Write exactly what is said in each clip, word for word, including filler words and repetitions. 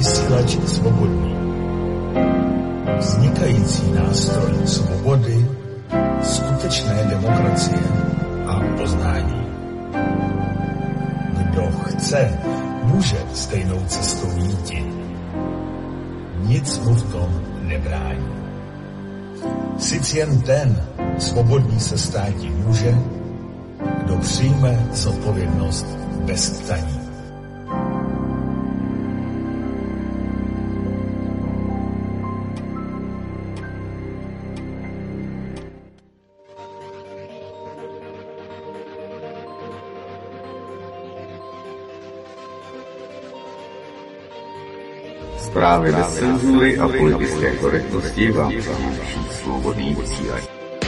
Vysílač Svobodný. Vznikající nástroj svobody, skutečné demokracie a poznání. Kdo chce, může stejnou cestou jít. Nic mu v tom nebrání. Sice jen ten svobodný se státi může, kdo přijme zodpovědnost bez ptaní. Zprávy bez cenzury a politické korektnosti vám přináší Svobodný vysílač.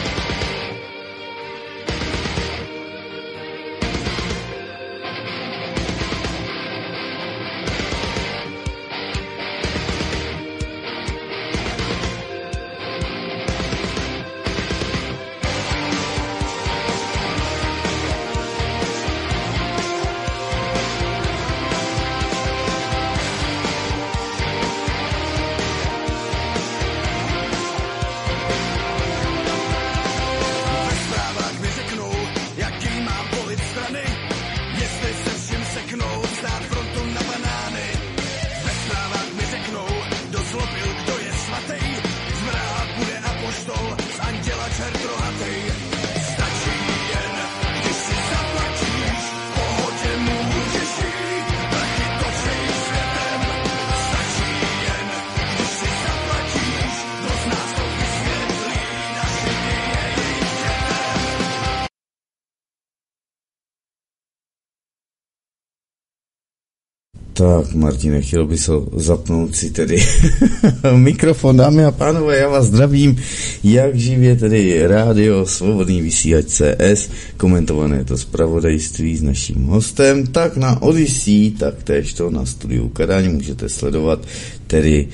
Tak, Martine, chtěl bys ho zapnout si tedy mikrofon, dámy a pánové, já vás zdravím, jak živě tedy rádio Svobodný vysílač C S, komentované to zpravodajství s naším hostem, tak na Odyssey, tak též to na studiu Kadaň můžete sledovat tedy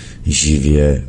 živě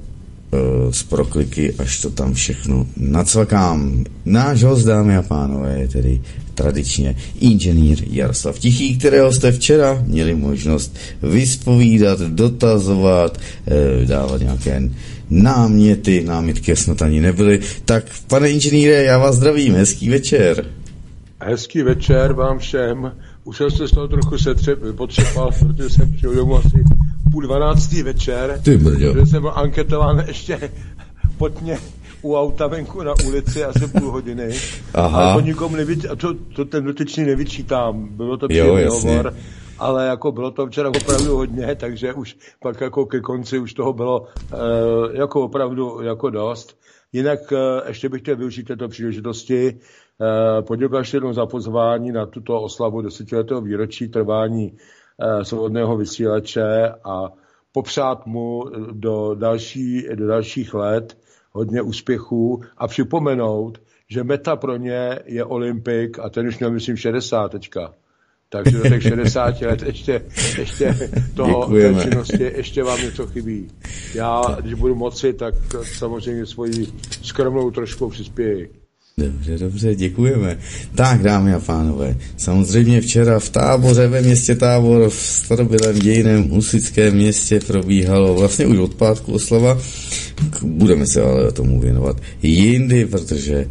z prokliky, až to tam všechno nacvakám. Náš host, dámy a pánové, je tedy tradičně inženýr Jaroslav Tichý, kterého jste včera měli možnost vyspovídat, dotazovat, dávat nějaké náměty, námitky snad ani nebyly. Tak, pane inženýre, já vás zdravím, hezký večer. Hezký večer vám všem. Už jsem se z toho trochu setřep, potřepal, protože jsem přijel domů asi půl dvanáctý večer. Ty brďo. Protože jsem byl anketován ještě potně u auta venku na ulici asi půl hodiny. Aha. Ale to nikomu nevyč... to, to ten dotyčný nevyčítám. Bylo to příjemný hovor, ale jako bylo to včera opravdu hodně, takže už pak jako ke konci už toho bylo uh, jako opravdu jako dost. Jinak uh, ještě bych chtěl využít této příležitosti uh, poděkovat ještě jednou za pozvání na tuto oslavu desetiletého výročí trvání uh, svobodného vysílače a popřát mu do, další, do dalších let hodně úspěchů a připomenout, že meta pro ně je Olympik a ten už měl, myslím, šedesát teďka. Takže do těch šedesáti let ještě, ještě toho té činnosti ještě vám něco chybí. Já, když budu moci, tak samozřejmě svoji skromnou trošku přispěji. Dobře, dobře, děkujeme. Tak, dámy a pánové, samozřejmě včera v Táboře, ve městě Tábor, v starobylém dějiném husitském městě probíhalo vlastně už od pátku oslava. Budeme se ale o tomu věnovat jindy, protože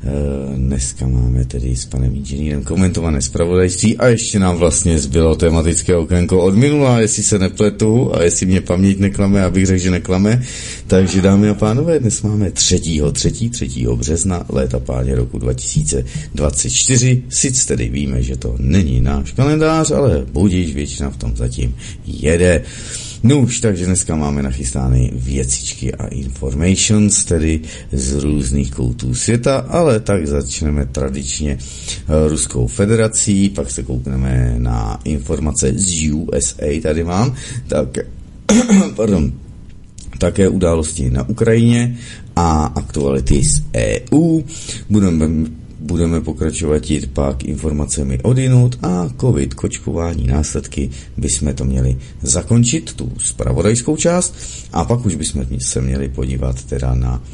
dneska máme tedy s panem inženýrem komentované zpravodajství a ještě nám vlastně zbylo tematické okénko od minula, jestli se nepletu a jestli mě paměť neklame, abych řekl, že neklame. Takže, dámy a pánové, dnes máme třetího března léta páně roku dva tisíce dvacet čtyři. Sice tedy víme, že to není náš kalendář, ale budíš, většina v tom zatím jede. No už, takže dneska máme nachystány věcičky a informations, tedy z různých koutů světa, ale tak začneme tradičně Ruskou federací, pak se koukneme na informace z U S A, tady mám, tak, pardon, také události na Ukrajině a aktuality z E U, budeme Budeme pokračovat jít pak informacemi odinut a covid, kočkování, následky, bychom to měli zakončit, tu zpravodajskou část, a pak už bychom se měli podívat teda na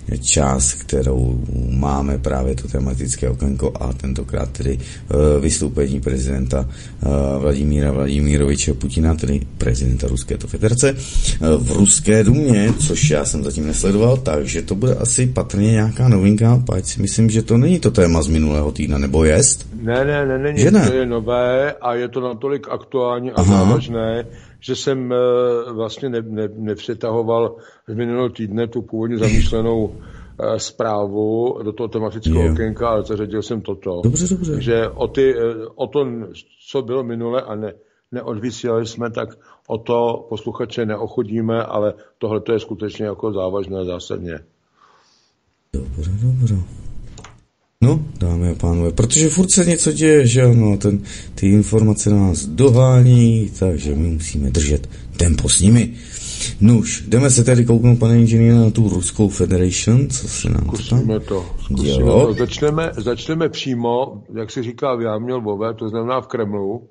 část, kterou máme právě to tematické okénko a tentokrát tedy vystoupení prezidenta Vladimíra Vladimiroviče Putina, tedy prezidenta Ruské federace v Ruské dumě, což já jsem zatím nesledoval, takže to bude asi patrně nějaká novinka, páč si myslím, že to není to téma z minulého týdne, nebo jest? Ne, ne, ne, není, ne? To je nové a je to natolik aktuální a Aha. závažné, že jsem uh, vlastně ne, ne, nepřetahoval z minulého týdne tu původně zamýšlenou uh, zprávu do toho tematického jo. okénka, ale zařadil jsem toto. Dobře, dobře. Takže o, ty, uh, o to, co bylo minule a ne, neodvysílali jsme, tak o to posluchače neochodíme, ale tohle to je skutečně jako závažné zásadně. Dobře, dobře. No, dámy a pánové, protože furt se něco děje, že ano, ten, ty informace nás dohání, takže my musíme držet tempo s nimi. Nuž, jdeme se tedy kouknout, pane inženýre, na tu Ruskou Federation, co se nám Zkusíme to. Zkusíme to. Začneme, začneme přímo, jak se říká v jámě Lvové, to znamená v Kremlu.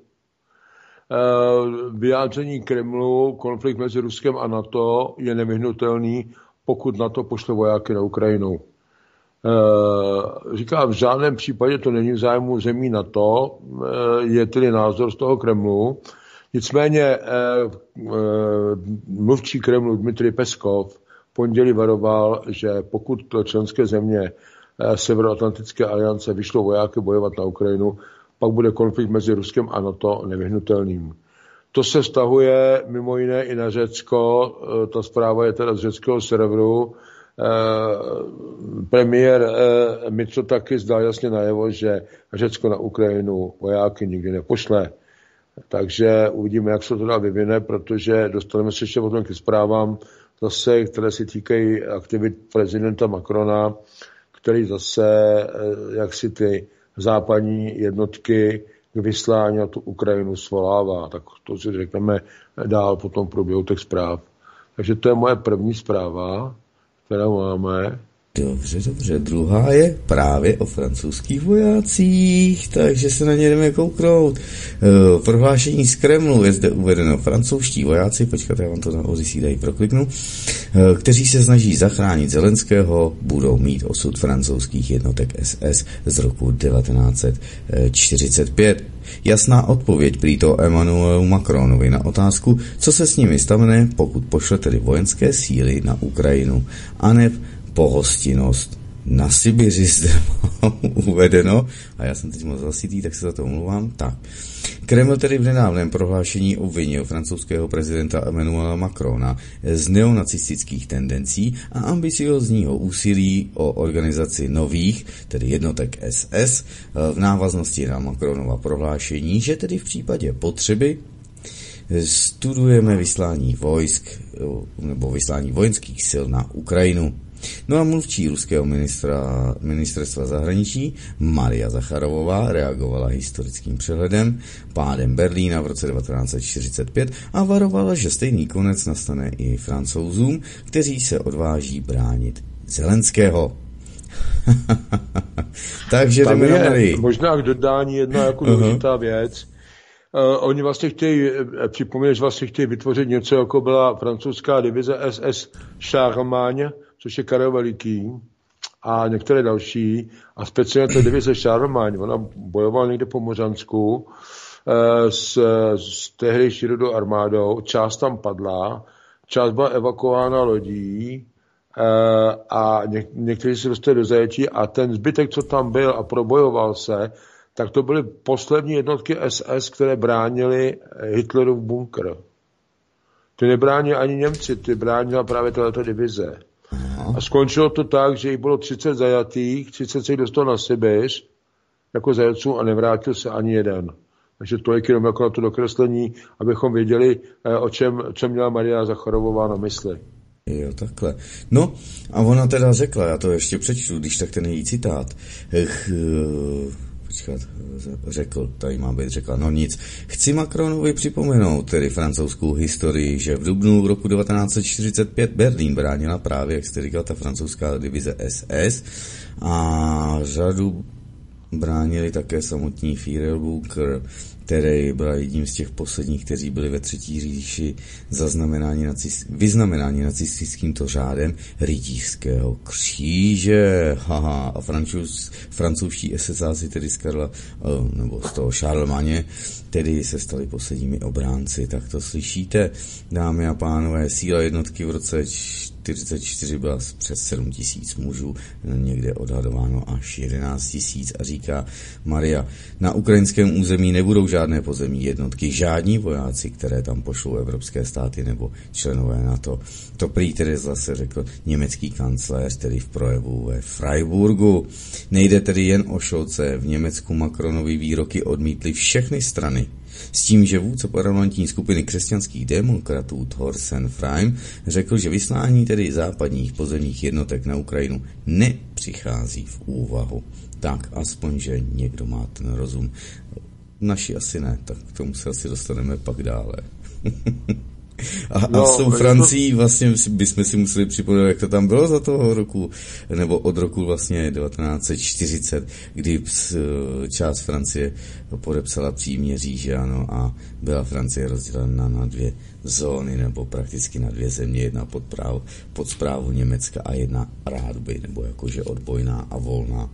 Vyjádření Kremlu, konflikt mezi Ruskem a NATO je nevyhnutelný, pokud NATO pošle vojáky na Ukrajinu. Říká, v žádném případě to není v zájmu zemí NATO, je tedy názor z toho Kremlu. Nicméně mluvčí Kremlu Dmitrij Peskov v pondělí varoval, že pokud členské země Severoatlantické aliance vyšlou vojáky bojovat na Ukrajinu, pak bude konflikt mezi Ruskem a NATO nevyhnutelným. To se vztahuje mimo jiné i na Řecko, ta zpráva je teda z řeckého serveru. Premiér Mitsotakis dal jasně najevo, že Řecko na Ukrajinu vojáky nikdy nepošle. Takže uvidíme, jak se to dá vyvine, protože dostaneme se ještě potom k zprávám zase, které se týkají aktivit prezidenta Macrona, který zase, jak si ty západní jednotky k vyslání na tu Ukrajinu svolává. Tak to si řekneme dál potom v průběhu těch zpráv. Takže to je moje první zpráva, kterou máme. Dobře, dobře. Druhá je právě o francouzských vojácích, takže se na ně jdeme kouknout. V prohlášení z Kremlu je zde uvedeno francouzští vojáci, počkat, já vám to na Odysee tady prokliknu, kteří se snaží zachránit Zelenského, budou mít osud francouzských jednotek S S z roku devatenáct set čtyřicet pět. Jasná odpověď prý to Emmanuelu Macronovi na otázku, co se s nimi stane, pokud pošle tedy vojenské síly na Ukrajinu, a ne pohostinnost na Sibiři zde mám uvedeno, a já jsem teď moc hlasitý, tak se za to omluvám. Tak. Kreml tedy v nedávném prohlášení obvinil francouzského prezidenta Emmanuela Macrona z neonacistických tendencí a ambiciozního úsilí o organizaci nových, tedy jednotek S S, v návaznosti na Macronova prohlášení, že tedy v případě potřeby studujeme vyslání vojsk nebo vyslání vojenských sil na Ukrajinu. No a mluvčí ruského ministra, ministerstva zahraničí Maria Zacharovová reagovala historickým přehledem, pádem Berlína v roce devatenáct set čtyřicet pět a varovala, že stejný konec nastane i Francouzům, kteří se odváží bránit Zelenského. Takže tam je možná k dodání jedna jako důležitá věc. Uh, oni vlastně chtějí, připomínat, že vlastně chtějí vytvořit něco, jako byla francouzská divize S S Charlemagne, což je Karel Veliký, a některé další, a speciálně ta divize Charlemagne, ona bojovala někde po Mořansku uh, s, s tehdejší rudou armádou, část tam padla, část byla evakuována lodí uh, a něk, někteří se dostali do zajetí a ten zbytek, co tam byl a probojoval se, tak to byly poslední jednotky S S, které bránili Hitlerův bunkr. Ty nebránili ani Němci, ty bránila právě tato divize. A skončilo to tak, že jich bylo třicet zajatých, třicet se jich dostalo na Sibiř jako zajatců a nevrátil se ani jeden. Takže tolik jenom jako na to dokreslení, abychom věděli, o čem, co měla Maria Zacharovová na mysli. Jo, takhle. No, a ona teda řekla, já to ještě přečtu, když tak ten její citát. Ech, počkat, řekl, tady má být, řekla, no nic. Chci Macronovi připomenout, tedy francouzskou historii, že v dubnu roku devatenáct set čtyřicet pět Berlín bránila právě, jak jste říkal, ta francouzská divize S S a řadu bránili také samotní Führerbunker. který byl jedním z těch posledních, kteří byli ve Třetí říši zaznamenáni nacist, vyznamenáni nacistickým to řádem rytířského kříže. Haha, a francouz, francouzští esesáci, tedy z Karla, nebo z toho Charlemagne, tedy se stali posledními obránci. Tak to slyšíte, dámy a pánové, síla jednotky v roce čtyřicet čtyři byla přes sedm tisíc mužů, někde odhadováno až jedenáct tisíc a říká Maria, na ukrajinském území nebudou žádné pozemní jednotky, žádní vojáci, které tam pošlou evropské státy nebo členové NATO. To prý tedy zase řekl německý kancléř, tedy v projevu ve Freiburgu. Nejde tedy jen o Scholze, v Německu Macronovi výroky odmítly všechny strany. S tím, že vůdce parlamentní skupiny křesťanských demokratů Thorsten Freim řekl, že vyslání tedy západních pozemních jednotek na Ukrajinu nepřichází v úvahu. Tak aspoň, že někdo má ten rozum. Naši asi ne, tak k tomu se asi dostaneme pak dále. A, no, a s tou Francií vlastně bychom si museli připomenout, jak to tam bylo za toho roku, nebo od roku vlastně devatenáct set čtyřicet, kdy část Francie podepsala příměří, že ano, a byla Francie rozdělena na dvě zóny, nebo prakticky na dvě země, jedna pod, práv, pod správu Německa a jedna rádoby, nebo jakože odbojná a volná.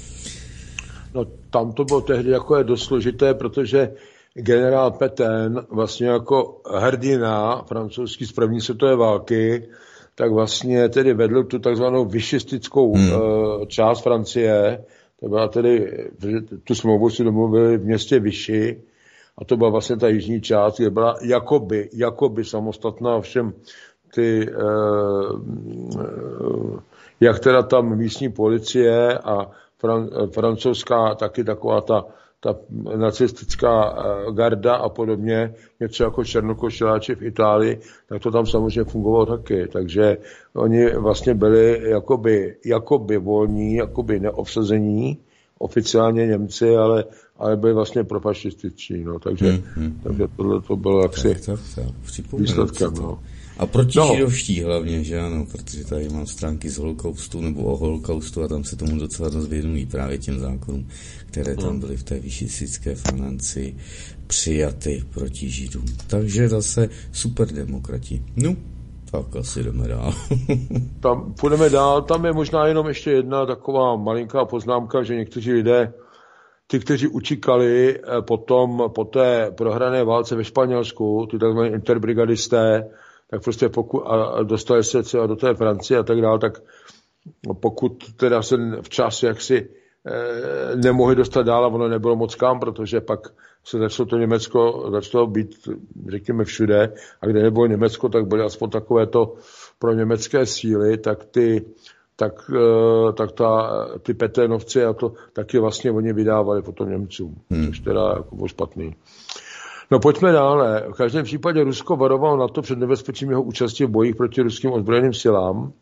No tam to bylo tehdy jako je dost složité, protože generál Pétain vlastně jako hrdina francouzský z první světové války, tak vlastně tedy vedl tu takzvanou višistickou hmm. uh, část Francie, to byla tedy, tu smlouvu si domluvili v městě Vichy, a to byla vlastně ta jižní část, kde byla jakoby, jakoby samostatná, všem ty, uh, uh, jak teda tam místní policie a fran, francouzská taky taková ta ta nacistická garda a podobně, něco jako černokošeláči v Itálii, tak to tam samozřejmě fungovalo taky. Takže oni vlastně byli jakoby, jakoby volní, jakoby neobsazení, oficiálně Němci, ale, ale byli vlastně profašističní. No. Takže, hmm, hmm, takže tohle to bylo jaksi výsledkem. No. A proti no. židovští hlavně, že ano, protože tady mám stránky z holokaustu nebo o holokaustu a tam se tomu docela dost věnují právě těm zákonům, které tam byly v té višistické Francii přijaty proti židům. Takže zase super demokrati. No, tak asi jdeme dál. Tam půjdeme dál, tam je možná jenom ještě jedna taková malinká poznámka, že někteří lidé, ty, kteří utíkali potom po té prohrané válce ve Španělsku, ty takzvané interbrigadisté, tak prostě pokud a dostali se třeba do té Francie a tak dále, tak pokud teda se včas jaksi e, nemohli dostat dál a ono nebylo moc kam, protože pak se začalo to Německo, začalo být, řekněme, všude, a kde nebylo Německo, tak byly aspoň takovéto pro německé síly, tak ty, tak, e, tak ta, ty Pétainovci a to taky vlastně oni vydávali potom Němcům, hmm. což teda jako bylo špatný. No pojďme dále. V každém případě Rusko varovalo NATO před nebezpečím jeho účasti v bojích proti ruským ozbrojeným silám.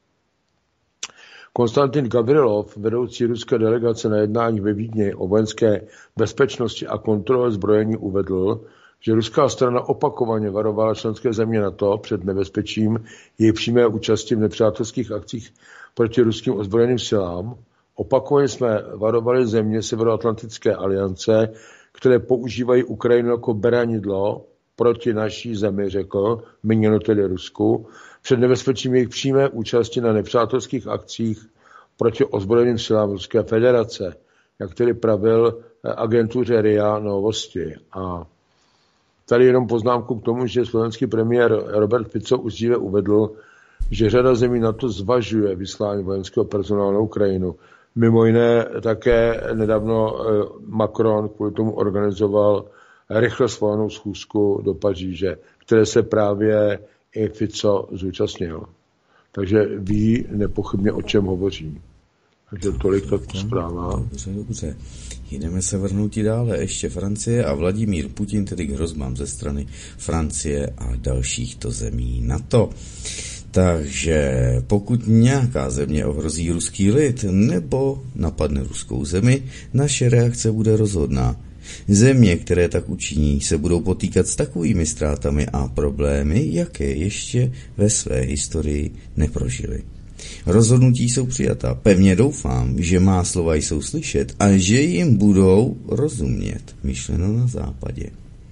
Konstantin Gavrilov, vedoucí ruské delegace na jednání ve Vídni o vojenské bezpečnosti a kontrole zbrojení, uvedl, že ruská strana opakovaně varovala členské země NATO před nebezpečím její přímé účasti v nepřátelských akcích proti ruským ozbrojeným silám. Opakovaně jsme varovali země Severoatlantické aliance, které používají Ukrajinu jako beranidlo proti naší zemi, řekl, míněno tedy Rusku, před nebezpečím jejich přímé účasti na nepřátelských akcích proti ozbrojeným silám Ruské federace, jak tedy pravil agentuře R I A Novosti. A tady jenom poznámku k tomu, že slovenský premiér Robert Fico už dříve uvedl, že řada zemí NATO zvažuje vyslání vojenského personálu na Ukrajinu. Mimo jiné také nedávno Macron kvůli tomu organizoval rychle svolanou schůzku do Paříže, které se právě i Fico zúčastnil. Takže ví nepochybně, o čem hovoří. Takže tolik tak zpráva. Dobře, dobře. Jdeme se vrhnout i dále. Ještě Francie a Vladimír Putin, tedy k hrozbám ze strany Francie a dalších to zemí NATO. Takže pokud nějaká země ohrozí ruský lid nebo napadne ruskou zemi, naše reakce bude rozhodná. Země, které tak učiní, se budou potýkat s takovými ztrátami a problémy, jaké ještě ve své historii neprožily. Rozhodnutí jsou přijata. Pevně doufám, že má slova jsou slyšet a že jim budou rozumět. Myšleno na západě.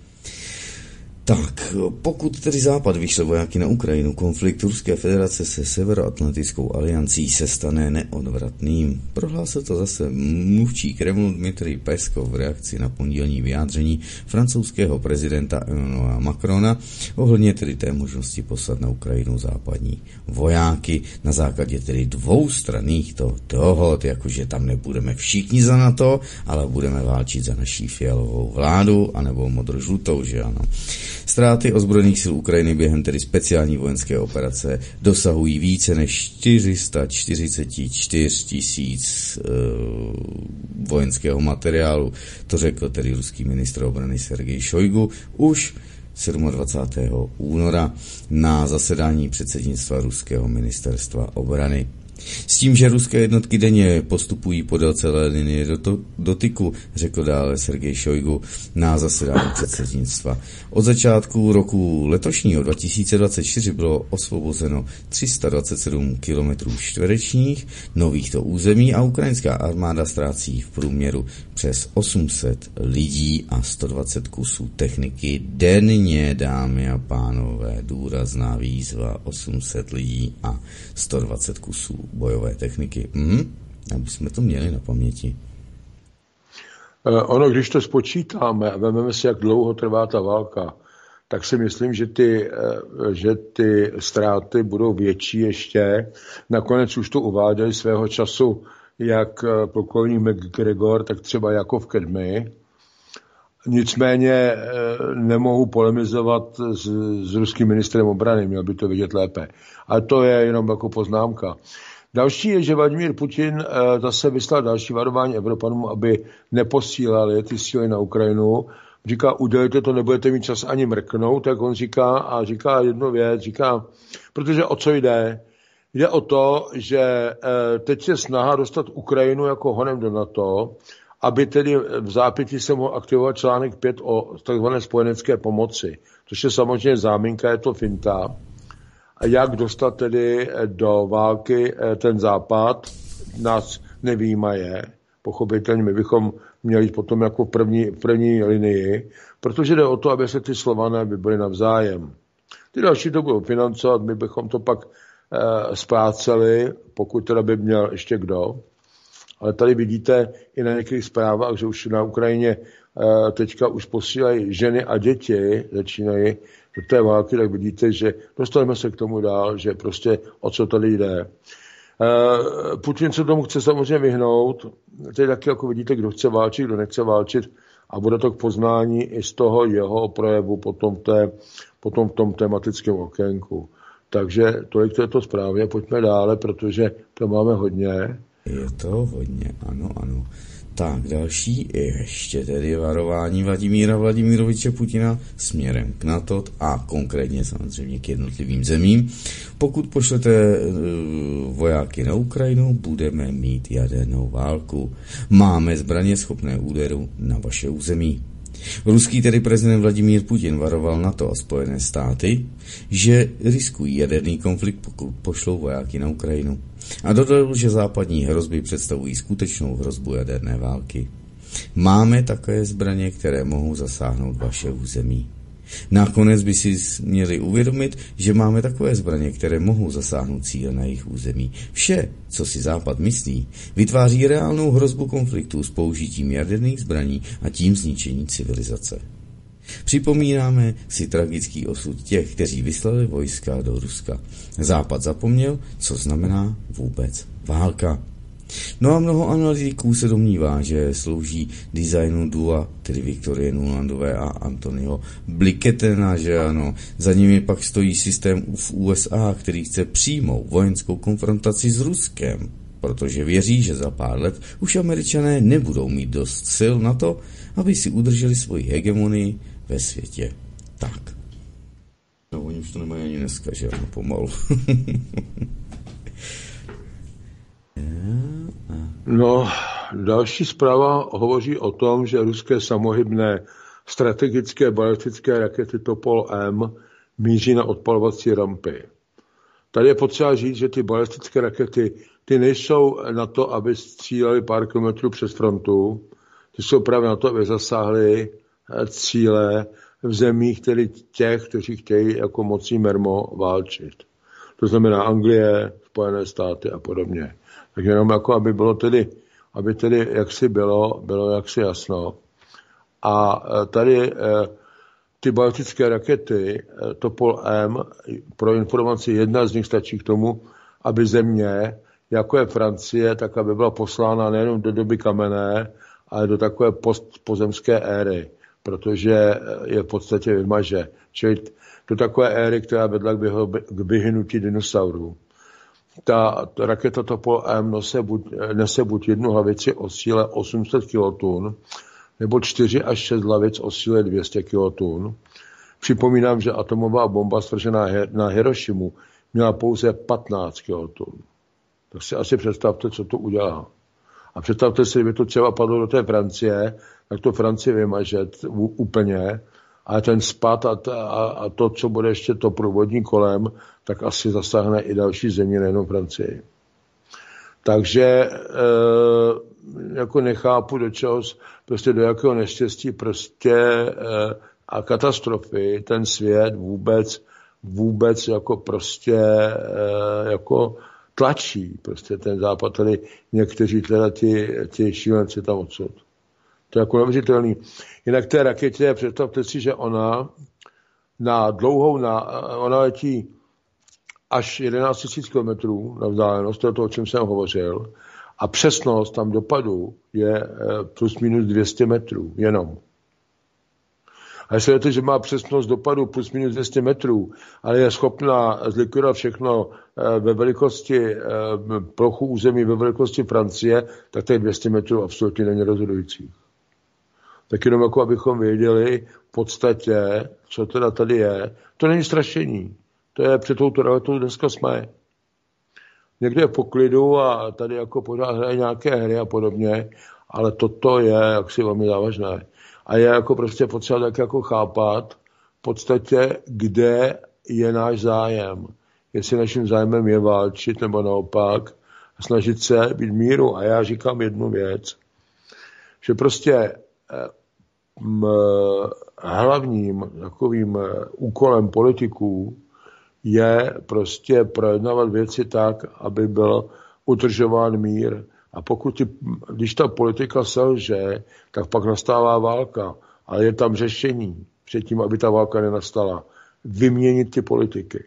Tak, pokud tedy Západ vyšle vojáky na Ukrajinu, konflikt Ruské federace se Severoatlantickou aliancí se stane neodvratným. Prohlásil to zase mluvčí Kremlu Dmitrij Peskov v reakci na pondělní vyjádření francouzského prezidenta Emmanuela Macrona ohledně tedy té možnosti poslat na Ukrajinu západní vojáky na základě tedy dvoustranných to dohod, jakože tam nebudeme všichni za NATO, ale budeme válčit za naší fialovou vládu, anebo modrožlutou, že ano. Ztráty ozbrojených sil Ukrajiny během tedy speciální vojenské operace dosahují více než čtyři sta čtyřicet čtyři tisíc e, vojenského materiálu. To řekl tedy ruský ministr obrany Sergej Šojgu už dvacátého sedmého února na zasedání předsednictva ruského ministerstva obrany. S tím, že ruské jednotky denně postupují podél celé linie dotyku, řekl dále Sergej Šojgu na zasedání předsednictva. Od začátku roku letošního dva tisíce dvacet čtyři bylo osvobozeno tři sta dvacet sedm kilometrů čtverečních novýchto území a ukrajinská armáda ztrácí v průměru přes osm set lidí a sto dvacet kusů techniky denně, dámy a pánové, důrazná výzva, osm set lidí a sto dvacet kusů bojové techniky. Mhm, aby jsme to měli na paměti. Ono, když to spočítáme a vezmeme si, jak dlouho trvá ta válka, tak si myslím, že ty, že ty ztráty budou větší ještě. Nakonec už to uváděli svého času jak plukovník McGregor, tak třeba Jakov Kedmy. Nicméně nemohu polemizovat s, s ruským ministrem obrany, měl by to vidět lépe. Ale to je jenom jako poznámka. Další je, že Vladimír Putin zase vyslal další varování Evropanům, aby neposílali ty síly na Ukrajinu. Říká, udělejte to, nebudete mít čas ani mrknout, tak on říká, a říká jednu věc, říká, protože o co jde? Jde o to, že teď je snaha dostat Ukrajinu jako honem do NATO, aby tedy v zápětí se mohl aktivovat článek pět o takzvané spojenecké pomoci, což je samozřejmě záminka, je to finta. A jak dostat tedy do války ten západ, nás nevyjímaje. Pochopitelně my bychom měli potom jako v první, v první linii, protože jde o to, aby se ty Slované by byly navzájem. Ty další to budou financovat, my bychom to pak e, spláceli, pokud teda by měl ještě kdo. Ale tady vidíte i na některých zprávách, že už na Ukrajině e, teďka už posílají ženy a děti, začínají do té války, tak vidíte, že dostaneme se k tomu dál, že prostě o co tady jde. E, Putin se tomu chce samozřejmě vyhnout. Teď taky jako vidíte, kdo chce válčit, kdo nechce válčit a bude to k poznání i z toho jeho projevu potom, té, potom v tom tematickém okénku. Takže tolik této zprávě, pojďme dále, protože to máme hodně. Je to hodně, ano, ano. Tak, další je ještě tedy varování Vladimíra Vladimiroviče Putina směrem k NATO a konkrétně samozřejmě k jednotlivým zemím. Pokud pošlete uh, vojáky na Ukrajinu, budeme mít jadernou válku. Máme zbraně schopné úderu na vaše území. Ruský tedy prezident Vladimír Putin varoval NATO a Spojené státy, že riskují jaderný konflikt, pokud pošlou vojáky na Ukrajinu. A dodal, že západní hrozby představují skutečnou hrozbu jaderné války. Máme také zbraně, které mohou zasáhnout vaše území. Nakonec by si měli uvědomit, že máme takové zbraně, které mohou zasáhnout cíle na jejich území. Vše, co si Západ myslí, vytváří reálnou hrozbu konfliktu s použitím jaderných zbraní a tím zničení civilizace. Připomínáme si tragický osud těch, kteří vyslali vojska do Ruska. Západ zapomněl, co znamená vůbec válka. No a mnoho analytiků se domnívá, že slouží designu dua, tedy Viktorie Nulandové a Antonyho Bliketena, že ano. Za nimi pak stojí systém v U S A, který chce přímou vojenskou konfrontaci s Ruskem, protože věří, že za pár let už Američané nebudou mít dost sil na to, aby si udrželi svoji hegemonii ve světě. Tak. No, oni už to nemají ani dneska, že ano, pomalu. No, další zpráva hovoří o tom, že ruské samohybné strategické balistické rakety Topol M míří na odpalovací rampy. tady je potřeba říct, že ty balistické rakety, ty nejsou na to, aby střílely pár kilometrů přes frontu, ty jsou právě na to, aby zasáhly cíle v zemích, tedy těch, kteří chtějí jako mocí mermo válčit. To znamená Anglie, Spojené státy a podobně. Tak jenom jako, aby bylo tedy, aby tedy jaksi bylo, bylo jaksi jasno. A tady ty balistické rakety, Topol M, pro informaci jedna z nich stačí k tomu, aby země, jako je Francie, tak aby byla poslána nejenom do doby kamenné, ale do takové postpozemské éry, protože je v podstatě vymaže. Čili do takové éry, která vedla k vyhynutí dinosaurů. Ta, ta raketa Topol M nese buď, nese buď jednu hlavici o síle osm set kilotun, nebo čtyři až šest hlavic o síle dvě stě kilotun. Připomínám, že atomová bomba svržená na Hirošimu měla pouze patnáct kilotun. Tak si asi představte, co to udělá. A představte si, kdyby to třeba padlo do té Francie, tak to Francie vymaže úplně, ale ten spad a, a, a to, co bude ještě to průvodní kolem, tak asi zasáhne i další země, nejenom Francii. Takže e, jako nechápu, do čeho, prostě do jakého neštěstí prostě e, a katastrofy ten svět vůbec, vůbec jako prostě e, jako tlačí prostě ten západ, tady někteří teda ti, ti šílenci tam odsud. To je jako neuvěřitelný. Jinak té raketě, představte si, že ona na dlouhou, na, ona letí až jedenáct tisíc kilometrů na vzdálenost, to je to, o čem jsem hovořil, a přesnost tam dopadu je plus minus dvě stě metrů jenom. A jestli to, že má přesnost dopadu plus minus dvě stě metrů, ale je schopná zlikvidovat všechno ve velikosti, plochu území ve velikosti Francie, tak těch dvě stě metrů absolutně není rozhodující. Tak jenom jako abychom věděli v podstatě, co teda tady je. To není strašení. To je před touto realitou dneska jsme. Někde je v poklidu a tady jako pořád hraje nějaké hry a podobně, ale toto je jaksi velmi závažné. A je jako prostě potřeba tak jako chápat v podstatě, kde je náš zájem. Jestli naším zájmem je válčit nebo naopak a snažit se být míru. A já říkám jednu věc, že prostě m, hlavním takovým úkolem politiků je prostě projednávat věci tak, aby byl udržován mír. A pokud, ty, když ta politika selže, tak pak nastává válka. Ale je tam řešení předtím, aby ta válka nenastala. Vyměnit ty politiky.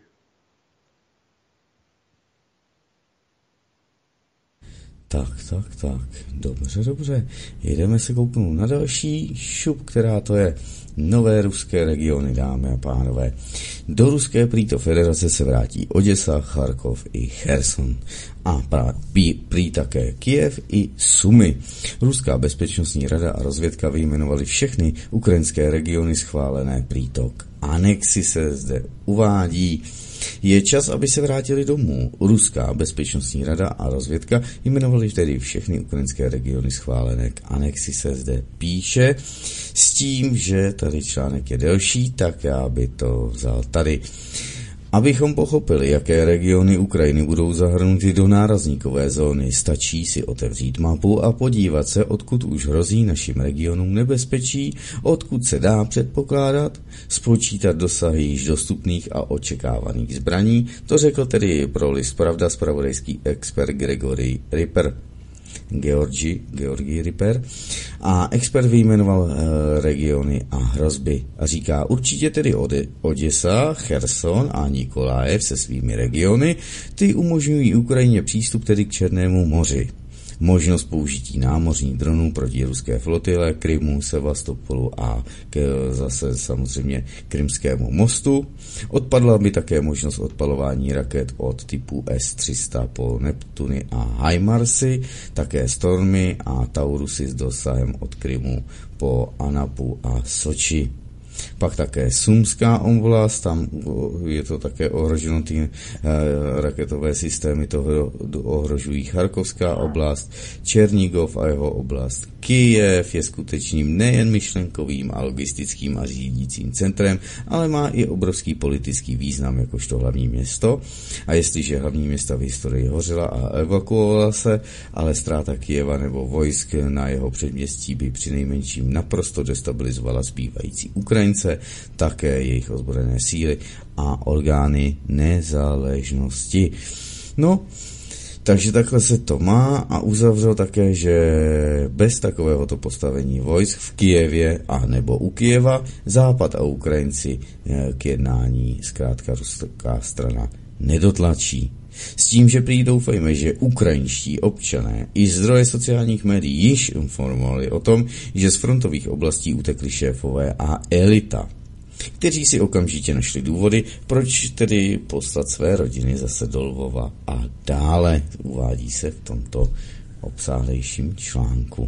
Tak, tak, tak. Dobře, dobře. Jedeme se kouknout na další šup, která to je nové ruské regiony, dámy a pánové. Do ruské prýto federace se vrátí Oděsa, Charkov i Cherson. A prý také Kyjev i Sumy. Ruská bezpečnostní rada a rozvědka vyjmenovali všechny ukrajinské regiony schválené prýto k anexi se zde uvádí. Je čas, aby se vrátili domů. Ruská bezpečnostní rada a rozvědka jmenovali tedy všechny ukrajinské regiony schválené k anexi se zde píše. S tím, že tady článek je delší, tak já by to vzal tady. Abychom pochopili, jaké regiony Ukrajiny budou zahrnuty do nárazníkové zóny, stačí si otevřít mapu a podívat se, odkud už hrozí našim regionům nebezpečí, odkud se dá předpokládat, spočítat dosahy již dostupných a očekávaných zbraní, to řekl tedy pro list Pravda zpravodajský expert Gregory Ripper. Georgi, Georgi Ripper a expert vyjmenoval e, regiony a hrozby a říká určitě tedy Ode, Oděsa, Cherson a Nikolajev se svými regiony, ty umožňují Ukrajině přístup tedy k Černému moři. Možnost použití námořních dronů proti ruské flotile, Krymu, Sevastopolu a k, zase samozřejmě Krymskému mostu. Odpadla by také možnost odpalování raket od typu S tři sta po Neptuny a HIMARSy, také Stormy a Taurusy s dosahem od Krymu po Anapu a Soči. Pak také Sumská oblast, tam je to také ohroženo, ty e, raketové systémy toho ohrožují Charkovská oblast, Černigov a jeho oblast. Kyjev je skutečným nejen myšlenkovým a logistickým a řídícím centrem, ale má i obrovský politický význam jakožto hlavní město. A jestliže hlavní města v historii hořela a evakuovala se, ale ztráta Kyjeva nebo vojsk na jeho předměstí by přinejmenším naprosto destabilizovala zbývající Ukrajince, také jejich ozbrojené síly a orgány nezáležnosti. No, takže takhle se to má a uzavřel také, že bez takovéhoto postavení vojsk v Kyjevě a nebo u Kyjeva Západ a Ukrajinci k jednání zkrátka ruská strana nedotlačí. S tím, že prý doufejme, že ukrajinští občané i zdroje sociálních médií již informovali o tom, že z frontových oblastí utekli šéfové a elita, kteří si okamžitě našli důvody, proč tedy poslat své rodiny zase do Lvova a dále. Uvádí se v tomto obsáhlejším článku.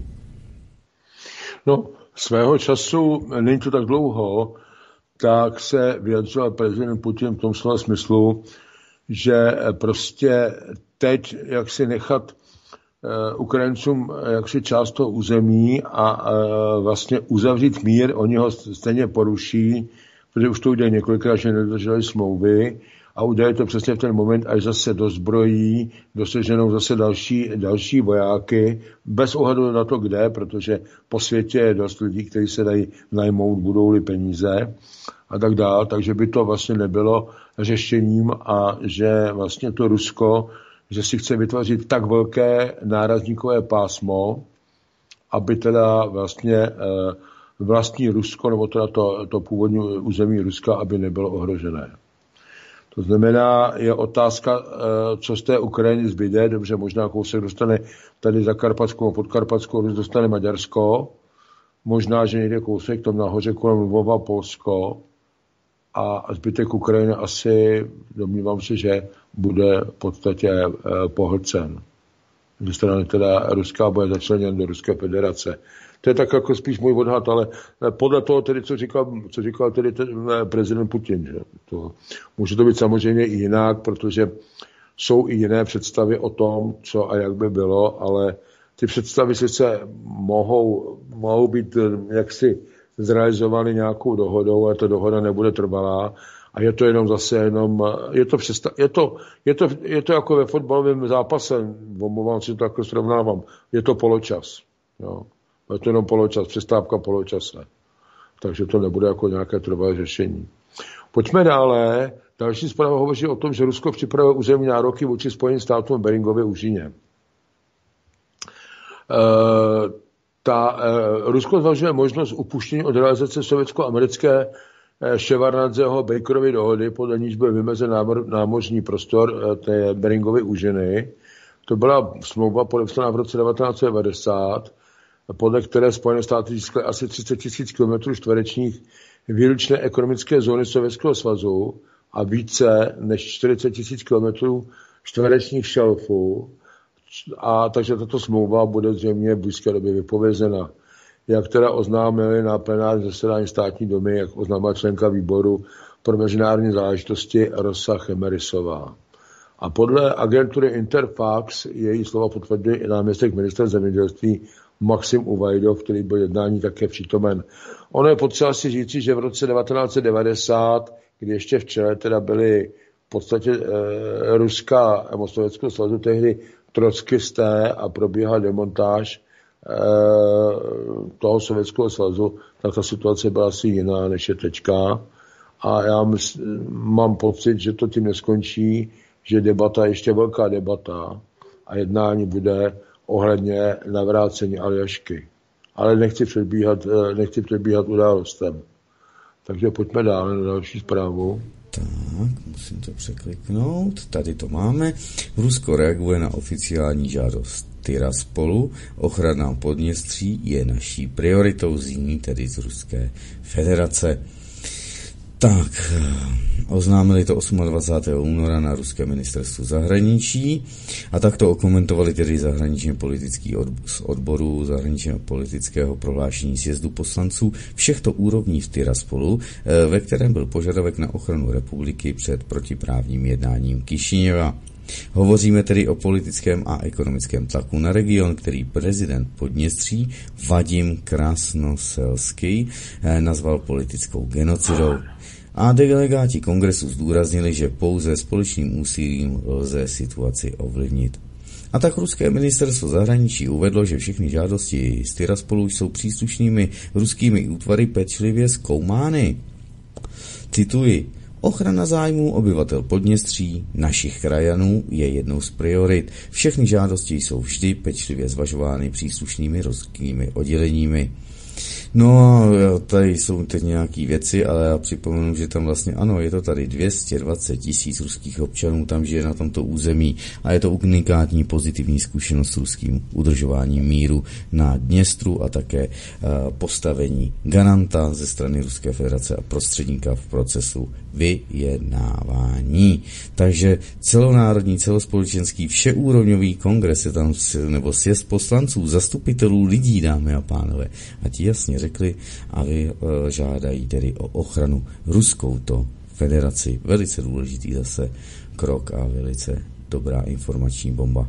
No, svého času, není to tak dlouho, tak se vyjadřoval prezident Putin v tom slova smyslu, že prostě teď, jak si nechat uh, Ukrajincům jak si část toho území a uh, vlastně uzavřít mír, oni ho stejně poruší, protože už to udělají několikrát, že nedodrželi smlouvy a udělají to přesně v ten moment, až zase dozbrojí, doseženou zase další, další vojáky, bez ohledu na to, kde, protože po světě je dost lidí, kteří se dají najmout, budou-li peníze a tak dál, takže by to vlastně nebylo řešením a že vlastně to Rusko, že si chce vytvořit tak velké nárazníkové pásmo, aby teda vlastně vlastní Rusko, nebo teda to, to původní území Ruska, aby nebylo ohrožené. To znamená, je otázka, co z té Ukrajiny zbyde, dobře, možná kousek dostane tady za Karpatskou a Podkarpatskou, Rus dostane Maďarsko, možná, že někde kousek tam nahoře kolem Lvova Polsko, a zbytek Ukrajiny asi, domnívám se, že bude v podstatě pohlcen. Ze strany teda Ruská bude začleněn do Ruské federace. To je tak jako spíš můj odhad, ale podle toho, tedy, co říkal, co říkal tedy prezident Putin. Že? To, může to být samozřejmě i jinak, protože jsou i jiné představy o tom, co a jak by bylo, ale ty představy sice mohou, mohou být jaksi zrealizovány nějakou dohodou, ale ta dohoda nebude trvalá a je to jenom zase jenom, je to, přesta, je to, je to, je to jako ve fotbalovém zápase, omlouvám si to jako srovnávám, je to poločas. Jo. Je to jenom poločas, přestávka poločase. Takže to nebude jako nějaké trvalé řešení. Pojďme dále. Další zpráva hovoří o tom, že Rusko připravuje územní nároky vůči Spojeným státům v Beringově úžině. E, ta, e, Rusko zvažuje možnost upuštění od realizace sovětsko-americké e, Ševardnadzeho Bakerovy dohody, podle níž byl vymezen námor, námořní prostor e, té Beringovy úžiny. To byla smlouva podepsaná v roce devatenáct set devadesát, podle které Spojené státy získaly asi třicet tisíc kilometrů čtverečních výlučné ekonomické zóny Sovětského svazu a více než čtyřicet tisíc kilometrů čtverečních šelfů. A takže tato smlouva bude zřejmě v blízké době vypovězena. Jak teda oznámili na plenárním zasedání státní domy, jak oznámila členka výboru pro mezinárodní záležitosti Rosa Chemerisová. A podle agentury Interfax její slova potvrdil i náměstek ministra zemědělství Maxim Uvajdov, který byl jednání také přítomen. Ono je potřeba si říci, že v roce devatenáct set devadesát, kdy ještě v čele teda byly v podstatě e, Ruská nebo Sovětského svazu tehdy trockisté a probíhala demontáž e, toho Sovětského svazu, tak ta situace byla asi jiná, než je teďka. A já mysl, mám pocit, že to tím neskončí, že debata, ještě velká debata a jednání bude ohledně navrácení Aljašky. Ale nechci předbíhat, nechci předbíhat událostem. Takže pojďme dále na další zprávu. Tak, musím to překliknout. Tady to máme. Rusko reaguje na oficiální žádost Tiraspolu. Ochrana Podněstří je naší prioritou, zní tedy z Ruské federace. Tak, oznámili to dvacátého osmého února na ruském ministerstvu zahraničí a tak to okomentovali tedy zahraničně politický od, z odboru zahraničně politického prohlášení sjezdu poslanců všechto úrovní v Tiraspolu, ve kterém byl požadavek na ochranu republiky před protiprávním jednáním Kišiněva. Hovoříme tedy o politickém a ekonomickém tlaku na region, který prezident Podněstří Vadim Krasnoselský nazval politickou genocidou. A delegáti kongresu zdůraznili, že pouze společným úsilím lze situaci ovlivnit. A tak ruské ministerstvo zahraničí uvedlo, že všechny žádosti z Tiraspolu jsou příslušnými ruskými útvary pečlivě zkoumány. Cituji: ochrana zájmů obyvatel Podněstří, našich krajanů, je jednou z priorit. Všechny žádosti jsou vždy pečlivě zvažovány příslušnými ruskými odděleními. No, tady jsou teď nějaké věci, ale já připomenu, že tam vlastně, ano, je to tady dvě stě dvacet tisíc ruských občanů, tam žije na tomto území a je to unikátní pozitivní zkušenost s ruským udržováním míru na Dněstru a také uh, postavení garanta ze strany Ruské federace a prostředníka v procesu vyjednávání. Takže celonárodní, celospolečenský, všeúrovňový kongres je tam, nebo sjezd poslanců, zastupitelů lidí, dámy a pánové. A ti jasně řekli a vy e, žádají tedy o ochranu Ruskou to federaci. Velice důležitý zase krok a velice dobrá informační bomba.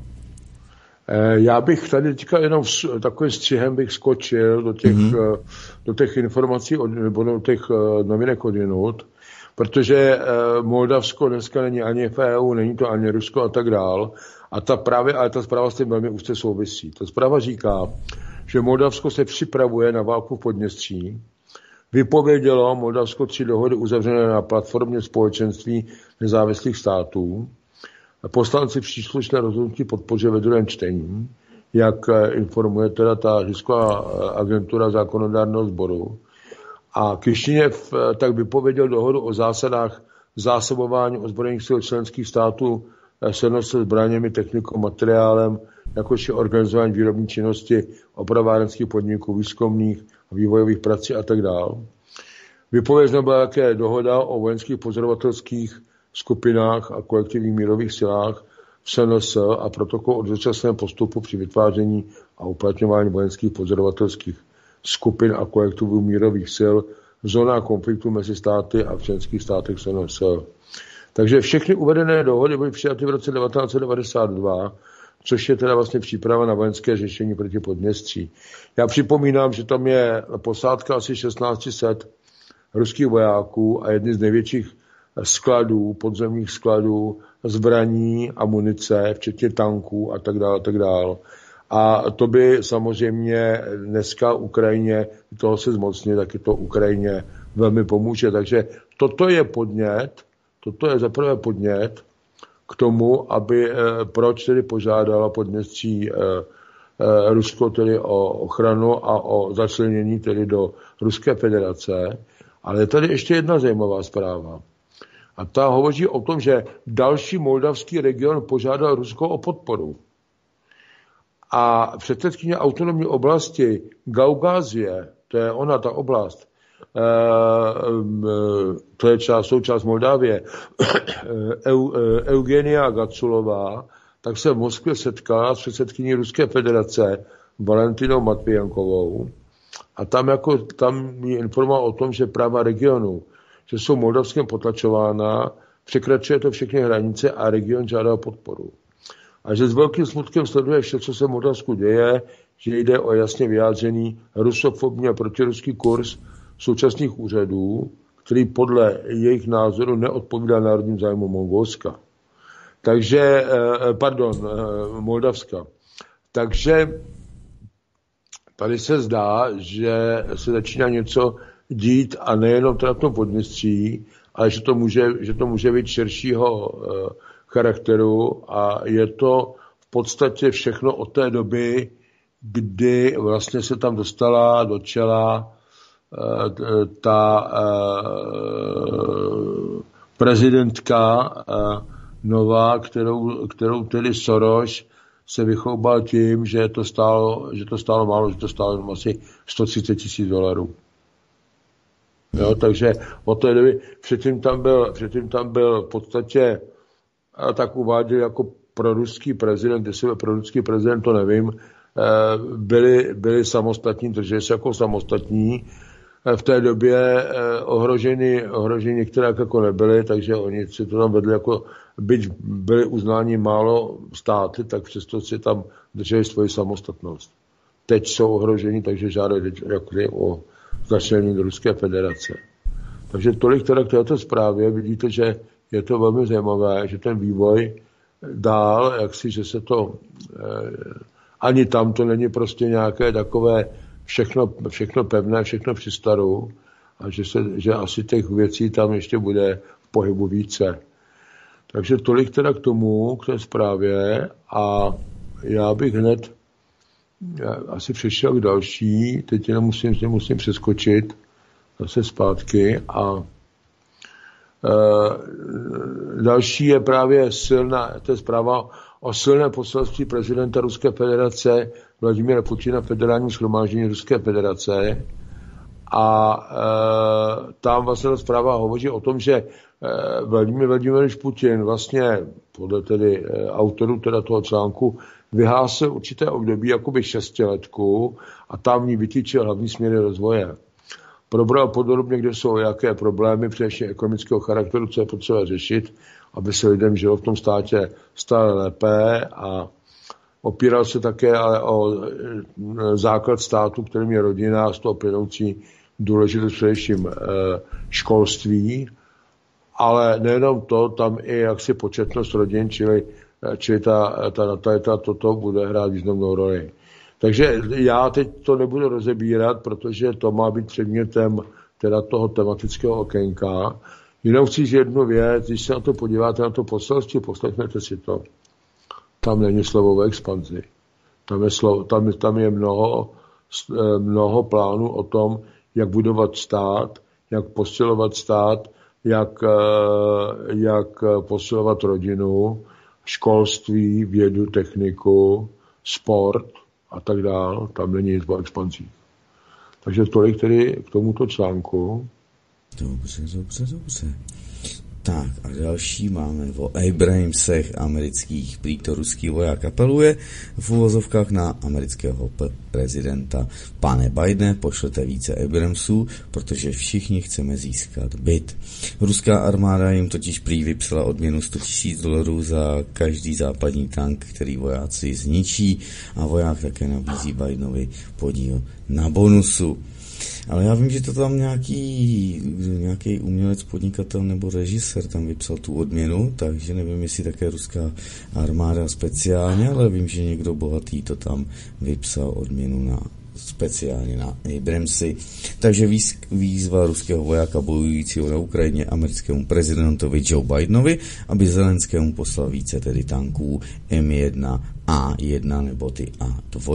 Já bych tady teďka jenom takovým střihem bych skočil do těch, mm-hmm. do těch informací nebo do těch novinek odjenut, protože Moldavsko dneska není ani v E U, není to ani Rusko a tak dál. A ta právě, ale ta zpráva s tím velmi úzce souvisí. Ta zpráva říká, že Moldavsko se připravuje na válku v Podněstří. Vypovědělo Moldavsko tři dohody uzavřené na platformě společenství nezávislých států. Poslanci příslušné rozhodnutí podpořili ve druhém čtení, jak informuje teda ta Ruská agentura zákonodárného sboru. A Kišiněv tak vypověděl dohodu o zásadách zásobování ozbrojených sil členských států se zbraněmi, technikou, materiálem, jakož je organizování výrobní činnosti opravárenských podniků, výzkumných a vývojových prací a tak dále. Vypovězena byla také dohoda o vojenských pozorovatelských skupinách a kolektivních mírových silách v S N S a protokol o dočasném postupu při vytváření a uplatňování vojenských pozorovatelských skupin a kolektivů mírových sil v zónách konfliktu mezi státy a v členských státech S N S. Takže všechny uvedené dohody byly přijaty v roce devatenáct set devadesát dva, což je teda vlastně příprava na vojenské řešení proti Podněstří. Já připomínám, že tam je posádka asi šestnáct set ruských vojáků a jedny z největších skladů, podzemních skladů, zbraní a munice, včetně tanků a tak dále, a tak dále. A to by samozřejmě dneska Ukrajině, toho se zmocní, taky to Ukrajině velmi pomůže. Takže toto je podnět, toto je zaprvé podnět k tomu, aby, proč tedy požádala Podněstří Rusko tedy o ochranu a o začlenění tedy do Ruské federace. Ale je tady ještě jedna zajímavá zpráva. A ta hovoří o tom, že další moldavský region požádal Rusko o podporu. A předsedkyně autonomní oblasti Gaugázie, to je ona, ta oblast, to je část, součást Moldávie, Eugenia Gaculová, tak se v Moskvě setkala s předsedkyní Ruské federace Valentinou Matvijenkovou a tam, jako, tam jí informoval o tom, že práva regionu, že jsou Moldavském potlačována, překračuje to všechny hranice a region žádá o podporu. A že s velkým smutkem sleduje vše, co se v Moldavsku děje, že jde o jasně vyjádřený rusofobní a protiruský kurz současných úřadů, který podle jejich názoru neodpovídá národním zájmům Mongolska. Takže, pardon, Moldavska. Takže tady se zdá, že se začíná něco dít a nejenom teda v tom Podněstří, ale že to může, že to může být širšího charakteru a je to v podstatě všechno od té doby, kdy vlastně se tam dostala do čela ta prezidentka nová, kterou, kterou tedy Soros se vychoubal tím, že to stálo, že to stálo málo, že to stálo asi sto třicet tisíc dolarů. Jo, takže od té doby, předtím tam byl, předtím tam byl v podstatě, tak uváděl jako proruský prezident, jestli byl proruský prezident, to nevím, byli, byli samostatní, drželi se jako samostatní. V té době ohroženi, ohroženi některé jako nebyli, takže oni si to tam vedli jako, byť byli uznáni málo státy, tak přesto si tam drželi svoji samostatnost. Teď jsou ohroženi, takže žádají o začlenění do Ruské federace. Takže tolik teda k této zprávě. Vidíte, že je to velmi zajímavé, že ten vývoj dál, jak si, že se to eh, ani tam to není prostě nějaké takové všechno, všechno pevné, všechno při staru a že, se, že asi těch věcí tam ještě bude v pohybu více. Takže tolik teda k tomu, k té zprávě a já bych hned já asi přešel k další, teď jenom musím, musím přeskočit zase zpátky a e, další je právě silná, to je zpráva o silné poselství prezidenta Ruské federace Vladimíra Putina federálním shromáždění Ruské federace a e, tam vlastně ta zpráva hovoří o tom, že e, Vladimír Vladimirovič Putin vlastně podle tedy e, autorů teda toho článku vyhlásil určité období jakoby šestiletku a tam v ní vytýčil hlavní směry rozvoje. Probral podrobně, kde jsou jaké problémy, především ekonomického charakteru, co je potřeba řešit, aby se lidem žilo v tom státě stále lépe a opíral se také ale o základ státu, kterým je rodina, z toho plynoucí důležitost především školství, ale nejenom to, tam i jaksi početnost rodin, čili, čili ta, ta natalita, toto bude hrát významnou roli. Takže já teď to nebudu rozebírat, protože to má být předmětem teda toho tematického okénka. Jenom chci říct jednu věc, když se na to podíváte, na to poselství, poslechněte si to. Tam není slovo o expanzi. Tam je, slovo, tam, tam je mnoho, mnoho plánů o tom, jak budovat stát, jak posilovat stát, jak, jak posilovat rodinu, školství, vědu, techniku, sport a tak dál. Tam není nic o expanzích. Takže tolik tedy k tomuto článku. Dobře, dobře, dobře. Tak a další máme o Abramsech amerických, prý to ruský voják apeluje v uvozovkách na amerického p- prezidenta. Pane Bidene, pošlete více Abramsů, protože všichni chceme získat byt. Ruská armáda jim totiž prý vypsala odměnu sto tisíc dolarů za každý západní tank, který vojáci zničí a voják také nabízí Bidenovi podíl na bonusu. Ale já vím, že to tam nějaký, nějaký umělec, podnikatel nebo režisér tam vypsal tu odměnu, takže nevím, jestli také ruská armáda speciálně, ale vím, že někdo bohatý to tam vypsal odměnu na speciálně na Abramsy. Takže výzva ruského vojáka bojujícího na Ukrajině americkému prezidentovi Joe Bidenovi, aby Zelenskému poslal více tedy tanků M jedna A jedna nebo ty A dva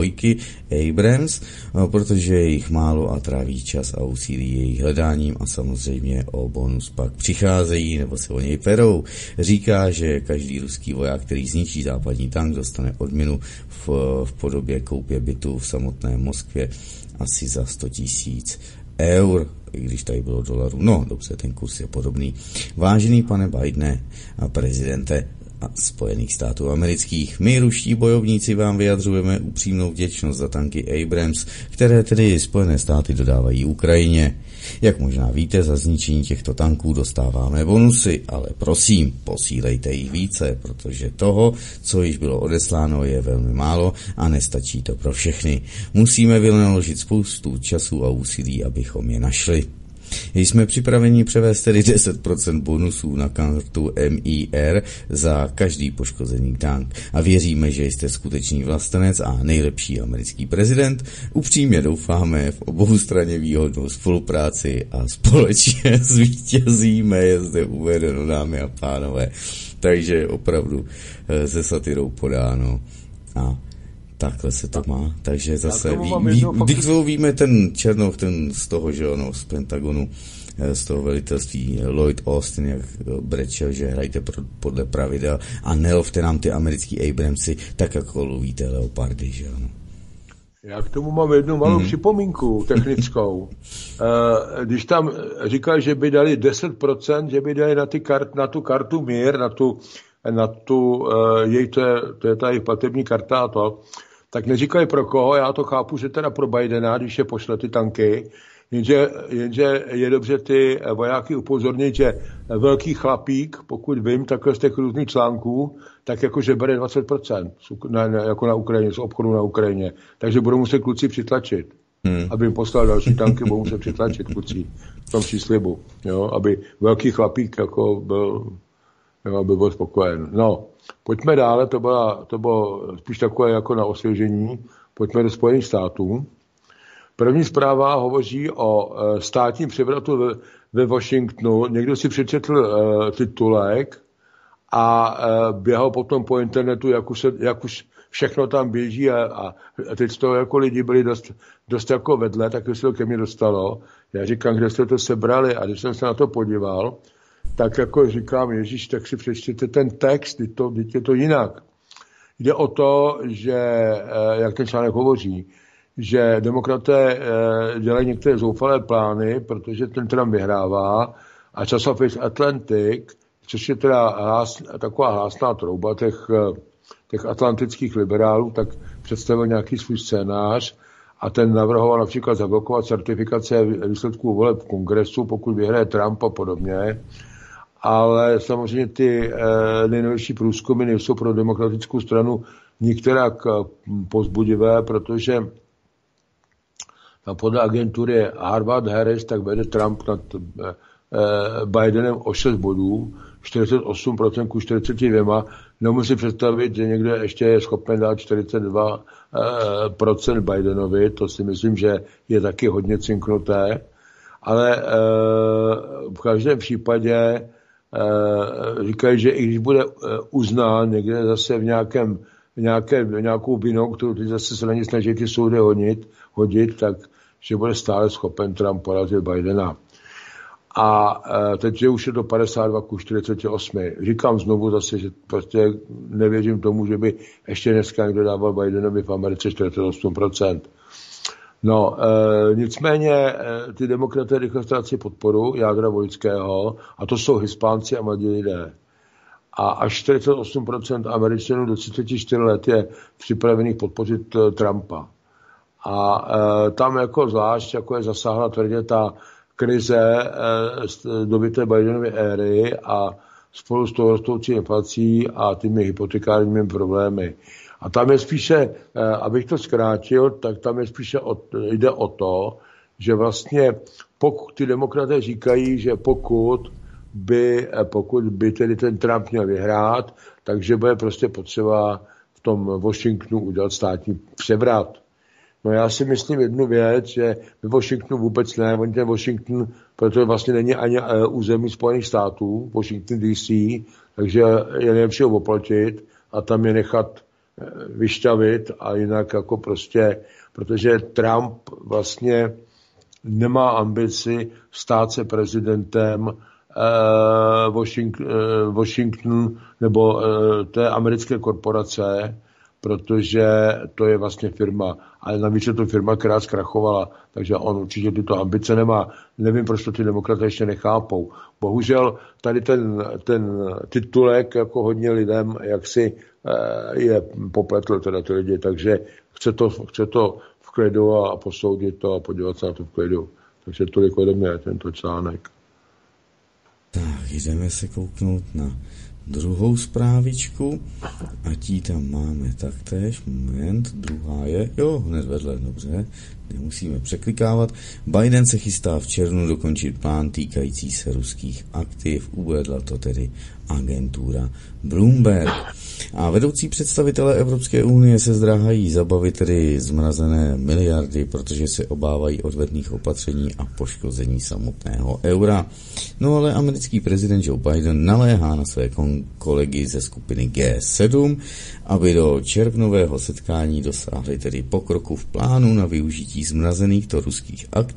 Abrams, protože je jich málo a tráví čas a úsilí jejich hledáním a samozřejmě o bonus pak přicházejí nebo se o něj perou. Říká, že každý ruský voják, který zničí západní tank, dostane odměnu v, v podobě koupě bytu v samotné Moskvě asi za sto tisíc eur, i když tady bylo dolarů. No, dobře, ten kurz je podobný. Vážený pane Bidene a prezidente a Spojených států amerických, my ruští bojovníci vám vyjadřujeme upřímnou vděčnost za tanky Abrams, které tedy Spojené státy dodávají Ukrajině. Jak možná víte, za zničení těchto tanků dostáváme bonusy, ale prosím, posílejte jich více, protože toho, co již bylo odesláno, je velmi málo a nestačí to pro všechny. Musíme vynaložit spoustu času a úsilí, abychom je našli. Jsme připraveni převést tedy deset procent bonusů na kartu M I R za každý poškozený tank a věříme, že jste skutečný vlastenec a nejlepší americký prezident. Upřímně doufáme v oboustranně výhodnou spolupráci a společně zvítězíme, je zde uvedeno, dámy a pánové. Takže opravdu se satirou podáno a takhle se to má, takže zase ví, ví, víme ten Černoch, ten z toho, že ono, z Pentagonu, z toho velitelství Lloyd Austin, jak brečel, že hrajte pro, podle pravidel a nelovte nám ty americký Abramsy, tak jako lovíte leopardy, že ano. Já k tomu mám jednu malou hmm. připomínku technickou. Když tam říkali, že by dali deset procent, že by dali na, ty kart, na tu kartu mír, na tu, na tu jej, to je, to je ta jejich platební karta a to, tak neříkali pro koho, já to chápu, že teda pro Bidena, když je pošle ty tanky, jenže, jenže je dobře ty vojáky upozornit, že velký chlapík, pokud vím, takhle z těch různých článků, tak jakože bere dvacet procent na, na, jako na Ukrajině, z obchodu na Ukrajině. Takže budou muset kluci přitlačit. Hmm. Aby jim poslal další tanky, budou muset přitlačit kluci v tom příslibu. Jo? Aby velký chlapík jako byl, jo, aby byl spokojen. No, pojďme dále, to, byla, to bylo spíš takové jako na osvěžení. Pojďme do Spojených států. První zpráva hovoří o e, státním převratu ve, ve Washingtonu. Někdo si přečetl e, titulek a e, běhal potom po internetu, jak už, se, jak už všechno tam běží a, a teď z toho jako lidi byli dost, dost jako vedle, tak se to ke mně dostalo. Já říkám, kde jste to sebrali a když jsem se na to podíval, tak jako říkám, Ježíš, tak si přečtěte ten text, teď to, teď je to jinak. Jde o to, že, e, jak ten článek hovoří, že demokraté e, dělají některé zoufalé plány, protože ten Trump vyhrává a časopis Atlantic, což je teda hlás, taková hlásná trouba těch, těch atlantických liberálů, tak představil nějaký svůj scénář a ten navrhoval například zablokovat certifikace výsledků voleb v kongresu, pokud vyhraje Trump a podobně. Ale samozřejmě ty e, nejnovější průzkumy nejsou pro demokratickou stranu nikterak povzbudivé, protože tam podle agentury Harvard Harris tak vede Trump nad e, Bidenem o šest bodů, čtyřicet osm procent ku čtyřiceti dvěma. Nemůžu si představit, že někdo ještě je schopen dát čtyřicet dva procent Bidenovi, to si myslím, že je taky hodně cinknuté, ale v každém případě říkají, že i když bude uznán někde zase v nějakém, nějaké, nějakou vinou, kterou teď zase se na ně snaží ty soudy hodit, hodit, tak že bude stále schopen Trump porazit Bidena. A teď, že už je to padesát dva ku čtyřiceti osmi. Říkám znovu zase, že prostě nevěřím tomu, že by ještě dneska někdo dával Bidenovi v Americe čtyřicet osm procent. No, e, nicméně e, ty demokraté rychle ztrácí podporu jádra vojského a to jsou Hispánci a mladí lidé. A až čtyřicet osm procent Američanů do třicet čtyři let je připravených podpořit e, Trumpa. A e, tam jako zvlášť jako je zasáhla tvrdě ta krize z doby té Bidenovy éry a spolu s tou rostoucí inflací a těmi hypotekárními problémy. A tam je spíše, abych to zkrátil, tak tam je spíše o, jde o to, že vlastně pokud ty demokraté říkají, že pokud by, pokud by tedy ten Trump měl vyhrát, takže bude prostě potřeba v tom Washingtonu udělat státní převrat. No já si myslím jednu věc, že ve Washingtonu vůbec ne, oni ten Washington, protože vlastně není ani území Spojených států, Washington D C, takže je nejlepší ho oplatit a tam je nechat vyšťavit a jinak jako prostě, protože Trump vlastně nemá ambici stát se prezidentem uh, Washington, uh, Washington nebo uh, té americké korporace, protože to je vlastně firma. Ale navíc je to firma, která zkrachovala, takže on určitě tyto ambice nemá. Nevím, proč to ty demokraté ještě nechápou. Bohužel tady ten, ten titulek jako hodně lidem jaksi je popletl teda ty lidi, takže chce to, chce to v klidu a posoudit to a podívat se na to v klidu. Takže tolik ode mě tento článek. Tak, jdeme se kouknout na druhou zprávičku a tí tam máme taktéž, moment, druhá je, jo, hned vedle, dobře, nemusíme překlikávat. Biden se chystá v červnu dokončit plán týkající se ruských aktiv, uvedla to tedy agentura Bloomberg. A vedoucí představitelé Evropské unie se zdráhají zabavit tedy zmrazené miliardy, protože se obávají odvetných opatření a poškození samotného eura. No ale americký prezident Joe Biden naléhá na své kolegy ze skupiny G sedm, aby do červnového setkání dosáhli tedy pokroku v plánu na využití zmrazených to ruských aktiv,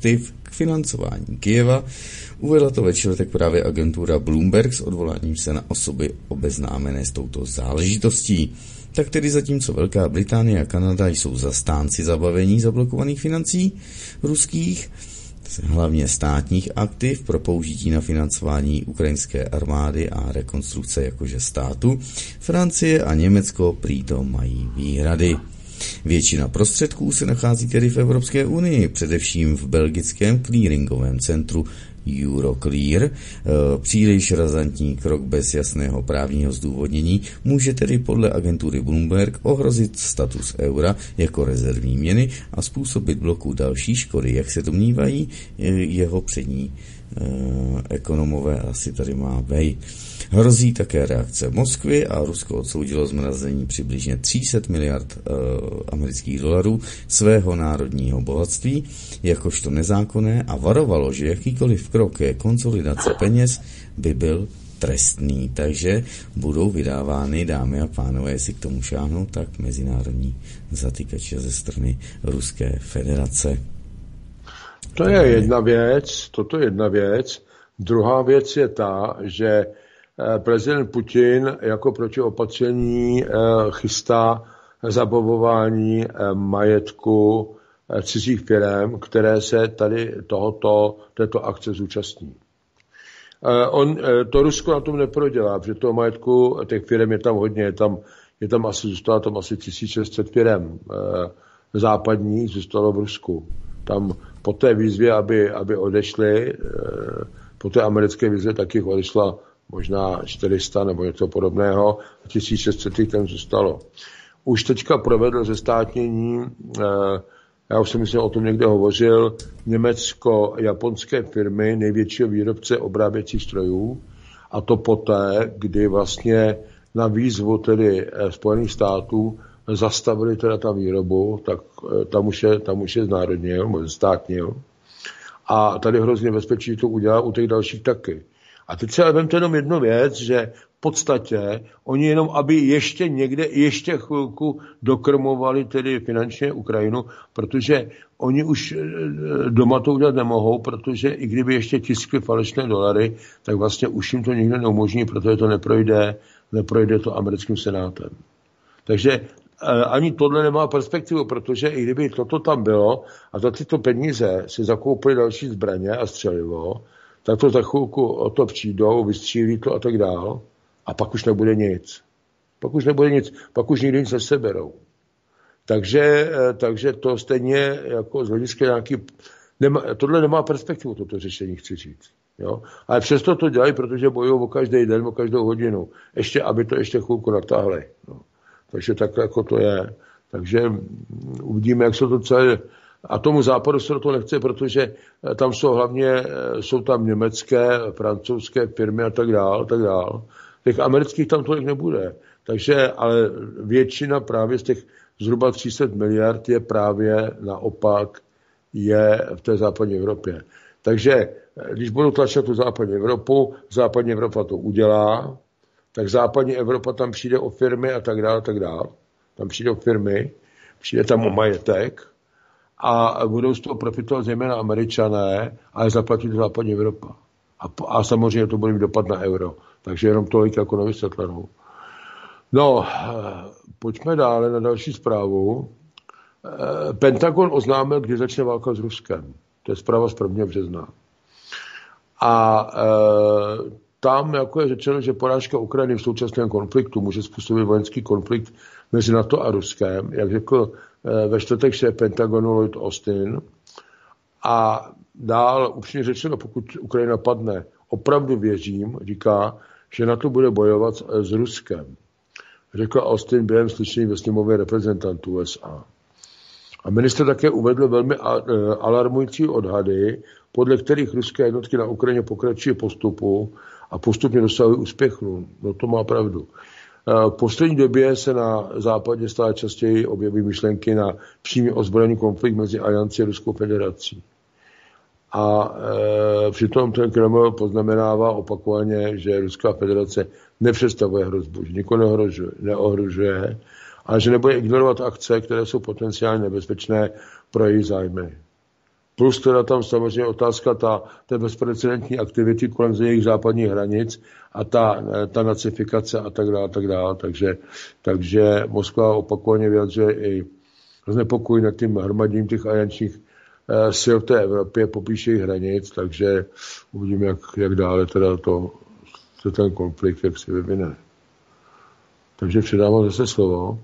k financování Kyjeva. Uvedla to ve čtvrtek právě agentura Bloomberg s odvoláním se na osoby obeznámené s touto záležitostí. Tak tedy zatímco Velká Británie a Kanada jsou zastánci zabavení zablokovaných financí ruských, hlavně státních aktiv pro použití na financování ukrajinské armády a rekonstrukce jakože státu, Francie a Německo prý to mají výhrady. Většina prostředků se nachází tedy v Evropské unii, především v belgickém clearingovém centru Euroclear. Příliš razantní krok bez jasného právního zdůvodnění může tedy podle agentury Bloomberg ohrozit status eura jako rezervní měny a způsobit bloku další škody, jak se domnívají jeho přední ekonomové, asi tady má Vej. Hrozí také reakce Moskvy a Rusko odsoudilo zmrazení přibližně tři sta miliard uh, amerických dolarů svého národního bohatství jakožto nezákonné a varovalo, že jakýkoliv krok ke konsolidaci peněz by byl trestný. Takže budou vydávány, dámy a pánové, jestli k tomu šáhnou, tak mezinárodní zatykače ze strany Ruské federace. To je jedna věc, toto je jedna věc. Druhá věc je ta, že prezident Putin jako protiopatření chystá zabavování majetku cizích firem, které se tady tohoto, této akce zúčastní. On, to Rusko na tom neprodělá, protože toho majetku těch firem je tam hodně, je tam, je tam asi, zůstalo tam asi tisíc šest set firem západních, zůstalo v Rusku. Tam po té výzvě, aby, aby odešli, po té americké výzvě taky odešla možná čtyři sta nebo něco podobného, a tisíc šest set tam zůstalo. Už teďka provedl zestátnění, já už jsem myslím o tom někde hovořil, německo-japonské firmy, největšího výrobce obráběcích strojů, a to poté, kdy vlastně na výzvu tedy Spojených států zastavili teda ta výrobu, tak tam už je, tam už je znárodnil, zestátnil. A tady hrozně bezpečí to udělá u těch dalších taky. A teď se vemte jenom jednu věc, že v podstatě oni jenom, aby ještě někde, ještě chvilku dokrmovali tedy finančně Ukrajinu, protože oni už doma to udělat nemohou, protože i kdyby ještě tiskli falešné dolary, tak vlastně už jim to nikdo neumožní, protože to neprojde, neprojde to americkým senátem. Takže ani tohle nemá perspektivu, protože i kdyby toto tam bylo a za tyto peníze si zakoupili další zbraně a střelivo, tak to za chvilku o to přijdou, vystřílí to a tak dál a pak už nebude nic. Pak už nebude nic, pak už nikdy nic neseberou. Takže, takže to stejně jako z hlediska nějaký, nemá, tohle nemá perspektivu, toto řešení, chci říct. Jo? Ale přesto to dělají, protože bojují o každý den, o každou hodinu. Ještě, aby to ještě chvilku natáhli. No. Takže tak jako to je. Takže uvidíme, jak se to celé. A tomu západu se to nechce, protože tam jsou hlavně, jsou tam německé, francouzské firmy a tak dál, tak dál. Těch amerických tam tolik nebude. Takže, ale většina právě z těch zhruba tři sta miliard je právě naopak je v té západní Evropě. Takže, když budou tlačit tu západní Evropu, západní Evropa to udělá, tak západní Evropa tam přijde o firmy a tak dále, tak dále. Tam přijde o firmy, přijde tam o majetek a budou z toho profitovat zejména Američané, ale zaplatí to západní Evropa. A, a samozřejmě to bude mít dopad na euro. Takže jenom tolik jako na vysvětlenou. No, pojďme dále na další zprávu. Pentagon oznámil, kdy začne válka s Ruskem. To je zpráva z prvního března. A e, tam jako je řečeno, že porážka Ukrajiny v současném konfliktu může způsobit vojenský konflikt mezi NATO a Ruskem, jak řekl e, ve čtvrtek šéf Pentagonu Lloyd Austin. A dál, upřímně řečeno, pokud Ukrajina padne, opravdu věřím, říká, že NATO bude bojovat s, s Ruskem. Řekl Austin během slyšení ve sněmově reprezentantů U S A. A ministr také uvedl velmi alarmující odhady, podle kterých ruské jednotky na Ukrajině pokračují postupu a postupně dosahují úspěchu. No to má pravdu. V poslední době se na západě stále častěji objeví myšlenky na přímý ozbrojený konflikt mezi Aliancí a Ruskou federací. A e, přitom ten Kreml poznamenává opakovaně, že Ruská federace nepředstavuje hrozbu, že nikoho neohrožuje, neohrožuje, ale že nebude ignorovat akce, které jsou potenciálně nebezpečné pro její zájmy. Plus teda tam samozřejmě otázka ta, té bezprecedentní aktivity kolem jejich západních hranic a ta, ta nacifikace a tak dále, a tak dále. Takže, takže Moskva opakovaně vyjadřuje i znepokoj nad tím hromadím těch aliančních eh, sil v té Evropě, popíše jejich hranic, takže uvidíme, jak, jak dále teda to, to ten konflikt, jak se vyvine. Takže předávám zase slovo.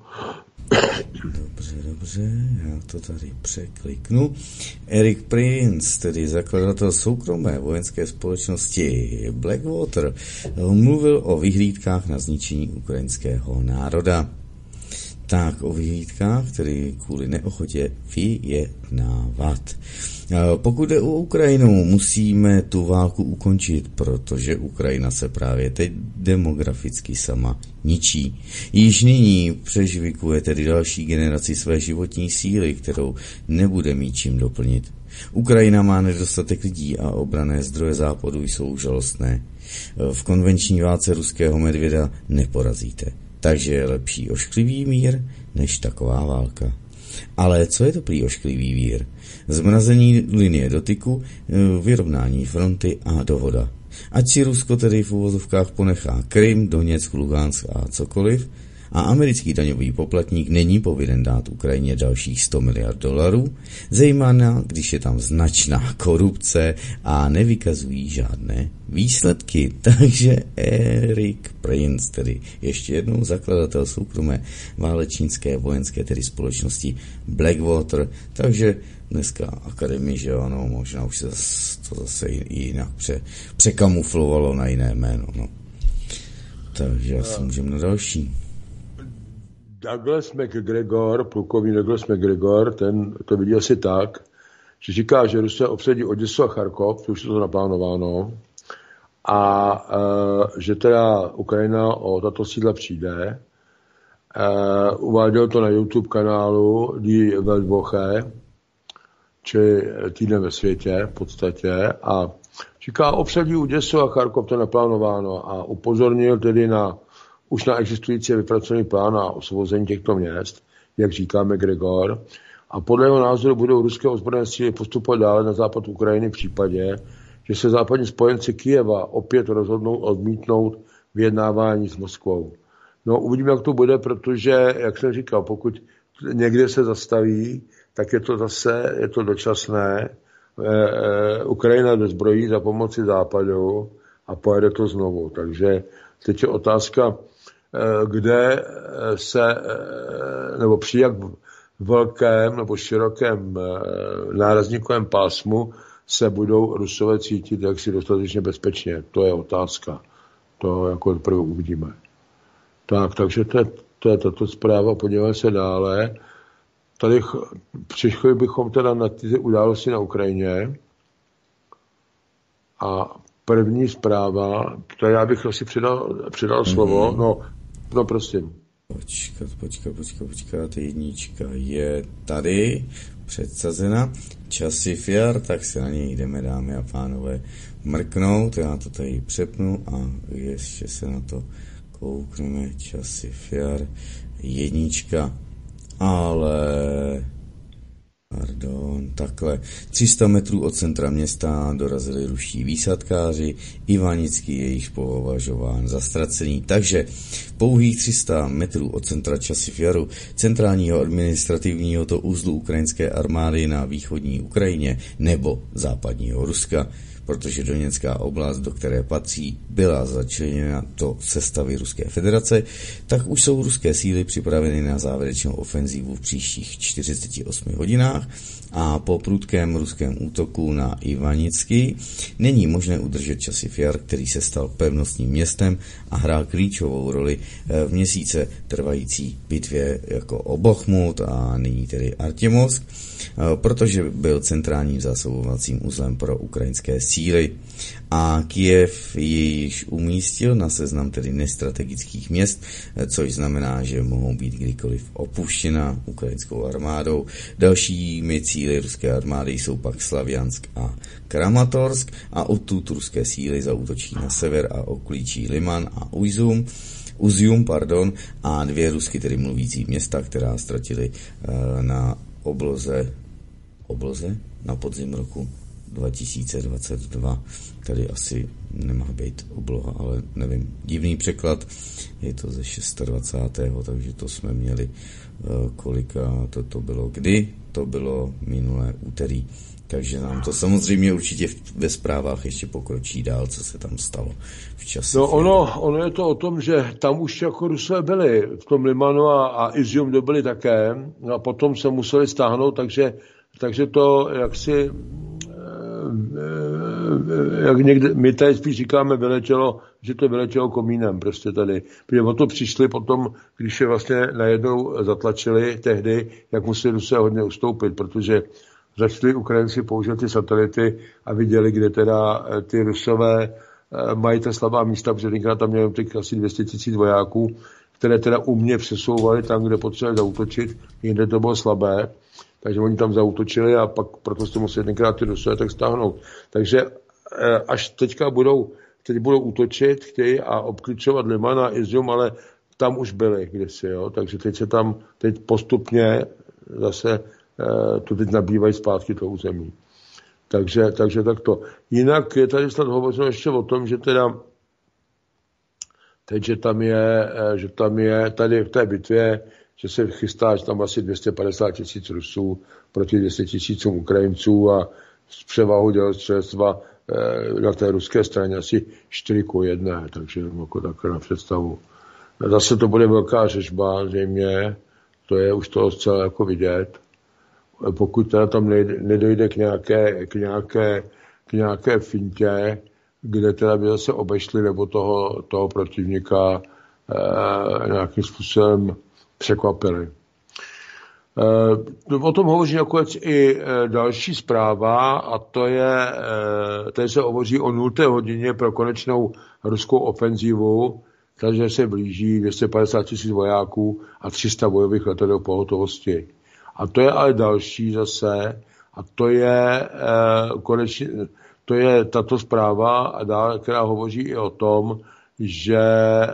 Dobře, dobře, já to tady překliknu. Erik Prince, tedy zakladatel soukromé vojenské společnosti Blackwater, mluvil o vyhlídkách na zničení ukrajinského národa. Tak o vyhlídkách, tedy kvůli neochotě vyjednávat. Pokud jde o Ukrajinu, musíme tu válku ukončit, protože Ukrajina se právě teď demograficky sama ničí. Již nyní přežvikuje tedy další generaci své životní síly, kterou nebude mít čím doplnit. Ukrajina má nedostatek lidí a obranné zdroje západu jsou žalostné. V konvenční válce ruského medvěda neporazíte. Takže je lepší ošklivý mír, než taková válka. Ale co je to prý ošklivý mír? Zmrazení linie dotyku, vyrovnání fronty a dohoda. Ať si Rusko tedy v uvozovkách ponechá Krym, Doněck, Lugansk a cokoliv, a americký daňový poplatník není povinen dát Ukrajině dalších sto miliard dolarů, zejména když je tam značná korupce a nevykazují žádné výsledky. Takže Erik Prince, tedy ještě jednou zakladatel soukromé válečnické vojenské tedy společnosti Blackwater, takže dneska akademie, že ano, možná už se to zase jinak pře, překamuflovalo na jiné jméno. No. Takže asi můžeme na další. Douglas McGregor, plukovník Douglas McGregor, ten to vidí asi tak, že říká, že Rusové obsadí Oděsu a Charkov, už je to naplánováno, a e, že teda Ukrajina o tato sídla přijde. E, uváděl to na YouTube kanálu Die Weltwoche, či týden ve světě v podstatě, a říká, obsadí Oděsu a Charkov, to je naplánováno, a upozornil tedy na už na existující vypracovaný plán na osvobození těchto měst, jak říká McGregor, a podle jeho názoru budou ruské ozbrojené síly postupovat dále na západ Ukrajiny v případě, že se západní spojenci Kyjeva opět rozhodnou odmítnout vyjednávání s Moskvou. No, uvidíme, jak to bude, protože, jak jsem říkal, pokud někde se zastaví, tak je to zase, je to dočasné. E, e, Ukrajina dozbrojí za pomoci západu a pojede to znovu. Takže teď je otázka, kde se, nebo při jak velkém nebo širokém nárazníkovém pásmu se budou Rusové cítit jaksi dostatečně bezpečně. To je otázka. To jako prvé uvidíme. Tak, takže to je, to je tato zpráva. Podíváme se dále. Tady přišli bychom teda na ty události na Ukrajině. A první zpráva, to já bych asi přidal, přidal slovo, mm-hmm. no, no prosím. Počkat, počkat, počkat, počkat, jednička je tady, předsazena, Časifiar, tak se na něj jdeme, dámy a pánové, mrknout, já to tady přepnu a ještě se na to koukneme, Časifiar, jednička, ale... Pardon, takhle. tři sta metrů od centra města dorazili ruští výsadkáři, Ivanický je již považován za ztracený. Takže pouhých tři sta metrů od centra Časifiaru, centrálního administrativního to uzlu ukrajinské armády na východní Ukrajině nebo západního Ruska, protože Doněcká oblast, do které patří, byla začleněna do sestavy Ruské federace, tak už jsou ruské síly připraveny na závěrečnou ofenzívu v příštích čtyřiceti osmi hodinách a po prudkém ruském útoku na Ivanický není možné udržet Časifiar, který se stal pevnostním městem a hrál klíčovou roli v měsíce trvající bitvě jako o Bochmut a nyní tedy Artěmovsk, protože byl centrálním zásobovacím uzlem pro ukrajinské síly. A Kyjev ji již umístil na seznam tedy nestrategických měst, což znamená, že mohou být kdykoliv opuštěna ukrajinskou armádou. Dalšími cíli ruské armády jsou pak Slaviansk a Kramatorsk a odtud ruské síly zaútočí na sever a oklíčí Liman a Uzum, Uzium, pardon, a dvě rusky tedy mluvící města, která ztratili uh, na obloze obloze? na podzim roku dva tisíce dvacet dva. Tady asi nemá být obloha, ale nevím, divný překlad, je to ze dvacátého šestého, takže to jsme měli kolika, to, to bylo kdy? To bylo minulé úterý. Takže nám to samozřejmě určitě ve zprávách ještě pokročí dál, co se tam stalo v čase. No ono, ono je to o tom, že tam už jako Rusové byli v tom Limanu a, a Izium dobyli také a potom se museli stáhnout, takže, takže to jaksi jak někde, my tady spíš říkáme vyletělo, že to vyletělo komínem prostě tady. Protože o to přišli potom, když je vlastně najednou zatlačili tehdy, jak museli Rusové hodně ustoupit, protože začali Ukrajinci používat ty satelity a viděli, kde teda ty Rusové mají ta slabá místa, protože tenkrát tam měli těch asi dvě stě tisíc vojáků, které teda umně přesouvali tam, kde potřebovali zaútočit, jinde to bylo slabé, takže oni tam zaútočili a pak proto se museli tenkrát ty Rusové tak stáhnout. Takže až teďka budou, teď budou útočit, chtějí a obklíčovat Liman a Izium, ale tam už byli kdysi, jo, takže teď se tam, teď postupně zase to teď nabývají zpátky to území. Takže, takže takto. Jinak je tady snad hovořeno ještě o tom, že teda teď, že tam je, že tam je tady v té bitvě, že se chystá, že tam asi dvě stě padesát tisíc Rusů proti dvě stě tisícům Ukrajinců a s převahou dělostřelectva na té ruské straně asi čtyři ku jedné, takže jako takhle na představu. Zase to bude velká řežba, zřejmě, to je už toho zcela jako vidět. Pokud teda tam nedojde k nějaké, k nějaké, k nějaké fintě, kde teda by zase obešli nebo toho, toho protivníka eh, nějakým způsobem překvapili. Eh, o tom hovoří nakonec i eh, další zpráva a to je, eh, tady se hovoří o nulté hodině pro konečnou ruskou ofenzivu, takže se blíží dvě stě padesát tisíc vojáků a tři sta bojových letadel pohotovosti. A to je ale další zase, a to je eh, konečně, to je tato zpráva, a dále, která hovoří i o tom, že eh,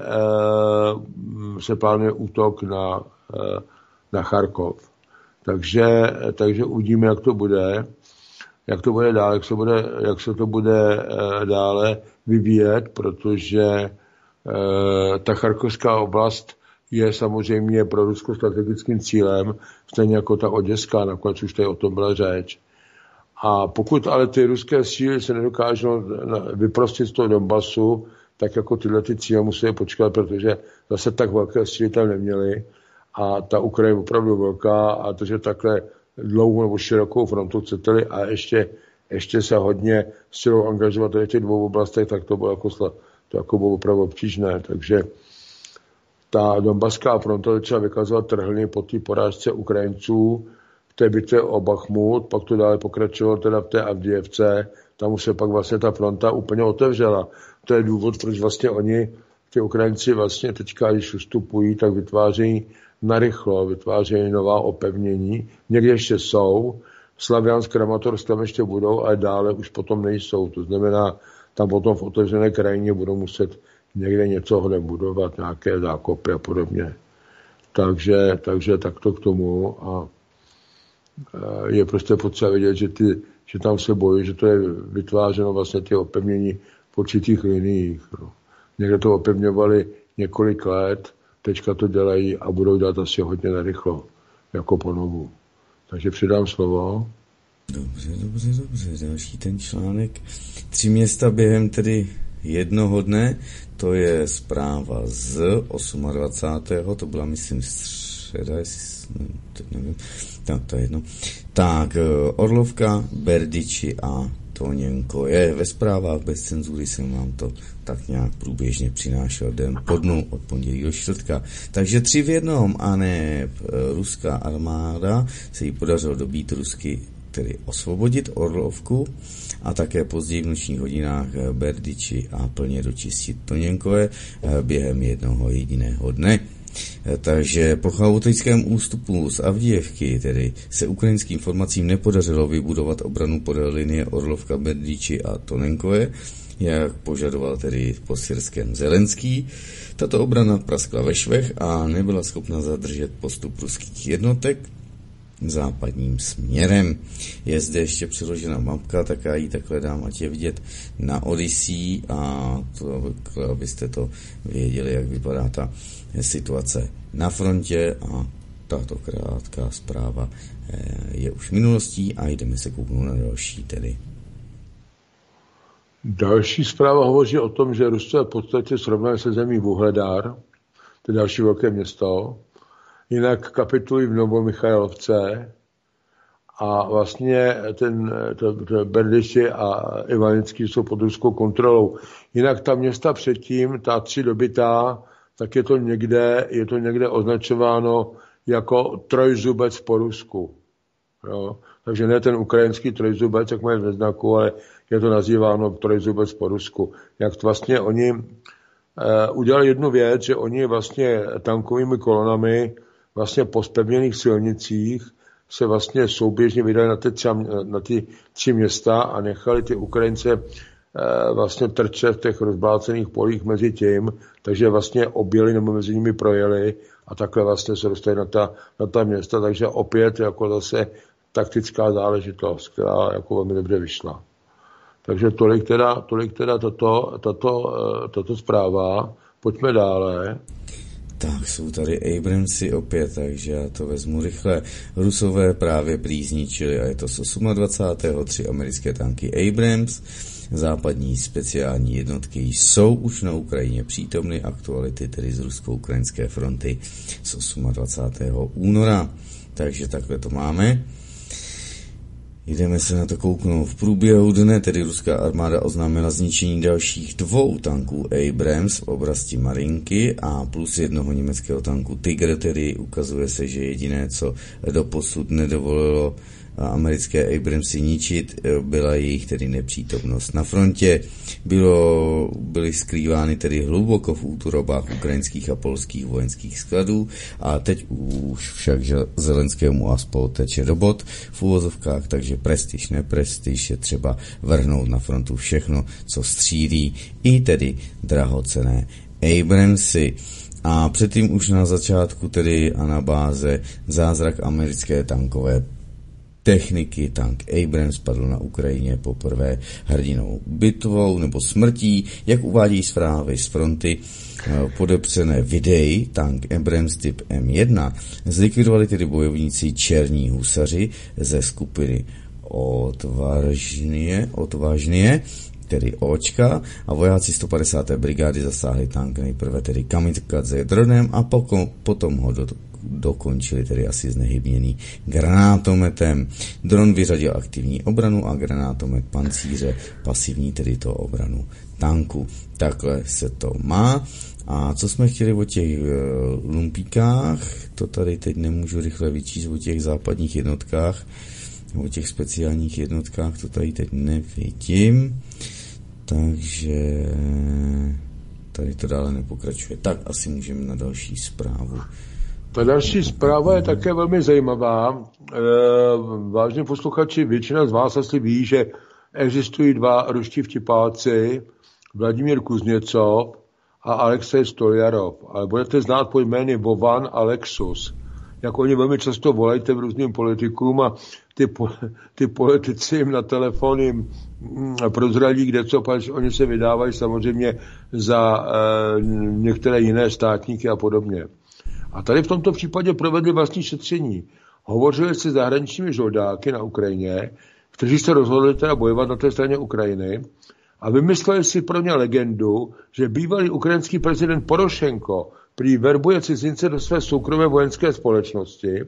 se plánuje útok na, eh, na Charkov. Takže, takže uvidíme, jak to bude, jak to bude dál, jak se, bude, jak se to bude eh, dále vyvíjet, protože eh, ta charkovská oblast je samozřejmě pro Rusko strategickým cílem, stejně jako ta oděská, nakonec už tady o tom byla řeč. A pokud ale ty ruské síly se nedokážou vyprostit z toho Donbasu, tak jako tyhle ty cíle musí počkat, protože zase tak velké síly tam neměly a ta Ukrajina je opravdu velká a to, že takhle dlouhou nebo širokou frontu chcete a ještě, ještě se hodně silou angažovat v těch dvou oblastech, tak to bylo jako, to jako bylo opravdu obtížné. Takže ta Donbaská fronta začala vykazovat trhliny po té porážce Ukrajinců v té bitvě o Bachmut, pak to dále pokračovalo teda v té Avdijevce, tam už se pak vlastně ta fronta úplně otevřela. To je důvod, proč vlastně oni, ty Ukrajinci vlastně teďka, když vstupují, tak vytvářejí narychlo, vytvářejí nová opevnění. Někde ještě jsou, Slaviansk, Kramatorsk tam ještě budou, ale dále už potom nejsou. To znamená, tam potom v otevřené krajině budou muset někde něco hodně budovat, nějaké zákopy a podobně. Takže, takže takto k tomu a je prostě potřeba vědět, že, ty, že tam se bojí, že to je vytvářeno vlastně ty opevnění v určitých liniích. No. Někde to opevňovali několik let, teďka to dělají a budou dělat asi hodně narychlo, jako ponovu. Takže přidám slovo. Dobře, dobře, dobře. Další ten článek. Tři města během tedy jednoho dne, to je zpráva z dvacátého osmého to byla, myslím, středa, jestli, nevím, no, to je jedno. Tak, Orlovka, Berdiči a Toněnko je ve zprávách bez cenzury, jsem vám to tak nějak průběžně přinášel den po dnu od pondělí do čtvrtka. Takže tři v jednom a ne ruská armáda se jí podařilo dobít rusky, tedy osvobodit Orlovku a také později v nočních hodinách Berdiči a plně dočistit Toněnkové během jednoho jediného dne. Takže po chaotickém ústupu z Avdijevky tedy se ukrajinským formacím nepodařilo vybudovat obranu podél linie Orlovka, Berdiči a Toněnkové, jak požadoval tedy po syrském Zelenský. Tato obrana praskla ve švech a nebyla schopna zadržet postup ruských jednotek západním směrem. Je zde ještě přiložena mapka, tak já ji takhle dám, ať je vidět na Odyssey, a to, abyste to věděli, jak vypadá ta situace na frontě. A tato krátká zpráva je už minulostí a jdeme se kouknout na další tedy. Další zpráva hovoří o tom, že Rusové v podstatě srovnají se zemí Vuhledar, to je další velké město, jinak kapitulují v Novomichajlovce a vlastně ten, to, to Berdyši a Ivanický jsou pod ruskou kontrolou. Jinak ta města předtím, ta tři dobytá, tak je to někde, je to někde označováno jako trojzubec po Rusku. Jo? Takže ne ten ukrajinský trojzubec, jak mají ve znaku, ale je to nazýváno trojzubec po Rusku. Jak vlastně oni uh, udělali jednu věc, že oni vlastně tankovými kolonami vlastně po zpevněných silnicích se vlastně souběžně vydali na ty, tři, na ty tři města a nechali ty Ukrajince uh, vlastně trčet v těch rozblácených polích mezi tím, takže vlastně objeli nebo mezi nimi projeli a takhle vlastně se dostali na ta, na ta města, takže opět jako zase taktická záležitost, která jako velmi dobře vyšla. Takže tolik teda, tolik teda tato, tato, tato zpráva. Pojďme dále. Tak jsou tady Abramsy opět, takže já to vezmu rychle. Rusové právě prý zničili, a je to z dvacátého osmého tři americké tanky Abrams. Západní speciální jednotky jsou už na Ukrajině přítomny, aktuality tedy z rusko-ukrajinské fronty z dvacátého osmého února. Takže takhle to máme. Jdeme se na to kouknout. V průběhu dne tedy ruská armáda oznámila zničení dalších dvou tanků Abrams v oblasti Marinky a plus jednoho německého tanku Tiger, tedy ukazuje se, že jediné, co doposud nedovolilo americké Abramsy ničit, byla jejich tedy nepřítomnost na frontě. Bylo, byly skrývány tedy hluboko v útrobách ukrajinských a polských vojenských skladů a teď už však Zelenskému aspoň teče do bod v uvozovkách, takže prestiž, neprestiž, je třeba vrhnout na frontu všechno, co střílí, i tedy drahocenné Abramsy. A předtím už na začátku tedy a na báze zázrak americké tankové techniky, tank Abrams padl na Ukrajině poprvé hrdinou bitvou nebo smrtí, jak uvádí zprávy z fronty. Podepřené videí tank Abrams typ M jedna zlikvidovali tedy bojovníci Černí husaři ze skupiny Odvážně, Odvážně tedy Očka, a vojáci sto padesáté brigády zasáhli tank nejprve tedy kamikadze dronem a potom, potom ho do dokončili tedy asi znehybněný granátometem. Dron vyřadil aktivní obranu a granátomet pancíře pasivní, tedy to obranu tanku. Takhle se to má. A co jsme chtěli o těch uh, lumpíkách, to tady teď nemůžu rychle vyčíst, o těch západních jednotkách, o těch speciálních jednotkách, to tady teď nevidím. Takže tady to dále nepokračuje. Tak asi můžeme na další zprávu. Ta další zpráva je také velmi zajímavá. E, vážní posluchači, většina z vás asi ví, že existují dva ruští vtipáci, Vladimír Kuzněcov a Alexej Stoljarov. Ale budete znát po jmény Vovan a Lexus. Jak oni velmi často volejte v různým politikům a ty, ty politici jim na telefon jim prozradí, kde co, protože oni se vydávají samozřejmě za e, některé jiné státníky a podobně. A tady v tomto případě provedli vlastní šetření. Hovořili se zahraničními žoldáky na Ukrajině, kteří se rozhodli teda bojovat na té straně Ukrajiny a vymysleli si pro ně legendu, že bývalý ukrajinský prezident Porošenko prý verbuje cizince do své soukromé vojenské společnosti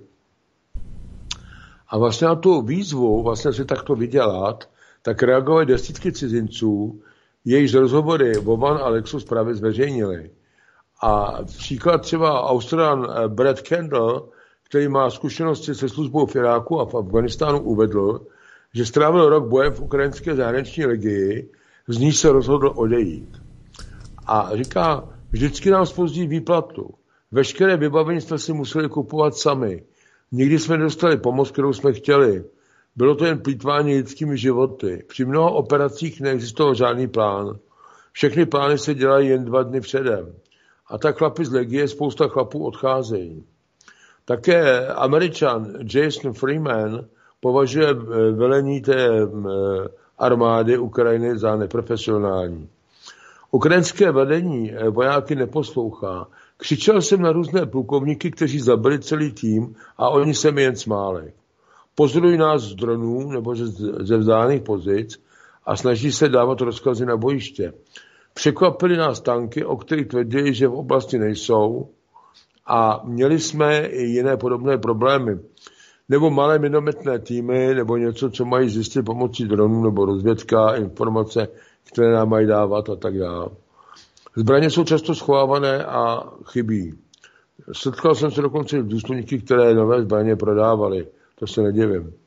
a vlastně na tu výzvu vlastně si takto vydělat, tak reagovali desítky cizinců, jejichž rozhovory Vovan a Lexus právě zveřejnili. A příklad třeba Australan Brad Kendall, který má zkušenosti se službou v Iráku a v Afganistánu, uvedl, že strávil rok bojem v ukrajinské zahraniční legii, z níž se rozhodl odejít. A říká, vždycky nám zpozdí výplatu. Veškeré vybavení jsme si museli kupovat sami. Nikdy jsme nedostali pomoc, kterou jsme chtěli. Bylo to jen plýtvání lidskými životy. Při mnoha operacích neexistoval žádný plán. Všechny plány se dělají jen dva dny předem. A tak chlapi z legie, spousta chlapů odcházejí. Také Američan Jason Freeman považuje velení té armády Ukrajiny za neprofesionální. Ukrajinské vedení vojáky neposlouchá. Křičel jsem na různé plukovníky, kteří zabili celý tým a oni se mi jen smáli. Pozorují nás z dronů nebo ze vzdálených pozic a snaží se dávat rozkazy na bojiště. Překvapili nás tanky, o kterých tvrdili, že v oblasti nejsou, a měli jsme i jiné podobné problémy. Nebo malé minometné týmy, nebo něco, co mají zjistit pomocí dronů, nebo rozvědka, informace, které nám mají dávat a tak dále. Zbraně jsou často schovávané a chybí. Setkal jsem se dokonce s důstojníky, které nové zbraně prodávali. To se nedivím. Uh,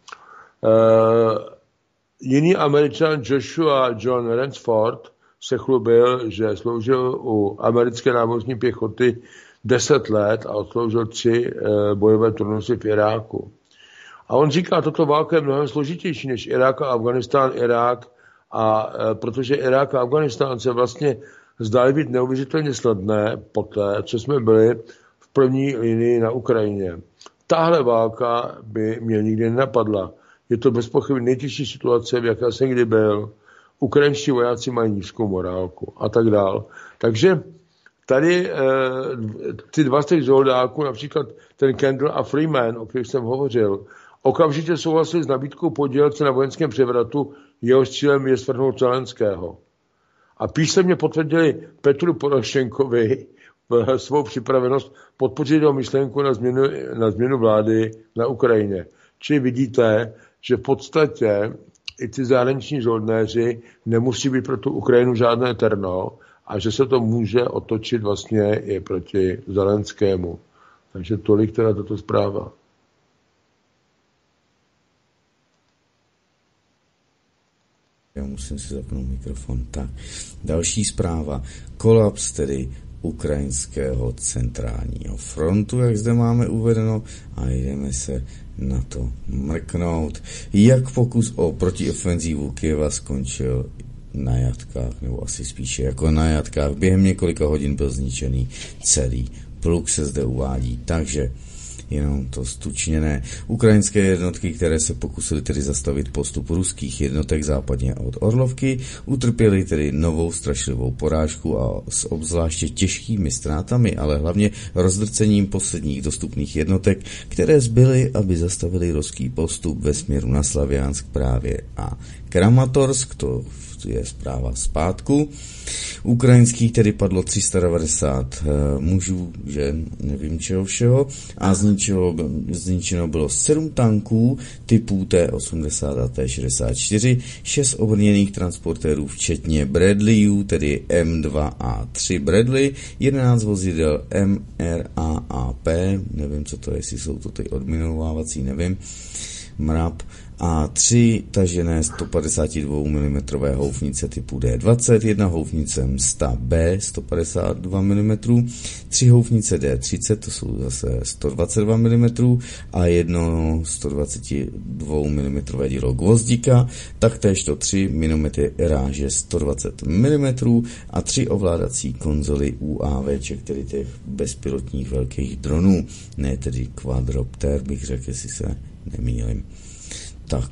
jiný Američan Joshua John Ransford se chlubil, že sloužil u americké námořní pěchoty deset let a odsloužil tři uh, bojové turnusy v Iráku. A on říká, toto válka je mnohem složitější než Irák a Afganistán, Irák, a uh, protože Irák a Afganistán se vlastně zdály být neuvěřitelně snadné poté, co jsme byli v první linii na Ukrajině. Tahle válka by mě nikdy nenapadla. Je to bez pochyby nejtěžší situace, v jaké jsem kdy byl. Ukrajinští vojáci mají nízkou morálku a tak dál. Takže tady e, ty dva z těch žoldáků, například ten Kendall a Freeman, o kterých jsem hovořil, okamžitě souhlasili s nabídkou podílet se na vojenském převratu, jehož cílem je svrhnout Zelenského. A písemně potvrdili Petru Porošenkovi svou připravenost podpořit jeho myšlenku na změnu, na změnu vlády na Ukrajině. Čili vidíte, že v podstatě i ty zahraniční žoldnéři nemusí být pro tu Ukrajinu žádné terno a že se to může otočit vlastně i proti Zelenskému. Takže tolik teda tato zpráva. Já musím si zapnout mikrofon. Tak, další zpráva. Kolaps tedy ukrajinského centrálního frontu, jak zde máme uvedeno, a jdeme se na to mrknout. Jak pokus o protiofenzívu Kyjeva skončil na jatkách, nebo asi spíše jako na jatkách. Během několika hodin byl zničený celý pluk, se zde uvádí. Takže jenom to stučněné. Ukrajinské jednotky, které se pokusily tedy zastavit postup ruských jednotek západně od Orlovky, utrpěly tedy novou strašlivou porážku a s obzvláště těžkými ztrátami, ale hlavně rozdrcením posledních dostupných jednotek, které zbyly, aby zastavili ruský postup ve směru na Slaviansk právě a Kramatorsk, to je zpráva zpátku. Ukrajinských tedy padlo tři sta devadesát uh, mužů, že nevím čeho všeho, a zničeno, zničeno bylo sedm tanků typů T osmdesát a T šedesát čtyři, šest obrněných transportérů včetně Bradleyů, tedy M dva A tři Bradley, jedenáct vozidel M R A A P, nevím co to je, jestli jsou to ty odminovávací, nevím, mrap, a tři tažené sto padesát dva milimetrů houfnice typu D dvacet, jedna houfnice Msta B sto padesát dva milimetrů, tři houfnice D třicet, to jsou zase sto dvacet dva milimetrů, a jedno sto dvacet dva milimetrů dílo Gvozdika, taktéž to tři minomety ráže sto dvacet milimetrů a tři ovládací konzoly U A V, tedy těch bezpilotních velkých dronů, ne tedy kvadropter, bych řekl, jestli se nemýlím. Tak.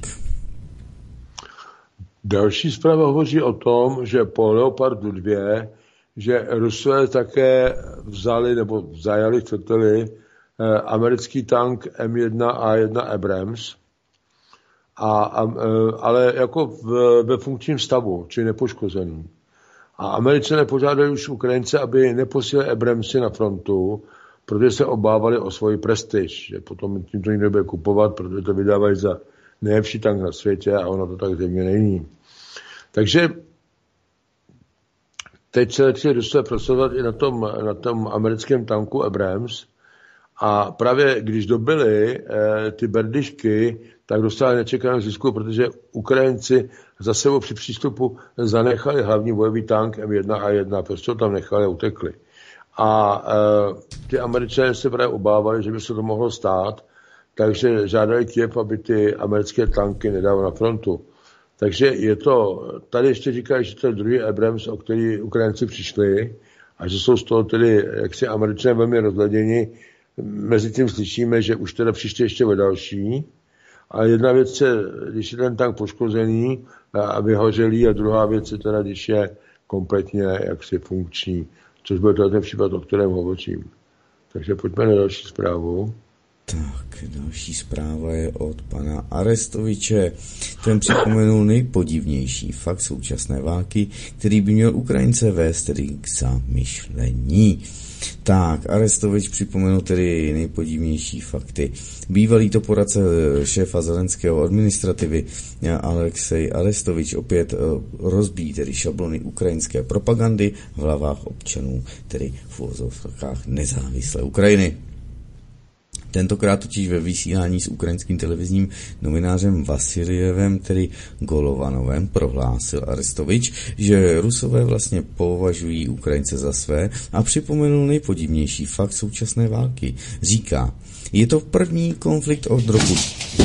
Další zpráva hovoří o tom, že po Leopardu dva, že Rusové také vzali nebo zajali, chcete-li, americký tank M jedna A jedna Abrams, a, a, ale jako v, ve funkčním stavu, či nepoškozený. A Američané požádali už Ukrajince, aby neposílali Abramsy na frontu, protože se obávali o svoji prestiž, že potom tím to nikdo bude kupovat, protože to vydávají za nejlepší tank na světě a ono to tak země není. Takže teď se začali Rusové prosazovat i na tom, na tom americkém tanku Abrams, a právě když dobili eh, ty berdyšky, tak dostali nečekanou zisku, protože Ukrajinci za sebou při přístupu zanechali hlavní bojový tank M jedna A jedna, prostě ho tam nechali a utekli. A eh, ty Američané se právě obávali, že by se to mohlo stát, takže žádali Kyjev, aby ty americké tanky nedával na frontu. Takže je to, tady ještě říkají, že to je druhý Abrams, o který Ukrajinci přišli, a že jsou z toho tedy, jak si Američané velmi rozladěni, mezi tím slyšíme, že už teda přišli ještě o další. A jedna věc je, když je ten tank poškozený a vyhořelý, a druhá věc je teda, když je kompletně jaksi funkční, což byl to ten případ, o kterém hovořím. Takže pojďme na další zprávu. Tak, další zpráva je od pana Arestoviče. Ten připomenul nejpodivnější fakt současné války, který by měl Ukrajince vést tedy k zamyšlení. Tak, Arestovič připomenul tedy nejpodivnější fakty. Bývalý to poradce šéfa Zelenského administrativy Alexej Arestovič opět rozbíjí tedy šablony ukrajinské propagandy v hlavách občanů, tedy v uvozovkách nezávislé Ukrajiny. Tentokrát totiž ve vysílání s ukrajinským televizním novinářem Vasiljevem, tedy Golovanovem, prohlásil Arestovič, že Rusové vlastně považují Ukrajince za své a připomenul nejpodivnější fakt současné války. Říká, je to první konflikt od roku...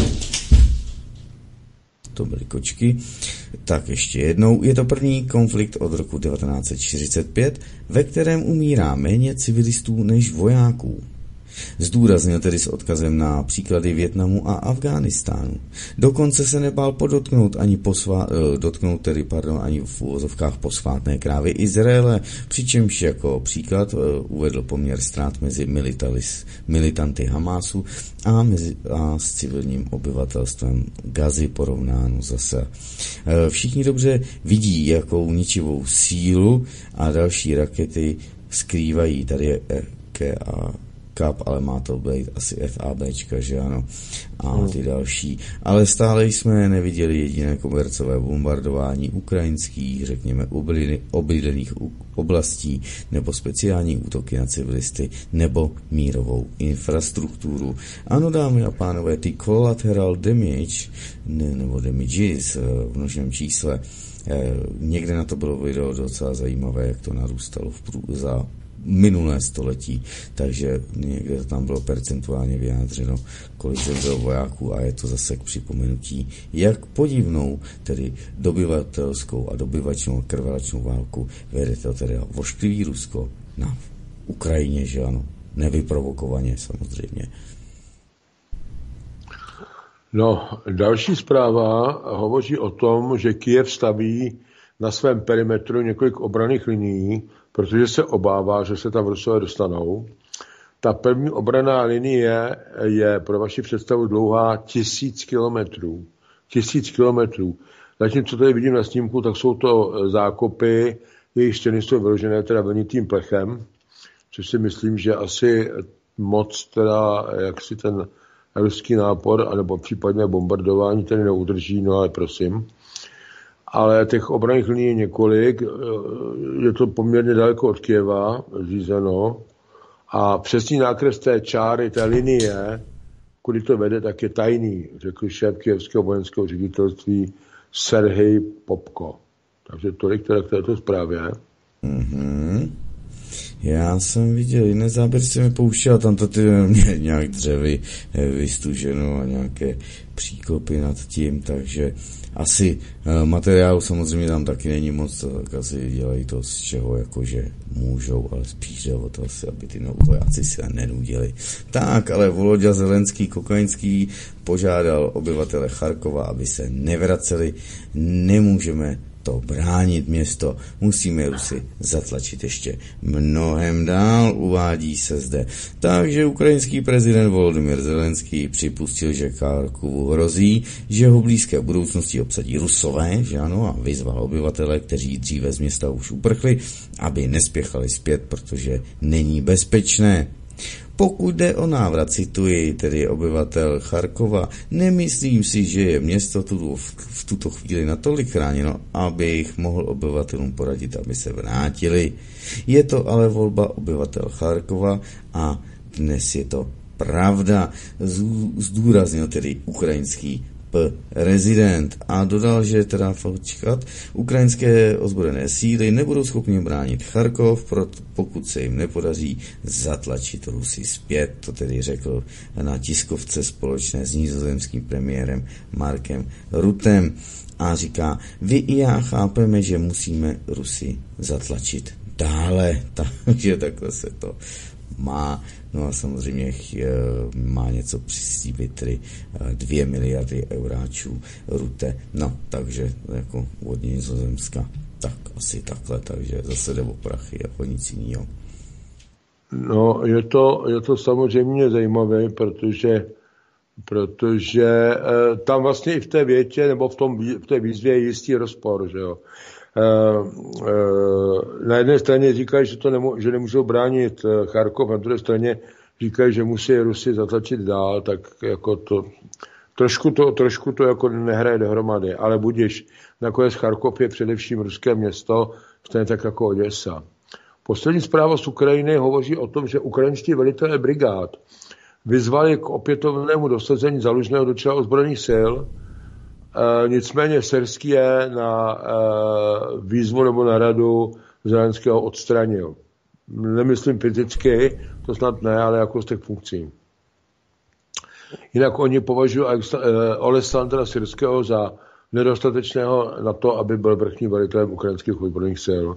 To byly kočky. Tak ještě jednou, je to první konflikt od roku devatenáct set čtyřicet pět, ve kterém umírá méně civilistů než vojáků. Zdůraznil tedy s odkazem na příklady Vietnamu a Afghánistánu. Dokonce se nebál podotknout ani posvá, dotknout tedy, pardon, ani v úvozovkách posvátné krávy Izraele, přičemž jako příklad uvedl poměr ztrát mezi militanty Hamásu a, mezi, a s civilním obyvatelstvem Gazy porovnáno zase. Všichni dobře vidí, jakou ničivou sílu a další rakety skrývají. Tady je E a Kap, ale má to být asi FABčka, že ano, a ty další. Ale stále jsme neviděli jediné komercové bombardování ukrajinských, řekněme, obydlených oblastí, nebo speciální útoky na civilisty, nebo mírovou infrastrukturu. Ano, dámy a pánové, ty collateral damage, ne, nebo damages v množném čísle, někde na to bylo video docela zajímavé, jak to narůstalo v prů, za minulé století, takže někde tam bylo percentuálně vyjádřeno, kolik zemřelo vojáků, a je to zase k připomenutí, jak podivnou tedy dobyvatelskou a dobyvačnou a krvelačnou válku vede to tedy vošklivý Rusko na Ukrajině, že ano, nevyprovokovaně samozřejmě. No, další zpráva hovoří o tom, že Kyjev staví na svém perimetru několik obranných linií, protože se obává, že se tam Rusové dostanou. Ta první obranná linie je pro vaši představu dlouhá tisíc kilometrů. Tisíc kilometrů. Zatím, co tady vidím na snímku, tak jsou to zákopy, jejich stěny jsou vyložené teda vlnitým plechem, což si myslím, že asi moc teda, jak si ten ruský nápor, anebo případně bombardování tedy neudrží, no ale prosím. Ale těch obranných liní je několik, je to poměrně daleko od Kyjeva řízeno a přesný nákres té čáry, té linie, kudy to vede, tak je tajný, řekl šéf kyjevského vojenského ředitelství Serhej Popko. Takže tolik teda k této zprávě. Mm-hmm. Já jsem viděl jiné záběry, se mi pouštěl, tam to ty nějak dřevy vystuženo a nějaké příkopy nad tím, takže asi materiálu samozřejmě tam taky není moc, tak asi dělají to z čeho, jakože můžou, ale spíš jde o to asi, aby ty vojáci se nenudili. Tak, ale Volodya Zelenský kokainský požádal obyvatele Charkova, aby se nevraceli. Nemůžeme to bránit město, musíme Rusy zatlačit ještě mnohem dál, uvádí se zde. Takže ukrajinský prezident Volodymyr Zelenský připustil, že Charkovu hrozí, že ho v blízké budoucnosti obsadí Rusové, že ano, a vyzval obyvatele, kteří dříve z města už uprchli, aby nespěchali zpět, protože není bezpečné. Pokud jde o návrat, cituji tedy obyvatel Charkova, nemyslím si, že je město tu, v tuto chvíli natolik chráněno, abych mohl obyvatelům poradit, aby se vrátili. Je to ale volba obyvatel Charkova a dnes je to pravda, zdůraznil tedy ukrajinský prezident a dodal, že teda počkat, ukrajinské ozbrojené síly nebudou schopni bránit Charkov, pokud se jim nepodaří zatlačit Rusy zpět, to tedy řekl na tiskovce společné s nizozemským premiérem Markem Ruttem a říká, vy i já chápeme, že musíme Rusy zatlačit dále, takže takhle se to má. No a samozřejmě má něco přislíbit, tedy dvě miliardy euráčů Rutte. No, takže jako od Nizozemska, tak asi takhle, takže zase jde o prachy, jako nic jiného. No, je to, je to samozřejmě zajímavé, protože, protože eh, tam vlastně i v té větě, nebo v, tom, v té výzvě je jistý rozpor, že jo. Eh, eh, na jedné straně říkají, že, to nemů, že nemůžou bránit Charkov, na druhé straně říkají, že musí Rusy zatlačit dál, tak jako to, trošku to, trošku to jako nehraje dohromady, ale budiž, nakonec Charkov je především ruské město, stejně tak jako Oděsa. Poslední zpráva z Ukrajiny hovoří o tom, že ukrajinští velitelé brigád vyzvali k opětovnému dosazení Zalužného do čela ozbrojených sil, e, nicméně Syrský je na e, výzvu nebo na radu Zelenského odstranil. Nemyslím fyzicky, to snad ne, ale jako z těch funkcí. Jinak oni považují Alexandra Syrského za nedostatečného na to, aby byl vrchním velitelem ukrajinských ozbrojených sil.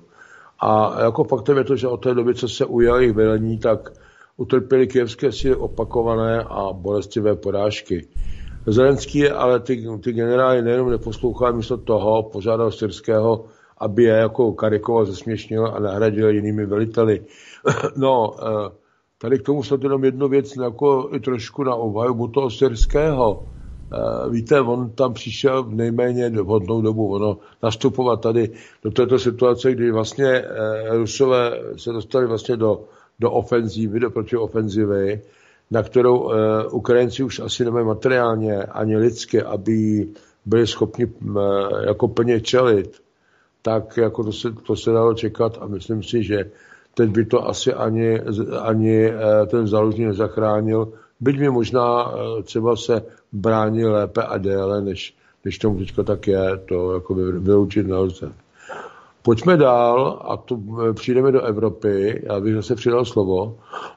A jako faktem je to, že od té doby, co se ujal jejich velení, tak utrpěli kyjevské síly opakované a bolestivé porážky. Zelenský ale ty, ty generály nejenom neposlouchal, místo toho požádal Syrského, aby je jako karikoval, zesměšnil a nahradil jinými veliteli. No, tady k tomu snad jenom jednu věc, jako i trošku na obhajobu toho Syrského. Víte, on tam přišel v nejméně vhodnou dobu, ono nastupovat tady do této situace, kdy vlastně Rusové se dostali vlastně do, do ofenzívy, do protiofenzivy, na kterou uh, Ukrajinci už asi nemají materiálně ani lidsky, aby byli schopni uh, jako plně čelit, tak jako to se, to se dalo čekat a myslím si, že teď by to asi ani, ani uh, ten Zalužný nezachránil, byť mi možná uh, třeba se bránil lépe a déle, než, než tomu teďka tak je, to jako vyloučit nelze. Pojďme dál a tu uh, přijdeme do Evropy, já bych zase přidal slovo.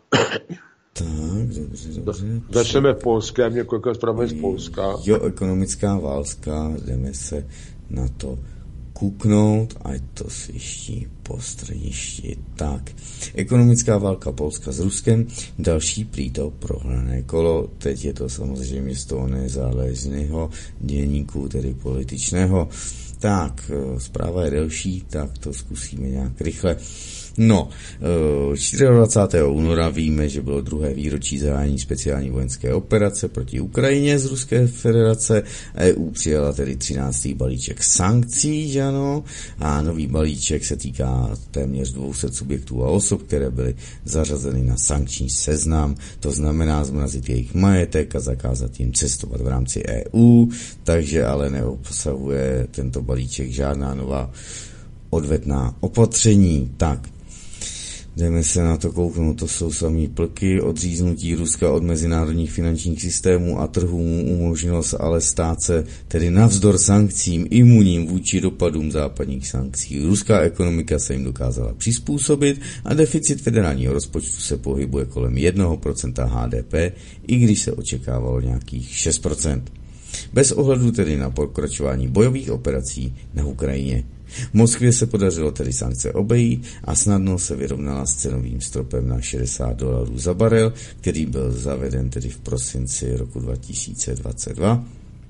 Tak, dobře, dobře. Začneme Polskem, mě kolikrát zprávě z Polska. Jo, ekonomická válka, jdeme se na to kouknout, ať to sviští po straništi. Tak, ekonomická válka Polska s Ruskem, další prý to prohrané kolo, teď je to samozřejmě z toho nezáležného dělníku, tedy političného. Tak, zpráva je delší, tak to zkusíme nějak rychle. No, dvacátého čtvrtého února víme, že bylo druhé výročí zahájení speciální vojenské operace proti Ukrajině z Ruské federace. E U přijala tedy třináctý balíček sankcí, že ano, a nový balíček se týká téměř dvě stě subjektů a osob, které byly zařazeny na sankční seznam, to znamená zmrazit jejich majetek a zakázat jim cestovat v rámci E U, takže ale neobsahuje tento balíček žádná nová odvetná opatření. Tak, jdeme se na to kouknout, to jsou samý plky, odříznutí Ruska od mezinárodních finančních systémů a trhů mu umožnilo ale stát se tedy navzdor sankcím imunním vůči dopadům západních sankcí. Ruská ekonomika se jim dokázala přizpůsobit a deficit federálního rozpočtu se pohybuje kolem jednoho procenta H D P, i když se očekávalo nějakých šest procent. Bez ohledu tedy na pokračování bojových operací na Ukrajině. V Moskvě se podařilo tedy sankce obejít a snadno se vyrovnala s cenovým stropem na šedesát dolarů za barel, který byl zaveden tedy v prosinci roku dva tisíce dvacet dva.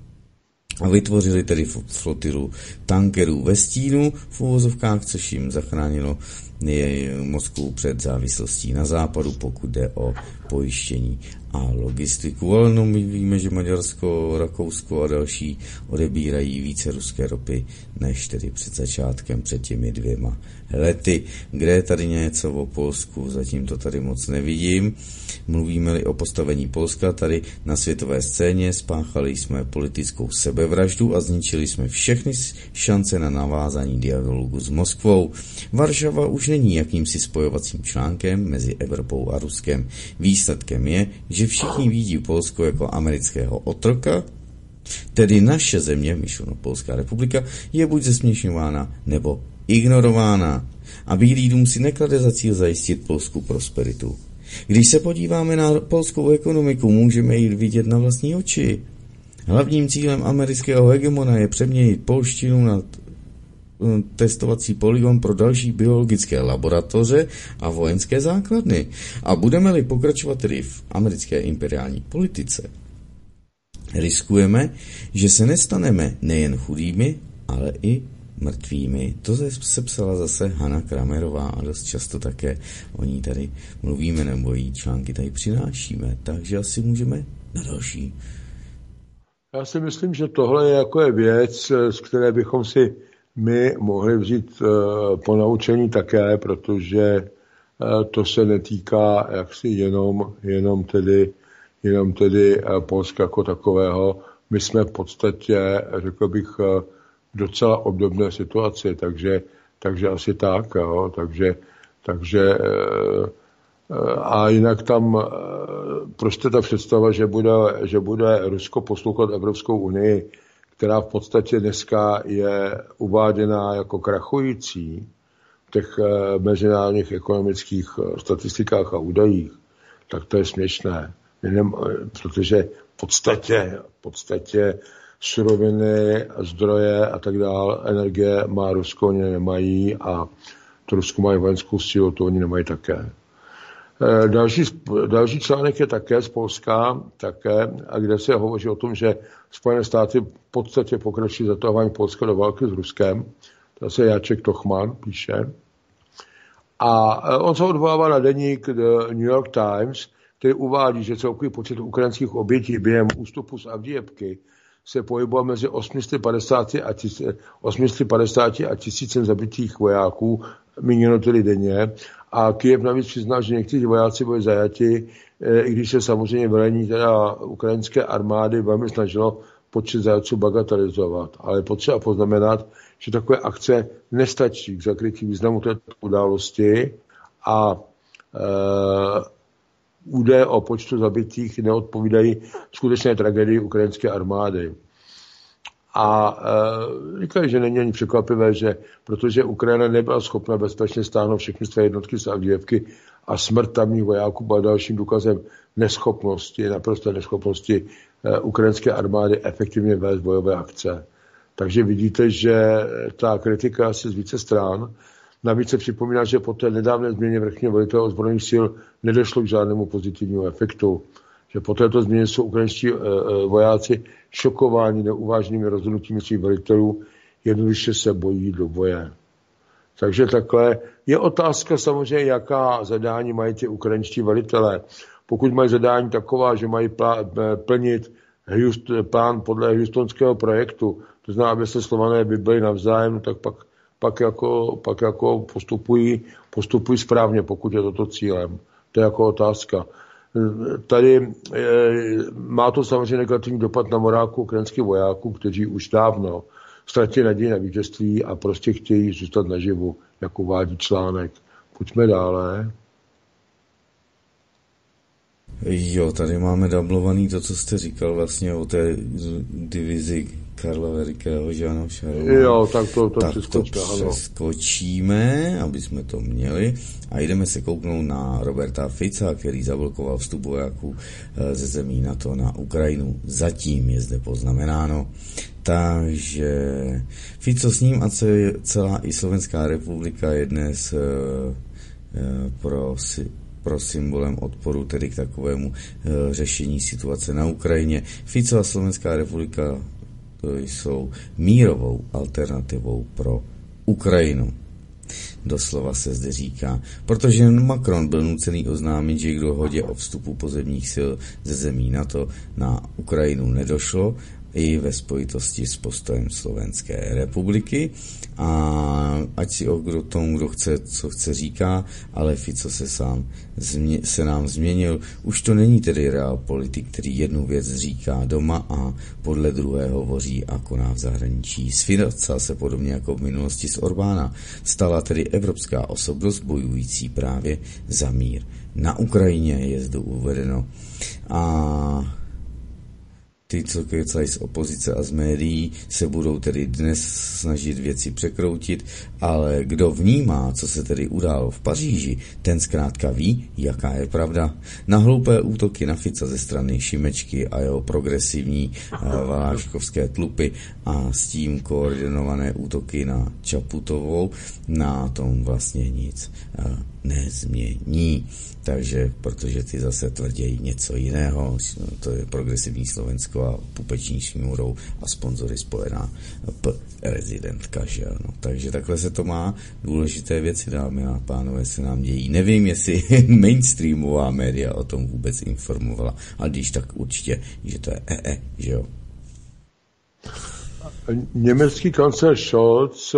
A vytvořili tedy flotilu tankerů ve stínu v uvozovkách, což jim zachránilo Moskvu před závislostí na západu, pokud jde o pojištění a logistiku. Ale no, my víme, že Maďarsko, Rakousko a další odebírají více ruské ropy, než tedy před začátkem, před těmi dvěma lety. Kde je tady něco o Polsku? Zatím to tady moc nevidím. Mluvíme-li o postavení Polska tady na světové scéně, spáchali jsme politickou sebevraždu a zničili jsme všechny šance na navázání dialogu s Moskvou. Varšava už není jakýmsi spojovacím článkem mezi Evropou a Ruskem. Výsledkem je, že všichni vidí Polsko jako amerického otroka, tedy naše země, myšleno Polská republika, je buď zesměšňována nebo ignorována. A Bílý dům si neklade za cíl zajistit polskou prosperitu. Když se podíváme na polskou ekonomiku, můžeme ji vidět na vlastní oči. Hlavním cílem amerického hegemona je přeměnit polštinu na testovací polygon pro další biologické laboratoře a vojenské základny. A budeme-li pokračovat tedy v americké imperiální politice, riskujeme, že se nestaneme nejen chudými, ale i mrtvými. To se psala zase Hana Kramerová a dost často také o ní tady mluvíme nebo jí články tady přinášíme. Takže asi můžeme na další. Já si myslím, že tohle je jako je věc, z které bychom si my mohli vzít uh, ponaučení také, protože uh, to se netýká jaksi jenom, jenom tedy, jenom tedy uh, Polska jako takového. My jsme v podstatě, řekl bych, uh, docela obdobné situaci, takže, takže asi tak, jo, takže, takže uh, a jinak tam uh, prostě ta představa, že bude, že bude Rusko poslouchat Evropskou unii, která v podstatě dneska je uváděná jako krachující v těch mezinárodních ekonomických statistikách a údajích, tak to je směšné. Protože v podstatě, v podstatě suroviny, zdroje a tak dále, energie má Rusko, oni nemají a to Rusko mají vojenskou sílu, to oni nemají také. Další, další článek je také z Polska, také, a kde se hovoří o tom, že Spojené státy v podstatě pokračují zatahování Polska do války s Ruskem. To se Jáček Tochman píše. A on se odvolává na deník The New York Times, který uvádí, že celkový počet ukrajinských obětí během ústupu z Avdijevky se pohyboval mezi osm set padesáti a tisícem zabitých vojáků, míněno tedy denně. A Kyjev navíc přiznal, že někteří vojáci byli zajati, i když se samozřejmě velení teda ukrajinské armády velmi snažilo počet zajatců bagatelizovat. Ale potřeba poznamenat, že takové akce nestačí k zakrytí významu této události a e, údaje o počtu zabitých neodpovídají skutečné tragédii ukrajinské armády. A e, říkají, že není ani překvapivé, že protože Ukrajina nebyla schopna bezpečně stáhnout všechny své jednotky z Avdijevky a smrt tamních vojáků byla dalším důkazem neschopnosti, naprosté neschopnosti e, ukrajinské armády efektivně vést bojové akce. Takže vidíte, že ta kritika asi z více stran. Navíc se připomíná, že po té nedávné změně vrchního velitele ozbrojených sil nedošlo k žádnému pozitivnímu efektu. Že po této změně jsou ukrajinští e, e, vojáci šokováni neuváženými rozhodnutími svých velitelů, jednoduše se bojí do boje. Takže takhle je otázka samozřejmě, jaká zadání mají ty ukrajinští velitelé. Pokud mají zadání taková, že mají plá, plnit Houst, plán podle houstonského projektu, to znamená, aby se Slované byli navzájem, tak pak, pak, jako, pak jako postupují, postupují správně, pokud je toto cílem. To je jako otázka. Tady e, má to samozřejmě negativní dopad na morálku ukrajinských vojáků, kteří už dávno ztratili naději na vítězství a prostě chtějí zůstat naživu, jak uvádí článek. Pojďme dále. Jo, tady máme dublovaný to, co jste říkal vlastně o té divizi Karla Velikého, že ano, Šarova. Jo, tak to, to, tak přeskočíme, to přeskočíme, aby jsme to měli a jdeme se kouknout na Roberta Fica, který zablokoval vstup vojáků ze zemí NATO na Ukrajinu. Zatím je zde poznamenáno. Takže Fico s ním a celá i Slovenská republika je dnes pro si pro symbolem odporu tedy k takovému e, řešení situace na Ukrajině. Fico a Slovenská republika to jsou mírovou alternativou pro Ukrajinu. Doslova se zde říká, protože Macron byl nucený oznámit, že k dohodě o vstupu pozemních sil ze zemí NATO na Ukrajinu nedošlo, i ve spojitosti s postojem Slovenské republiky. A ať si o kdo tomu, kdo chce, co chce říká, ale Fico se sám změ, se nám změnil. Už to není tedy realpolitik, který jednu věc říká doma a podle druhé hovoří a koná v zahraničí. Z Fica se podobně jako v minulosti z Orbána stala tedy evropská osobnost bojující právě za mír. Na Ukrajině je zde uvedeno. A ty, co kecají z opozice a z médií, se budou tedy dnes snažit věci překroutit, ale kdo vnímá, co se tedy událo v Paříži, ten zkrátka ví, jaká je pravda. Na hloupé útoky na Fica ze strany Šimečky a jeho progresivní uh, valáškovské tlupy a s tím koordinované útoky na Čaputovou, na tom vlastně nic uh, nezmění. Takže, protože ty zase tvrdějí něco jiného, to je progresivní Slovensko a pupeční šňůrou a sponzory spojená prezidentka, že no. Takže takhle se to má, důležité věci, dámy a pánové, se nám dějí. Nevím, jestli mainstreamová média o tom vůbec informovala, ale když tak určitě, že to je ee, že jo. Německý kancléř Scholz uh,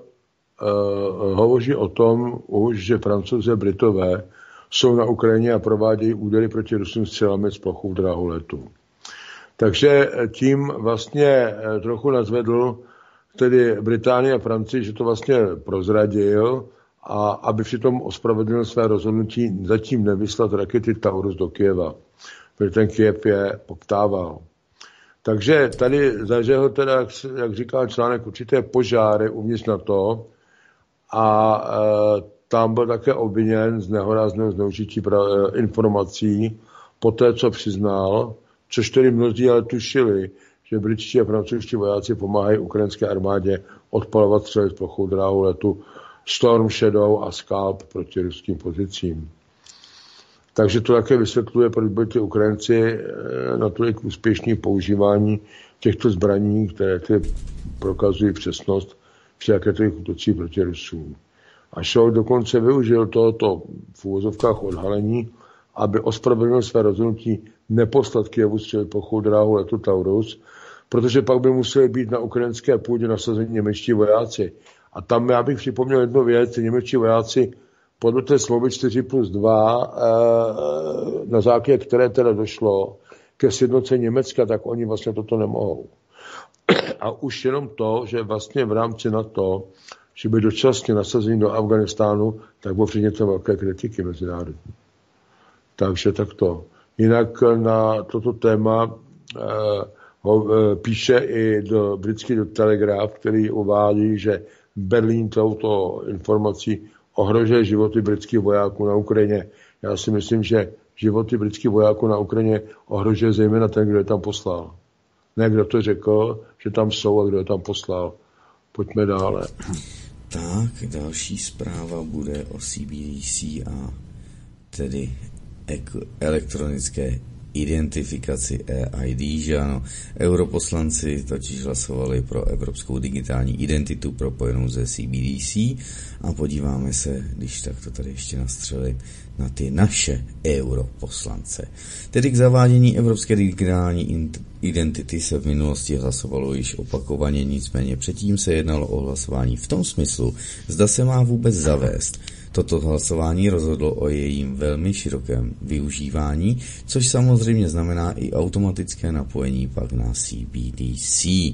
uh, hovoří o tom už, že Francouzi a Britové jsou na Ukrajině a provádějí údery proti Rusům střelami z plochu v dráhu letu. Takže tím vlastně trochu nazvedl tedy Británii a Francii, že to vlastně prozradil a aby přitom ospravedlnil své rozhodnutí zatím nevyslat rakety Taurus do Kyjeva, protože ten Kyjev je poptával. Takže tady zažil teda, jak říká článek, určité požáry uvnitř NATO a e, tam byl také obviněn z nehorázného zneužití pra- informací po té, co přiznal, což tedy mnozí ale tušili, že britští a francouzští vojáci pomáhají ukrajinské armádě odpalovat střely z plochou dráhu letu Storm Shadow a Scalp proti ruským pozicím. Takže to také vysvětluje, proč byli ty Ukrajinci natolik úspěšní používání těchto zbraní, které prokazují přesnost všelijaké těch útočí proti Rusům. A Scholz dokonce využil tohoto v úvozovkách odhalení, aby ospravedlnil své rozhodnutí neposlat Kyjevu střelit plochou dráhu letu Taurus, protože pak by museli být na ukrajinské půdě nasazení němečtí vojáci. A tam já bych připomněl jednu věc, němečtí vojáci podle té smlouvy čtyři plus dva, na základě které teda došlo ke sjednocení Německa, tak oni vlastně toto nemohou. A už jenom to, že vlastně v rámci NATO, že by dočasně nasazení do Afganistánu, tak bylo předmětem velké kritiky mezinárodní. Takže takto. Jinak na toto téma eh, ho eh, píše i do britský do Telegraph, který uvádí, že Berlín touto informací ohrožuje životy britských vojáků na Ukrajině. Já si myslím, že životy britských vojáků na Ukrajině ohrožuje zejména ten, kdo je tam poslal. Ne, kdo to řekl, že tam jsou a kdo je tam poslal. Pojďme dále. Tak, další zpráva bude o C B D C a tedy elektronické identifikaci E I D, že ano. Europoslanci totiž hlasovali pro evropskou digitální identitu propojenou ze C B D C a podíváme se, když tak to tady ještě nastřelím, na ty naše europoslance. Tedy k zavádění evropské digitální identity se v minulosti hlasovalo již opakovaně, nicméně předtím se jednalo o hlasování v tom smyslu, zda se má vůbec zavést. Toto hlasování rozhodlo o jejím velmi širokém využívání, což samozřejmě znamená i automatické napojení pak na C B D C.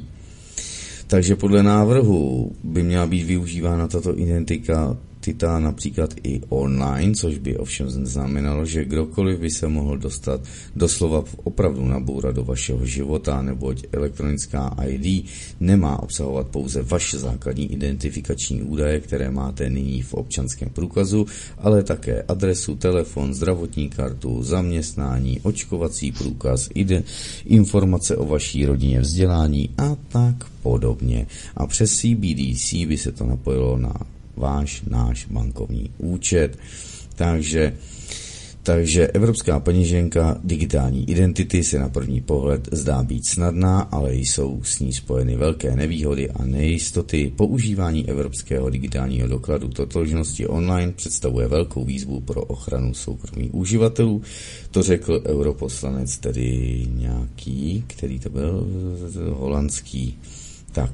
Takže podle návrhu by měla být využívána tato identita například i online, což by ovšem znamenalo, že kdokoliv by se mohl dostat doslova opravdu nabourat do vašeho života, neboť elektronická I D nemá obsahovat pouze vaše základní identifikační údaje, které máte nyní v občanském průkazu, ale také adresu, telefon, zdravotní kartu, zaměstnání, očkovací průkaz, ide, informace o vaší rodině, vzdělání a tak podobně. A přes C B D C by se to napojilo na váš, náš bankovní účet. Takže, takže evropská peněženka digitální identity se na první pohled zdá být snadná, ale jsou s ní spojeny velké nevýhody a nejistoty. Používání evropského digitálního dokladu totožnosti online představuje velkou výzvu pro ochranu soukromí uživatelů. To řekl europoslanec, tedy nějaký, který to byl, holandský. Tak.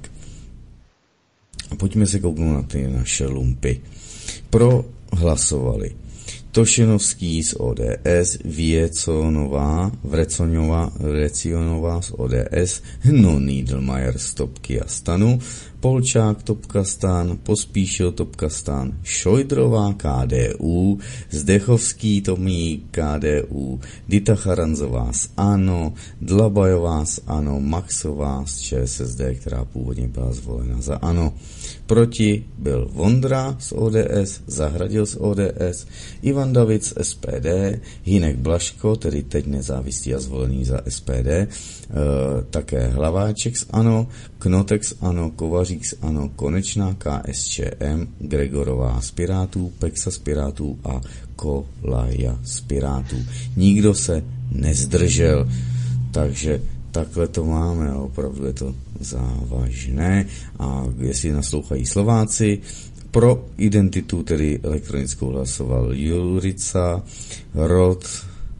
A pojďme se kouknout na ty naše lumpy. Pro hlasovali Tošenovský z O D S, Věconová, Vrecoňová, Vrecionová z O D S, No Niedermayer z Topky a Stanu, Polčák topka stan, Pospíšil topka stan, Šojdrová K D U, Zdechovský Tomík K D U, Dita Charanzová z ANO, Dlabajová z ANO, Maxová z ČSSD, která původně byla zvolena za ANO. Proti byl Vondra z O D S, Zahradil z O D S, Ivan David z S P D, Hinek Blaško, tedy teď nezávislý a zvolený za S P D, e, také Hlaváček z ANO, Knotek z ANO, Kovařík z ANO, Konečná K S Č M, Gregorová z Pirátů, Peksa z Pirátů a Kolaja z Pirátů. Nikdo se nezdržel, takže takhle to máme, opravdu je to závažné. A jestli naslouchají Slováci, pro identitu, tedy elektronickou, hlasoval Jurica, Rod,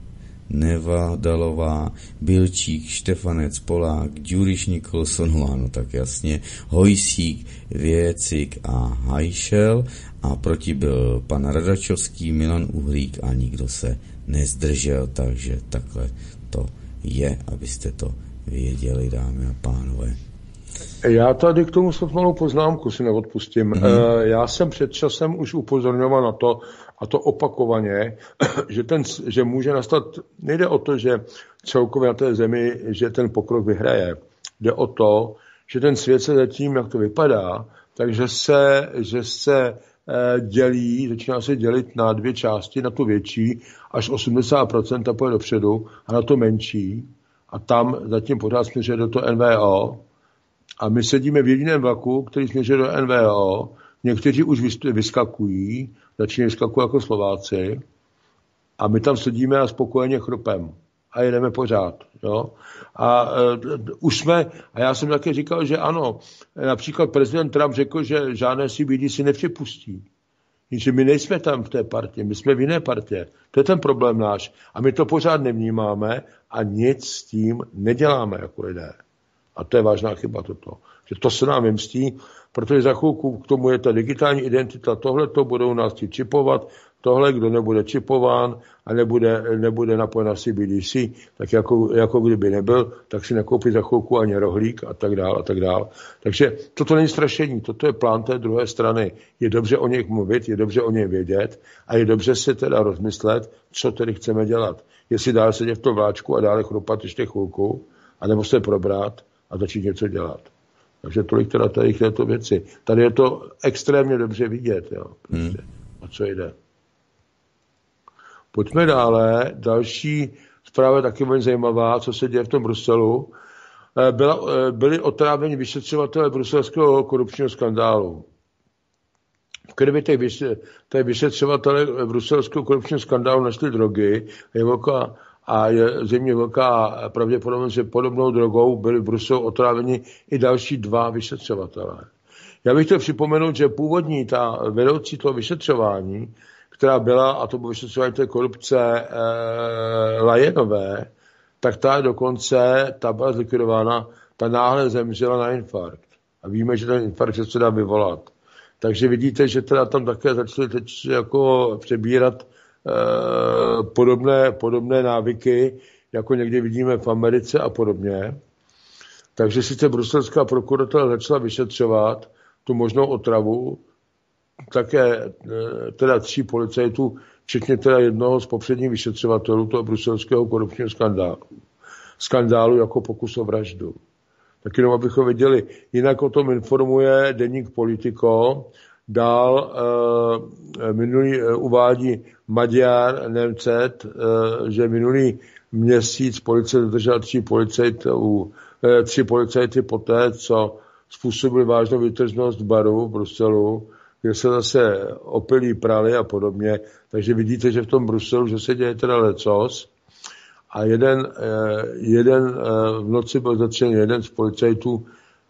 Nevadalová, Bilčík, Štefanec, Polák, Ďuriš Nikolsonová, no tak jasně, Hojsík, Věcik a Hajšel, a proti byl pan Radačovský, Milan Uhlík a nikdo se nezdržel, takže takhle to je, abyste to věděli, dámy a pánové. Já tady k tomu snad malou poznámku si neodpustím. Mm-hmm. Já jsem před časem už upozorňoval na to, a to opakovaně, že, ten, že může nastat, nejde o to, že celkově na té zemi, že ten pokrok vyhraje. Jde o to, že ten svět se zatím, jak to vypadá, takže se, že se dělí, začíná se dělit na dvě části, na tu větší, až osmdesát procent půjde dopředu, a na to menší, a tam zatím pořád směřuje do toho N V O, a my sedíme v jediném vlaku, který směřuje do N V O, někteří už vyskakují, začínají vyskakovat jako Slováci, a my tam sedíme a spokojeně chrupem a jedeme pořád. Jo? A uh, už jsme, a já jsem také říkal, že ano, například prezident Trump řekl, že žádné C B D si nepřipustí. Že my nejsme tam v té partě, my jsme v jiné partě. To je ten problém náš. A my to pořád nevnímáme a nic s tím neděláme jako lidé. A to je vážná chyba toto. Že to se nám vymstí, protože za chvilku k tomu je ta digitální identita, tohle to budou nás ti čipovat, tohle, kdo nebude čipován a nebude, nebude napojen na C B D C, tak jako, jako kdyby nebyl, tak si nekoupí za chvilku ani rohlík a tak dál a tak dál. Takže toto není strašení, toto je plán té druhé strany. Je dobře o něch mluvit, je dobře o něch vědět a je dobře si teda rozmyslet, co tedy chceme dělat. Jestli dál sedět v tom vláčku a dále chrupat ještě chvilku, anebo se probrat a začít něco dělat. Takže tolik teda tady k této věci. Tady je to extrémně dobře vidět, jo. Prostě. Hmm. O co jde. Pojďme dále. Další zpráva je taky velmi zajímavá, co se děje v tom Bruselu. Byla, byli otráveni vyšetřovatelé bruselského korupčního skandálu. V krvi těch vyšetřovatelé bruselského korupčního skandálu našli drogy. Je velká, a je zřejmě velká pravděpodobnost, že podobnou drogou byli v Bruselu otráveni i další dva vyšetřovatelé. Já bych chtěl připomenout, že původní ta vedoucí toho vyšetřování, která byla, a to bylo vyšetřování té korupce e, Lajenové, tak ta dokonce, ta byla zlikvidována, ta náhle zemřela na infarkt. A víme, že ten infarkt se dá vyvolat. Takže vidíte, že teda tam také začaly teď jako přebírat e, podobné, podobné návyky, jako někdy vidíme v Americe a podobně. Takže sice bruselská prokuratura začala vyšetřovat tu možnou otravu, také teda tří policajtů, včetně teda jednoho z popředních vyšetřovatelů toho bruselského korupčního skandálu. Skandálu jako pokus o vraždu. Tak jenom abychom věděli, jinak o tom informuje deník Politico, dál e, minulý e, uvádí Maďar Nemcet, e, že minulý měsíc policie zadržela tři policajtů, e, tři policajty poté, co způsobili vážnou výtržnost v baru v Bruselu, kde se zase opilí, prali a podobně. Takže vidíte, že v tom Bruselu, že se děje teda lecos. A jeden, jeden v noci byl zatčen jeden z policajtů,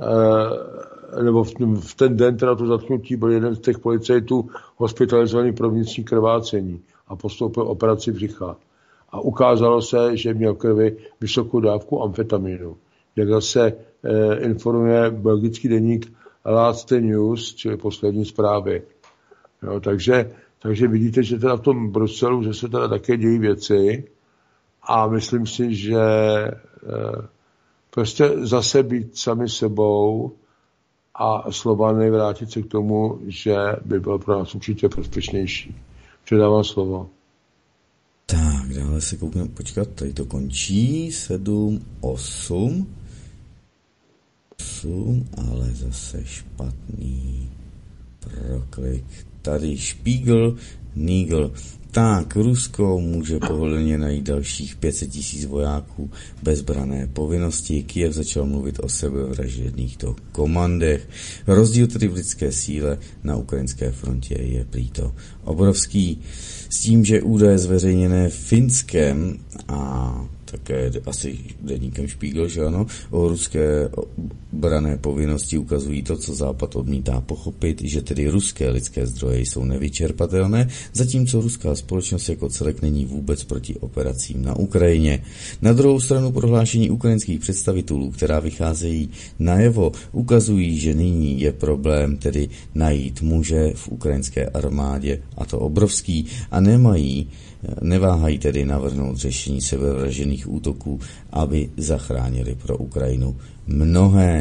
nebo v ten den teda to zatknutí byl jeden z těch policajtů hospitalizovaný pro vnitřní krvácení a postoupil operaci břicha. A ukázalo se, že měl krvi vysokou dávku amfetaminu. Jak zase informuje belgický deník Last News, čili poslední zprávy. Jo, takže, takže vidíte, že teda v tom Bruselu, že se teda také dějí věci a myslím si, že e, prostě zase být sami sebou a Slovany vrátit se k tomu, že by bylo pro nás určitě prospěšnější. Předávám slovo. Tak, dále se koukneme, počkat, tady to končí, sedm, osm, osm, ale zase špatný proklik. Tady Spiegel, Nigel. Tak, Rusko může pohodlně najít dalších pět set tisíc vojáků bez branné povinnosti. Kyjev začal mluvit o sebevražedných to komandech. Rozdíl tedy v lidské síle na ukrajinské frontě je prý to obrovský. S tím, že údaje zveřejněné Finskem a také asi deníkem Spiegel, že ano, o ruské branné povinnosti ukazují to, co Západ odmítá pochopit, že tedy ruské lidské zdroje jsou nevyčerpatelné, zatímco ruská společnost jako celek není vůbec proti operacím na Ukrajině. Na druhou stranu prohlášení ukrajinských představitelů, která vycházejí najevo, ukazují, že nyní je problém tedy najít muže v ukrajinské armádě, a to obrovský, a nemají Neváhají tedy navrhnout řešení sebevražených útoků, aby zachránili pro Ukrajinu mnohé.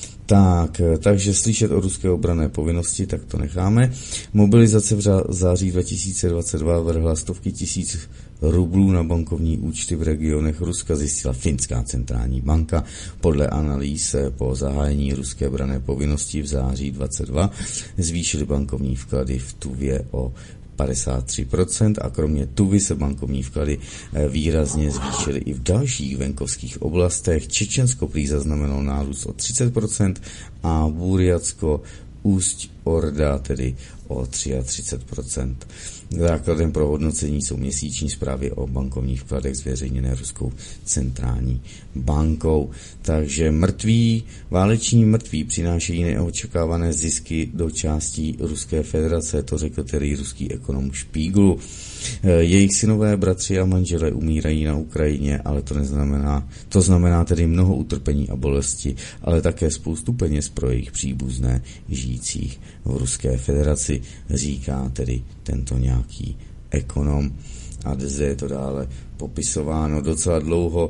Tak, takže slyšet o ruské obranné povinnosti, tak to necháme. Mobilizace v září dva tisíce dvacet dva vrhla stovky tisíc rublů na bankovní účty v regionech Ruska, zjistila Finská centrální banka. Podle analýz po zahájení ruské branné povinnosti v září dvacet dva zvýšily bankovní vklady v Tuvě o padesát tři procent a kromě Tuvy se bankovní vklady výrazně zvýšily i v dalších venkovských oblastech. Čečensko prý zaznamenalo nárůst o třicet procent a Buriatsko, Úsť Orda tedy o třicet tři procent. Základem pro hodnocení jsou měsíční zprávy o bankovních vkladech zveřejněné Ruskou centrální bankou. Takže mrtví, váleční mrtví přinášejí neočekávané zisky do částí Ruské federace, to řekl tedy ruský ekonom Spiegelu. Jejich synové, bratři a manželé umírají na Ukrajině, ale to neznamená, to znamená tedy mnoho utrpení a bolesti, ale také spoustu peněz pro jejich příbuzné žijících v Ruské federaci, říká tedy tento nějaký ekonom. A zde je to dále popisováno docela dlouho.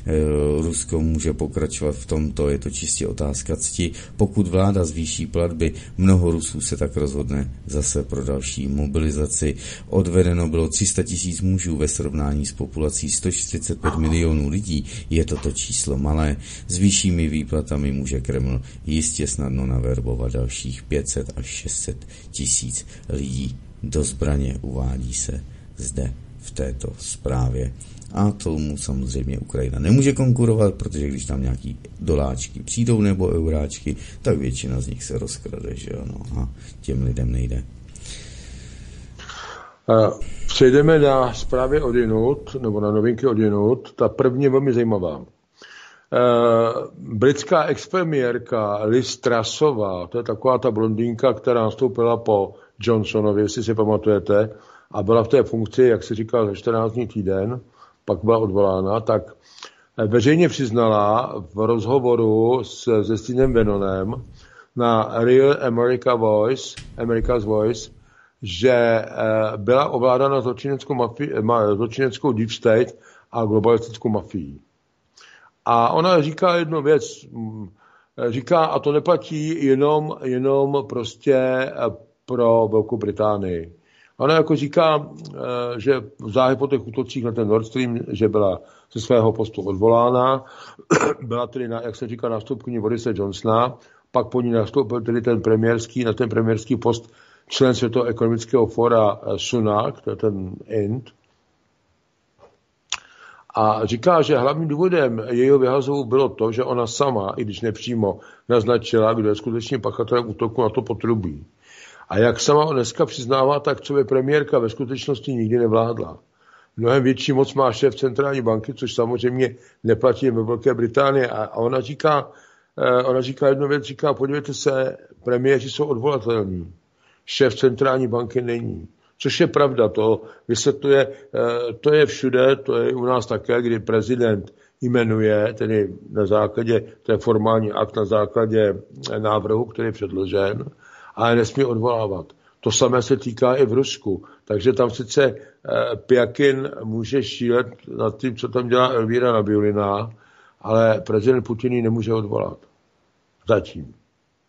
Rusko může pokračovat v tomto, je to čistě otázka cti. Pokud vláda zvýší platby, mnoho Rusů se tak rozhodne zase pro další mobilizaci. Odvedeno bylo tři sta tisíc mužů ve srovnání s populací sto čtyřicet pět milionů lidí. Je toto číslo malé. S vyššími výplatami může Kreml jistě snadno naverbovat dalších pět set až šest set tisíc lidí do zbraně, uvádí se zde v této zprávě. A tomu samozřejmě Ukrajina nemůže konkurovat, protože když tam nějaký doláčky přijdou nebo euráčky, tak většina z nich se rozkrade, že jo, no, a těm lidem nejde. Přejdeme na zprávy odinut, nebo na novinky odinut. Ta první je velmi zajímavá. Britská expremiérka Liz Trussová, to je taková ta blondýnka, která nastoupila po Johnsonovi, jestli si pamatujete, a byla v té funkci, jak se říká, za čtrnáct dní týden, pak byla odvolána, tak veřejně přiznala v rozhovoru s, se Stevenem Bannonem na Real America Voice, America's Voice, že byla ovládána zločineckou, mafii, zločineckou deep state a globalistickou mafií. A ona říká jednu věc, říká, a to neplatí jenom, jenom prostě pro Velkou Británii. Ona jako říká, že záhy po těch útocích na ten Nord Stream, že byla ze svého postu odvolána, byla tedy, na, jak se říká, nástupkyní Borise Johnsona, pak po ní nastoupil tedy ten premiérský, na ten premiérský post člen Světového ekonomického fóra Sunak, to je ten Ind. A říká, že hlavním důvodem jejího vyhazovu bylo to, že ona sama, i když nepřímo, naznačila, kdo je skutečně pachatelem útoku na to potrubí. A jak sama dneska přiznává, tak co je premiérka ve skutečnosti nikdy nevládla. Mnohem větší moc má šéf centrální banky, což samozřejmě neplatí ve Velké Británii. A ona říká, ona říká jednu věc, říká, podívejte se, premiéři jsou odvolatelní. Šéf centrální banky není. Což je pravda, to vysvětluje, to je všude, to je u nás také, kdy prezident jmenuje, tedy na základě, to je formální akt na základě návrhu, který je předložen, ale nesmí odvolávat. To samé se týká i v Rusku. Takže tam sice Pjakin může šílet nad tím, co tam dělá Elvíra Nabiulina, ale prezident Putin ji nemůže odvolat. Zatím.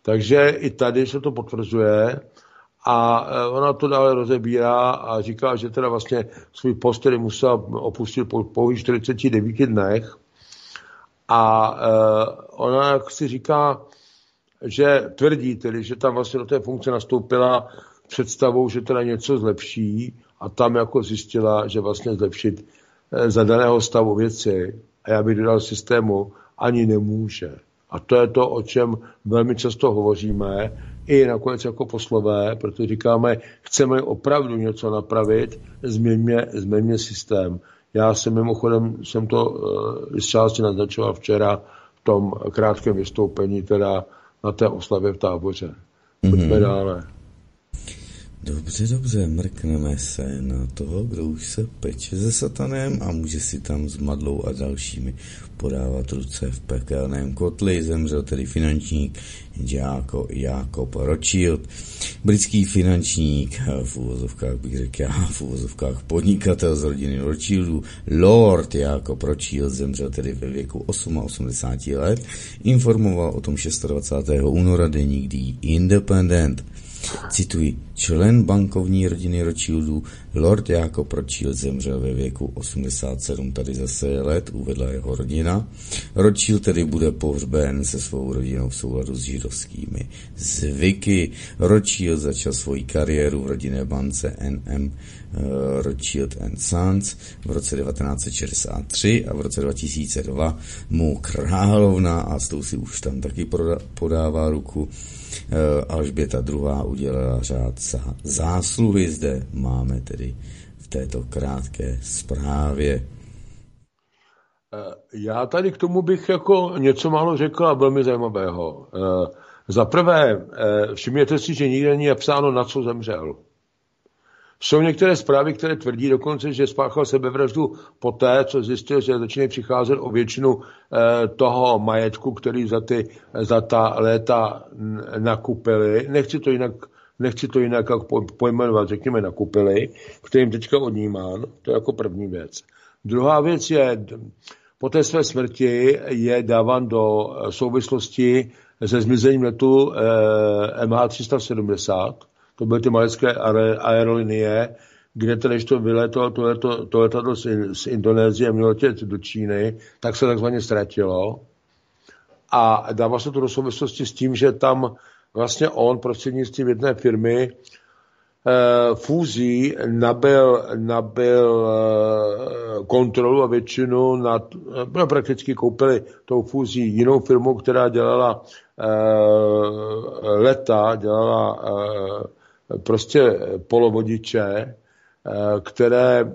Takže i tady se to potvrzuje a ona to dále rozebírá a říká, že teda vlastně svůj post tedy musela opustit po pouhých čtyřiceti devíti dnech a ona jak si říká, že tvrdí tedy, že tam vlastně do té funkce nastoupila představou, že teda něco zlepší a tam jako zjistila, že vlastně zlepšit za daného stavu věci, a já bych dodal systému, ani nemůže. A to je to, o čem velmi často hovoříme, i nakonec jako poslové, protože říkáme, chceme opravdu něco napravit, změňme, změňme systém. Já jsem mimochodem, jsem to uh, z části naznačoval včera v tom krátkém vystoupení, teda na té oslavě v Táboře. Pojďme mm-hmm. dále. Dobře, dobře, mrkneme se na toho, kdo už se peče se satanem a může si tam s Madlou a dalšími podávat ruce v pekelném kotli. Zemřel tedy finančník Jacob, Jacob Rothschild. Britský finančník, v uvozovkách bych řekl já, v uvozovkách podnikatel z rodiny Rothschildů, Lord Jacob Rothschild zemřel tedy ve věku osmaosmdesáti let. Informoval o tom dvacátého šestého února deník The Independent. Cituji, člen bankovní rodiny Rothschildů, Lord Jacob Rothschild zemřel ve věku osmdesát sedm, tady zase je let, uvedla jeho rodina. Rothschild tedy bude pohřben se svou rodinou v souladu s židovskými zvyky. Rothschild začal svoji kariéru v rodinné bance N M uh, Rothschild and Sons v roce devatenáct set šedesát tři a v roce dva tisíce dva mu královna, a s tou si už tam taky podává ruku, Alžběta druhá. udělala řád za zásluhy. Zde máme tedy v této krátké zprávě. Já tady k tomu bych jako něco málo řekl a velmi zajímavého. Za prvé, všimněte si, že nikde není napsáno, na co zemřel. Jsou některé zprávy, které tvrdí dokonce, že spáchal sebevraždu poté, co zjistil, že začínají přicházet o většinu eh, toho majetku, který za, ty, za ta léta nakupili. Nechci to jinak, nechci to jinak pojmenovat, řekněme nakupili, kterým teďka odnímán. To je jako první věc. Druhá věc je, po té své smrti je dáván do souvislosti se zmizením letu eh, M H tři sta sedmdesát. To byly ty malecké aerolinie, kde to, než to vyletalo to, leto, to letadlo z, z Indonésie a mělo letět do Číny, tak se takzvaně ztratilo. A dává se to do souvislosti s tím, že tam vlastně on prostřednictvím jedné firmy e, fúzí nabil, nabil e, kontrolu a většinu nad, no, prakticky koupili tou fúzí jinou firmu, která dělala e, leta, dělala e, prostě polovodiče, které,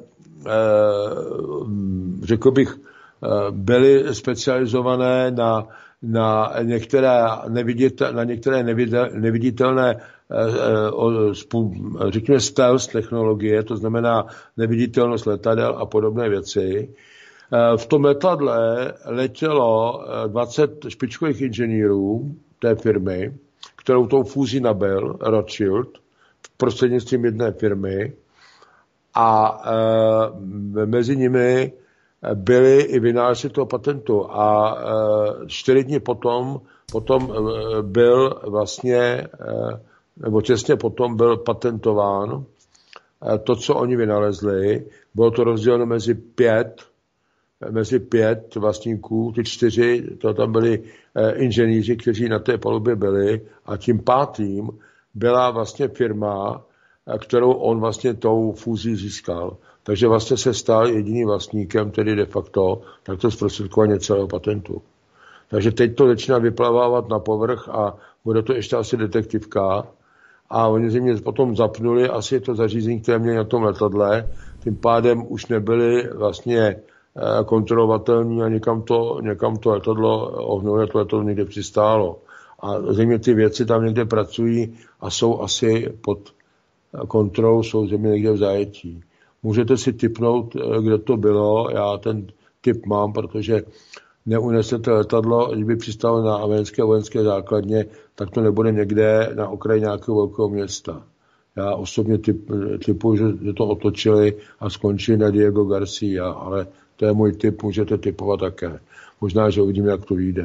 řekl bych, byly specializované na, na některé, neviditel, na některé neviditel, neviditelné, řekněme, stealth technologie, to znamená neviditelnost letadel a podobné věci. V tom letadle letělo dvacet špičkových inženýrů té firmy, kterou tou fúzí nabil Rothschild, prostřednictvím jedné firmy a e, mezi nimi byli i vynálezci toho patentu a e, čtyři dny potom, potom e, byl vlastně, e, nebo těsně potom byl patentován e, to, co oni vynalezli. Bylo to rozděleno mezi pět, mezi pět vlastníků, ty čtyři, to tam byli e, inženýři, kteří na té palubě byli a tím pátým byla vlastně firma, kterou on vlastně tou fúzí získal. Takže vlastně se stal jediným vlastníkem, tedy de facto, takto zprostředkování celého patentu. Takže teď to začíná vyplavávat na povrch a bude to ještě asi detektivka. A oni si mě potom zapnuli asi to zařízení, které měli na tom letadle. Tím pádem už nebyli vlastně kontrolovatelní a někam to, někam to letadlo ohnuli, to letadlo někde přistálo. A zřejmě ty věci tam někde pracují a jsou asi pod kontrolou, jsou země někde v zajetí. Můžete si tipnout, kde to bylo, já ten tip mám, protože neunesete letadlo, když by přistálo na americké vojenské základně, tak to nebude někde na okraji nějakého velkého města. Já osobně typ, typuji, že to otočili a skončili na Diego Garcia, ale to je můj tip, můžete tipovat také. Možná, že uvidíme, jak to vyjde.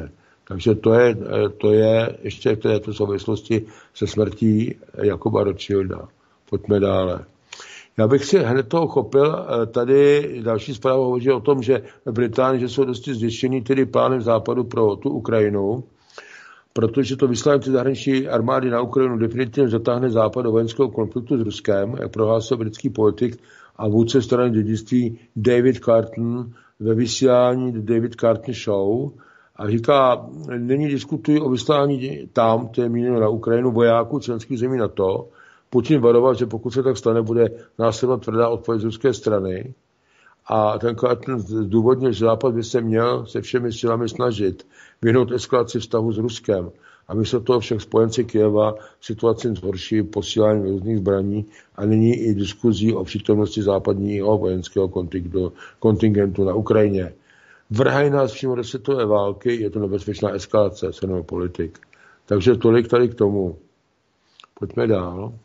Takže to je, to je ještě v této souvislosti se smrtí Jakuba Rothschilda. Pojďme dále. Já bych si hned toho chopil, tady další zpráva hovoří o tom, že v Británii že jsou dosti zděšení tedy plánem západu pro tu Ukrajinu, protože to vyslání zahraniční armády na Ukrajinu definitivně zatáhne západ do vojenského konfliktu s Ruskem, jak prohlásil britský politik a vůdce strany dědictví David Carton ve vysílání The David Carton Show a říká, nyní diskutují o vyslání tam, to je míněno na Ukrajinu, vojáků členských zemí NATO. Putin varoval, že pokud se tak stane, bude následovat tvrdá odpověď z ruské strany. A ten Carton zdůvodnil, že Západ by se měl se všemi silami snažit vyhnout eskalaci vztahu s Ruskem. A místo toho však spojenci Kyjeva situaci zhorší posíláním různých zbraní a nyní i diskuzí o přítomnosti západního vojenského kontingentu na Ukrajině. Vrhají nás přímo do světové války, je to nebezpečná eskalace, shrnul politik. Takže tolik tady k tomu. Pojďme dál.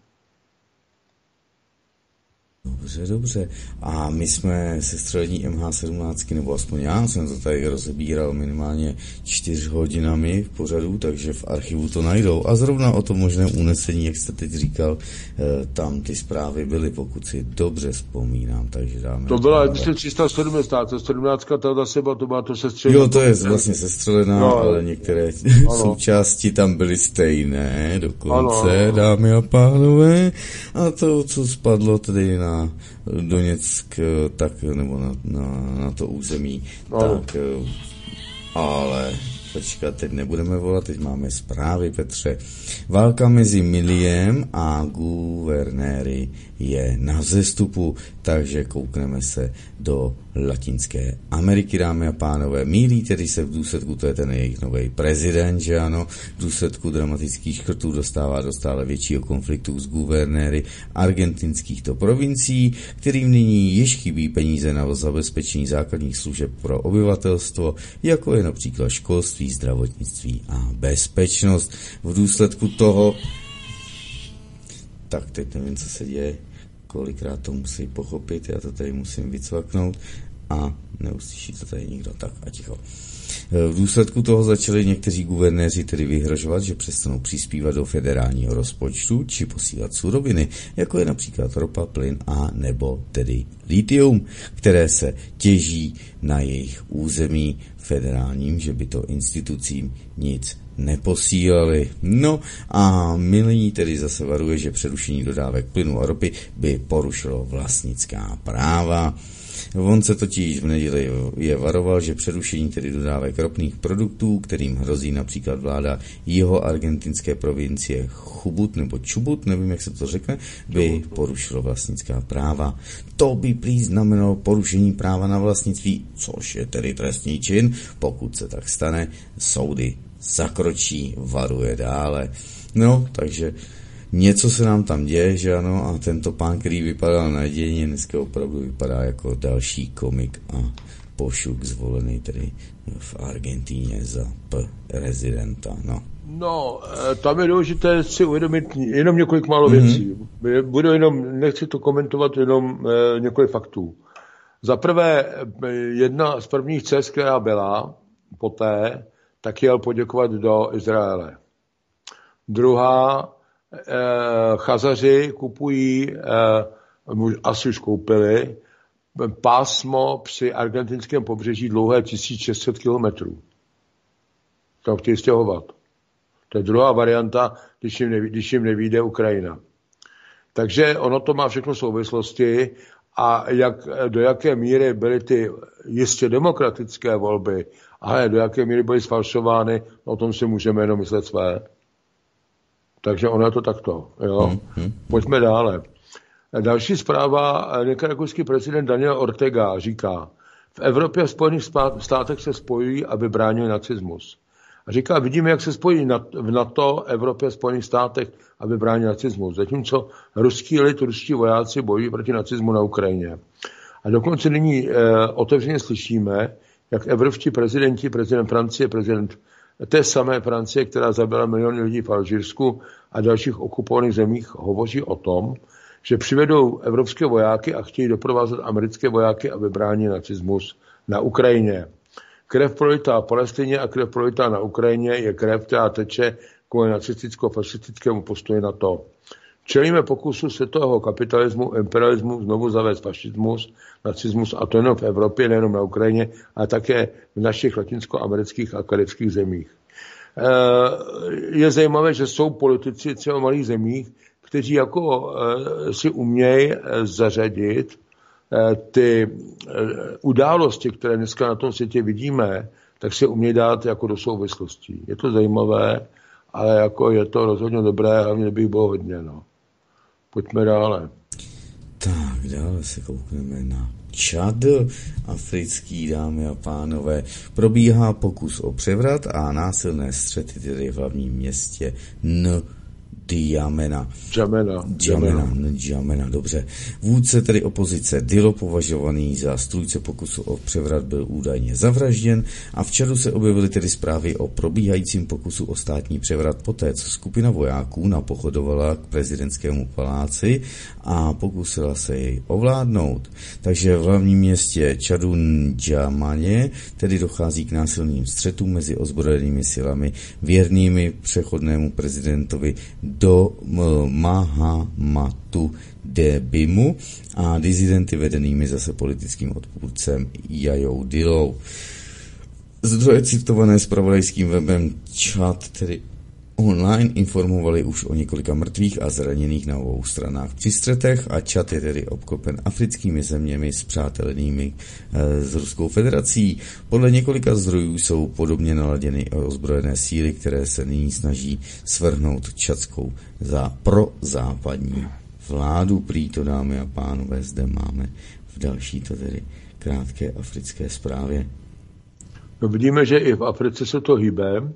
Dobře, dobře. A my jsme se střelení M H sedmnáct, nebo aspoň já jsem to tady rozebíral minimálně čtyř hodinami v pořadu, takže v archivu to najdou. A zrovna o tom možném unesení, jak jste teď říkal, tam ty zprávy byly, pokud si dobře vzpomínám. Takže dáme to byla tři sta sedmdesát, to sedmnáctka, ta zase byla, to byla to sestřelená. Jo, to je vlastně sestřelená, no, ale některé ano. součásti tam byly stejné dokonce, ano. dámy a pánové. A to, co spadlo tedy na Doněck, tak, nebo na, na, na to území, no. tak, ale počkat, teď nebudeme volat, teď máme zprávy, Petře. Válka mezi Milliem a guvernéry je na vzestupu, takže koukneme se do Latinské Ameriky, dámy a pánové. Mílí tedy se v důsledku, to je ten jejich nový prezident, že ano, v důsledku dramatických škrtů dostává do stále většího konfliktu s guvernéry argentinskýchto provincií, kterým nyní již chybí peníze na zabezpečení základních služeb pro obyvatelstvo, jako je například školství, zdravotnictví a bezpečnost. V důsledku toho, tak teď nevím, co se děje, kolikrát to musí pochopit, já to tady musím vycvaknout a neuslyší to tady nikdo, tak a ticho. V důsledku toho začali někteří guvernéři tedy vyhrožovat, že přestanou přispívat do federálního rozpočtu či posílat suroviny, jako je například ropa, plyn a nebo tedy litium, které se těží na jejich území federálním, že by to institucím nic neposílali. No a Milení tedy zase varuje, že přerušení dodávek plynu a ropy by porušilo vlastnická práva. On se totiž v neděli je varoval, že přerušení tedy dodávek ropných produktů, kterým hrozí například vláda jeho argentinské provincie Chubut nebo Čubut, nevím, jak se to řekne, by porušilo vlastnická práva. To by prý znamenalo porušení práva na vlastnictví, což je tedy trestný čin. Pokud se tak stane, soudy zakročí, varuje dále. No, takže něco se nám tam děje, že ano, a tento pán, který vypadal nadějně, dneska opravdu vypadá jako další komik a pošuk zvolený tedy v Argentíně za prezidenta, no. No, tam je důležité si uvědomit jenom několik málo mm-hmm. věcí. Budu jenom, nechci to komentovat, jenom eh, několik faktů. Za prvé, jedna z prvních cest, která byla poté, tak jel poděkovat do Izraele. Druhá, Eh, Chazaři kupují, eh, asi už koupili, pásmo při argentinském pobřeží dlouhé tisíc šest set kilometrů. To chtějí stěhovat. To je druhá varianta, když jim, neví, když jim nevíde Ukrajina. Takže ono to má všechno souvislosti a jak, do jaké míry byly ty jistě demokratické volby, ale do jaké míry byly sfalšovány, o tom si můžeme jenom myslet své. Takže ono je to takto. Jo. Hmm, hmm. Pojďme dále. Další zpráva. Nikaragujský prezident Daniel Ortega říká, v Evropě a Spojených státech se spojují, aby bránili nacismus. A říká, vidíme, jak se spojí v NATO, Evropě a Spojených státech, aby bránili nacismus. Zatímco ruský lid, ruští vojáci bojují proti nacismu na Ukrajině. A dokonce nyní eh, otevřeně slyšíme, jak evropští prezidenti, prezident Francie, prezident té samé Francie, která zabila miliony lidí v Alžírsku a dalších okupovaných zemích, hovoří o tom, že přivedou evropské vojáky a chtějí doprovázet americké vojáky, aby bránili nacismus na Ukrajině. Krev prolitá v Palestině a krev prolitá na Ukrajině je krev, která teče kvůli nacisticko-fašistickému postoji na to. Čelíme pokusu světového kapitalismu, imperialismu, znovu zavést fašismus, nacismus, a to nejen v Evropě, nejenom na Ukrajině, ale také v našich latinskoamerických a karibských zemích. Je zajímavé, že jsou politici třeba v malých zemích, kteří jako si umějí zařadit ty události, které dneska na tom světě vidíme, tak si umějí dát jako do souvislostí. Je to zajímavé, ale jako je to rozhodně dobré, hlavně kdybych bylo hodně. No. Pojďme dále. Tak, dále se koukneme na Čad, africký, dámy a pánové. Probíhá pokus o převrat a násilné střety tedy v hlavním městě N. Djamena. Djamena. Djamena, Djamena, dobře. Vůdce tedy opozice Dilo, považovaný za strůjce pokusu o převrat, byl údajně zavražděn a v Čadu se objevily tedy zprávy o probíhajícím pokusu o státní převrat poté, co skupina vojáků napochodovala k prezidentskému paláci a pokusila se jej ovládnout. Takže v hlavním městě Čadu Djamaně tedy dochází k násilným střetům mezi ozbrojenými silami věrnými přechodnému prezidentovi do Mahamatu Debimu a dizidenty vedenými zase politickým odpůrcem Jajou Dilou. Zdroje citované zpravodajským webem Čad, tedy online, informovali už o několika mrtvých a zraněných na obou stranách při střetech a Čad je tedy obklopen africkými zeměmi spřátelenými e, s Ruskou federací. Podle několika zdrojů jsou podobně naladěny ozbrojené síly, které se nyní snaží svrhnout čadskou za prozápadní vládu. Prý to, dámy a pánové, zde máme v další to tedy krátké africké zprávě. No, vidíme, že i v Africe se to hýbe.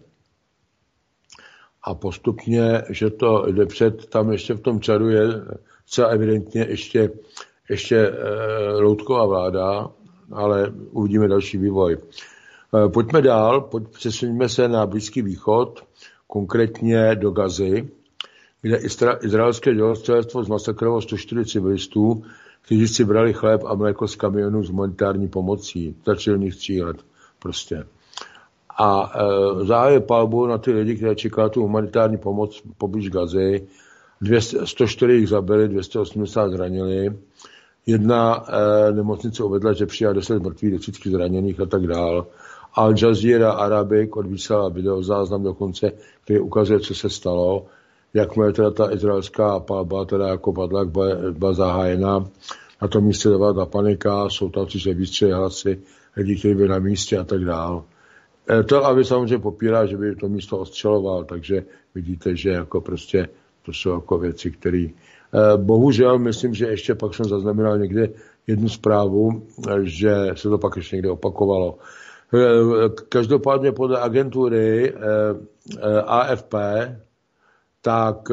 A postupně, že to jde před, tam ještě v tom Čadu je celá evidentně ještě, ještě e, loutková vláda, ale uvidíme další vývoj. E, pojďme dál, pojď, přesuňme se na Blízký východ, konkrétně do Gazy, kde istra, izraelské dělostřelectvo zmasakrovalo sto čtyři civilistů, kteří si brali chléb a mléko z kamionů s humanitární pomocí. Začali nich střílet prostě. A e, zahájil palbu na ty lidi, kteří čekají tu humanitární pomoc poblíž Gazy. sto čtyři jich zabili, dvě stě osmdesát zranili. Jedna e, nemocnice uvedla, že přijala deset mrtvých, desítky zraněných a tak dál. Al Jazeera Arabic odvysílala videozáznam dokonce, který ukazuje, co se stalo. Jakmile teda ta izraelská palba teda jako padla, jak byla, byla zahájena. Na tom místě byla ta panika, jsou tam přišli výstřely, hlasy, lidi, kteří byli na místě a tak dál. Tel Aviv samozřejmě popírá, že by to místo ostřeloval, takže vidíte, že jako prostě to jsou jako věci, které bohužel myslím, že ještě pak jsem zaznamenal někde jednu zprávu, že se to pak ještě někde opakovalo. Každopádně podle agentury A F P tak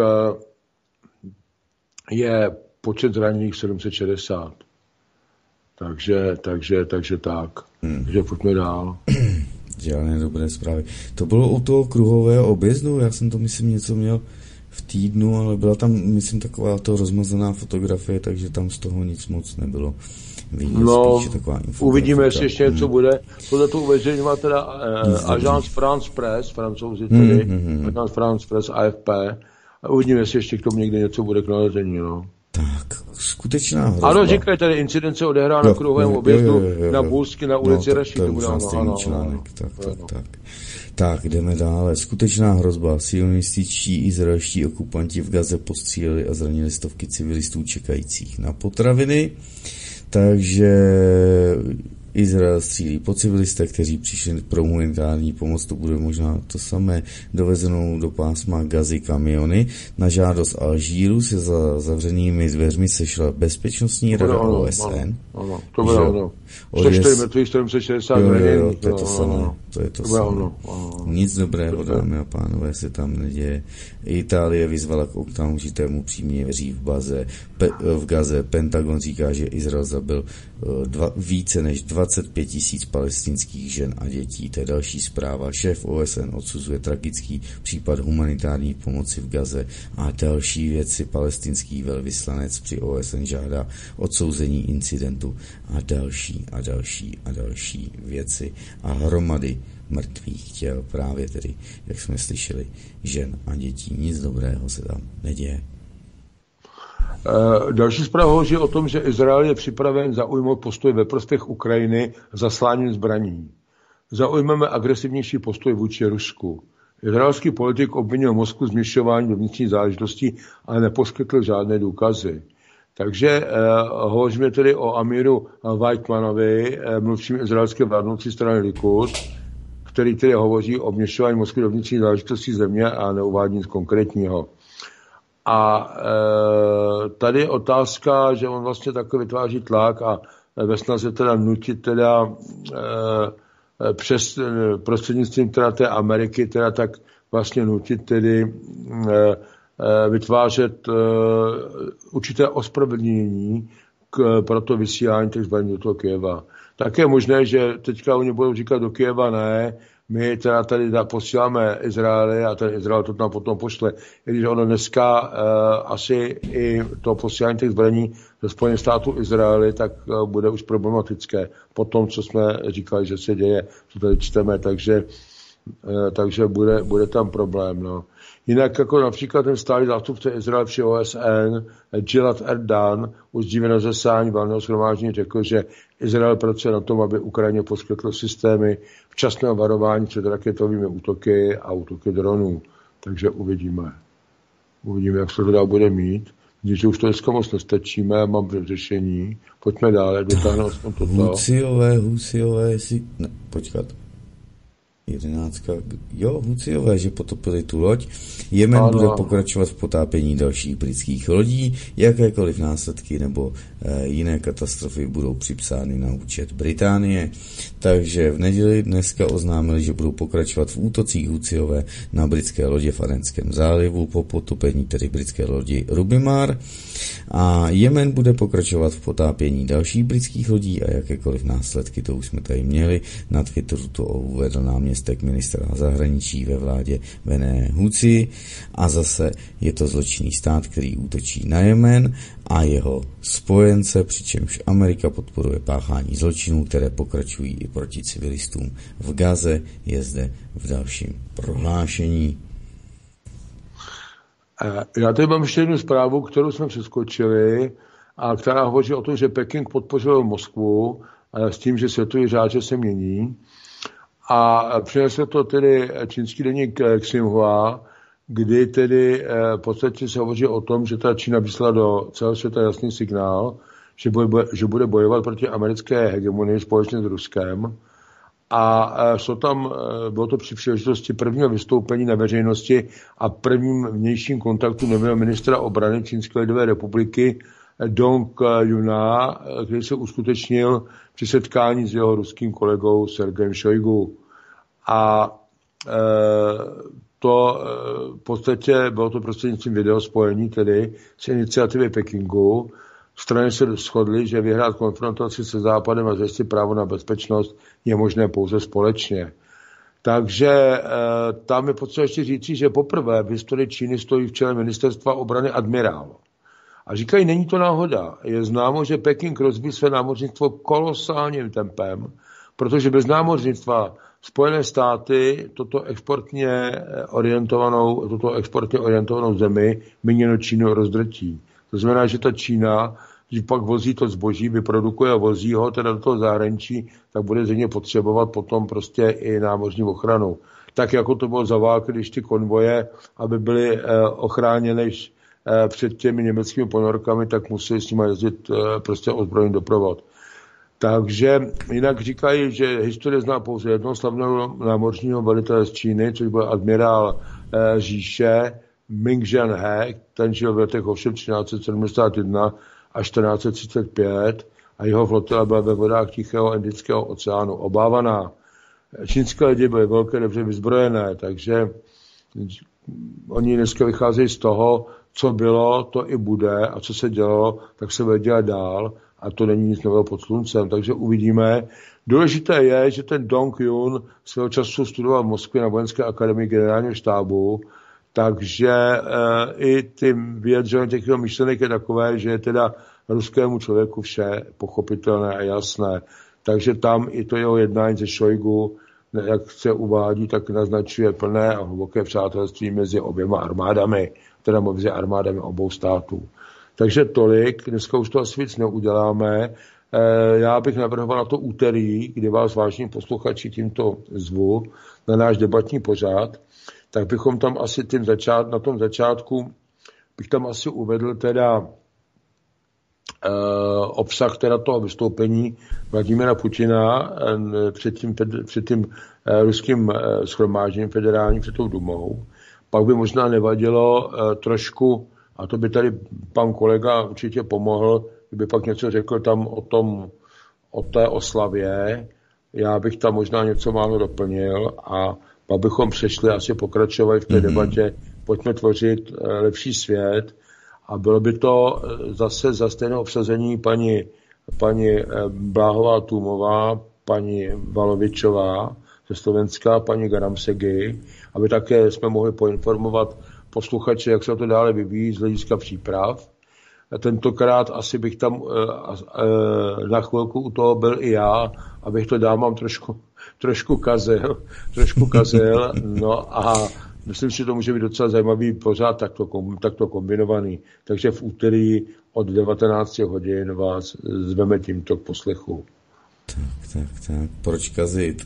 je počet zraněných sedm set šedesát. Takže, takže, takže tak. Hmm. Takže pojďme dál. Žádné dobré zprávy. To bylo u toho kruhového objezdu, já jsem to myslím něco měl v týdnu, ale byla tam, myslím, taková to rozmazaná fotografie, takže tam z toho nic moc nebylo vidět. No, uvidíme, jestli ještě něco hmm. bude. Podle toho uvěření má teda eh, Agence France Press, Francouzi tedy, hmm. Agence France Press, A F P. A uvidíme, jestli ještě k tomu někde něco bude k nalezení, no. Tak, skutečná hrozba. Ano, říkají tady, incident se odehrál na kruhovém objezdu jo, jo, jo, jo. na Bůzky, na ulici no, Raší. To je možná stejný článek. Tak, tak, tak. Tak, jdeme dále. Skutečná hrozba. Sionističtí izraelští okupanti v Gaze postříleli a zranili stovky civilistů čekajících na potraviny. Takže Izrael střílí po civilistech, kteří přišli pro humanitární pomoc, to bude možná to samé, dovezenou do pásma Gazy kamiony. Na žádost Alžíru se za zavřenými dveřmi sešla bezpečnostní rada O S N. Ano, ano, to bylo ono. sto čtyři mrtvých, sedm set šedesát zraněných. To je to samé. To je to samé. Nic dobrého, dámy a pánové, se tam neděje. Itálie vyzvala k okamžitému příměří v, baze, pe, v Gaze. Pentagon říká, že Izrael zabil dva, více než dvacet dvacet pět tisíc palestinských žen a dětí. To je další zpráva. Šéf O S N odsuzuje tragický případ humanitární pomoci v Gaze a další věci. Palestinský velvyslanec při O S N žádá odsouzení incidentu a další a další a další věci. A hromady mrtvých těl, právě tedy, jak jsme slyšeli, žen a dětí. Nic dobrého se tam neděje. Další zpráva hovoří o tom, že Izrael je připraven zaujmout postoj ve prospěch Ukrajiny zasláním zbraní. Zaujmeme agresivnější postoj vůči Rusku. Izraelský politik obvinil Moskvu z vměšování do vnitřních záležitostí, ale neposkytl žádné důkazy. Takže eh, hovoříme tedy o Amiru Weitmanovi, eh, mluvčím izraelské vládnoucí strany Likud, který tedy hovoří o vměšování Moskvy do vnitřních záležitostí země a neuvádí nic konkrétního. A e, tady je otázka, že on vlastně takový vytváří tlak a ve snaze teda nutit teda e, přes e, prostřednictvím teda té Ameriky teda tak vlastně nutit tedy e, e, vytvářet e, určité ospravedlnění k, pro to vysílání těch zbraní do toho Kyjeva. Tak je možné, že teďka oni budou říkat do Kyjeva ne, my teda tady posíláme Izraeli a ten Izrael to tam potom pošle. I když ono dneska uh, asi i to posílání těch zbraní ze Spojených států Izraeli, tak uh, bude už problematické po tom, co jsme říkali, že se děje, co tady čteme, takže, uh, takže bude, bude tam problém. No. Jinak jako například ten stálý zástupce Izrael při O S N, Gilad Erdan, už dříve na zasání valného shromáždění řekl, že Izrael pracuje na tom, aby Ukrajině poskytl systémy včasného varování před raketovými útoky a útoky dronů. Takže uvidíme. Uvidíme, jak se to dál bude mít. Když už to dneska moc nestačíme, mám řešení. Pojďme dále, dotáhnout aspoň toto. Huciové, Huciové, si... Ne, počkat. Jedenáctka, jo, Huciové, že potopili tu loď. Jemen ano. Bude pokračovat v potápění dalších britských lodí. Jakékoliv následky nebo e, jiné katastrofy budou připsány na účet Británie. Takže v neděli dneska oznámili, že budou pokračovat v útocích Huciové na britské lodě v Adenském zálivu po potopení tedy britské lodi Rubimar. A Jemen bude pokračovat v potápění dalších britských lodí a jakékoliv následky, to už jsme tady měli. Na Twitteru to uvedl náměstek ministra zahraničí ve vládě Bené Huci a zase je to zločinný stát, který útočí na Jemen a jeho spojence, přičemž Amerika podporuje páchání zločinů, které pokračují i proti civilistům v Gaze, je zde v dalším prohlášení. Já tady mám ještě jednu zprávu, kterou jsme přeskočili a která hovoří o tom, že Peking podpořil Moskvu s tím, že světový řád se mění. A přinesl to tedy čínský deník Xinhua, kdy tedy v podstatě se hovoří o tom, že ta Čína vyslala do celého světa jasný signál, že, boj, že bude bojovat proti americké hegemonii společně s Ruskem. A jsou tam, bylo to při příležitosti prvního vystoupení na veřejnosti a prvním vnějším kontaktu nového ministra obrany Čínské lidové republiky Dong Juna, který se uskutečnil při setkání s jeho ruským kolegou Sergejem Šojgu. A e, to e, v podstatě bylo to prostřednictvím videospojení, tedy z iniciativy Pekingu. Strany se shodly, že vyhrát konfrontaci se Západem a zajistit právo na bezpečnost je možné pouze společně. Takže e, tam je potřeba ještě říci, že poprvé v historii Číny stojí v čele ministerstva obrany admirál. A říkají, není to náhoda. Je známo, že Peking rozvíjí své námořnictvo kolosálním tempem, protože bez námořnictva Spojené státy toto exportně orientovanou, toto exportně orientovanou zemi míněno Čínu rozdrtí. To znamená, že ta Čína, když pak vozí to zboží, vyprodukuje a vozí ho teda do toho zahraničí, tak bude země potřebovat potom prostě i námořní ochranu. Tak jako to bylo za války, když ty konvoje, aby byly eh, ochráněny eh, před těmi německými ponorkami, tak museli s nimi jezdit eh, prostě ozbrojený doprovod. Takže jinak říkají, že historie zná pouze jednoho slavného námořního velitele z Číny, což byl admirál eh, říše Ming Zhenhe, ten žil v letech ovšem třináct set sedmdesát jedna až čtrnáct set třicet pět a jeho flotila byla ve vodách Tichého Indického oceánu obávaná. Čínské lidi byly velké, dobře vyzbrojené, takže oni dneska vycházejí z toho, co bylo, to i bude a co se dělo, tak se bude dělat dál a to není nic nového pod sluncem, takže uvidíme. Důležité je, že ten Dong Jun svého času studoval v Moskvě na Vojenské akademii generálního štábu, takže e, i tím vyjadřením těch myšlenek je takové, že je teda ruskému člověku vše pochopitelné a jasné. Takže tam i to jeho jednání se Šojgu, jak se uvádí, tak naznačuje plné a hluboké přátelství mezi oběma armádami, teda mezi armádami obou států. Takže tolik, dneska už to asi víc neuděláme. Já bych navrhoval na to úterý, kdy vás vážní posluchači tímto zvu, na náš debatní pořad, tak bychom tam asi tím začát, na tom začátku bych tam asi uvedl teda eh, obsah teda toho vystoupení Vladimira Putina eh, před tím, před tím eh, ruským eh, shromážděním federálním, před tou Dumou. Pak by možná nevadilo eh, trošku, a to by tady pan kolega určitě pomohl, kdyby pak něco řekl tam o tom, o té oslavě. Já bych tam možná něco málo doplnil a pak bychom přešli asi pokračovat v té mm-hmm. debatě, pojďme tvořit lepší svět a bylo by to zase za stejné obsazení paní, paní Bláhová Tůmová, paní Valovičová ze Slovenska, paní Garamsegy, aby také jsme mohli poinformovat posluchače, jak se to dále vyvíjí z hlediska příprav. Tentokrát asi bych tam na chvilku u toho byl i já, abych to dámám trošku, trošku kazil, trošku kazil, no a myslím si, že to může být docela zajímavý pořád takto, takto kombinovaný. Takže v úterý od devatenáct hodin vás zveme tímto k poslechu. Tak, tak, tak, proč kazit?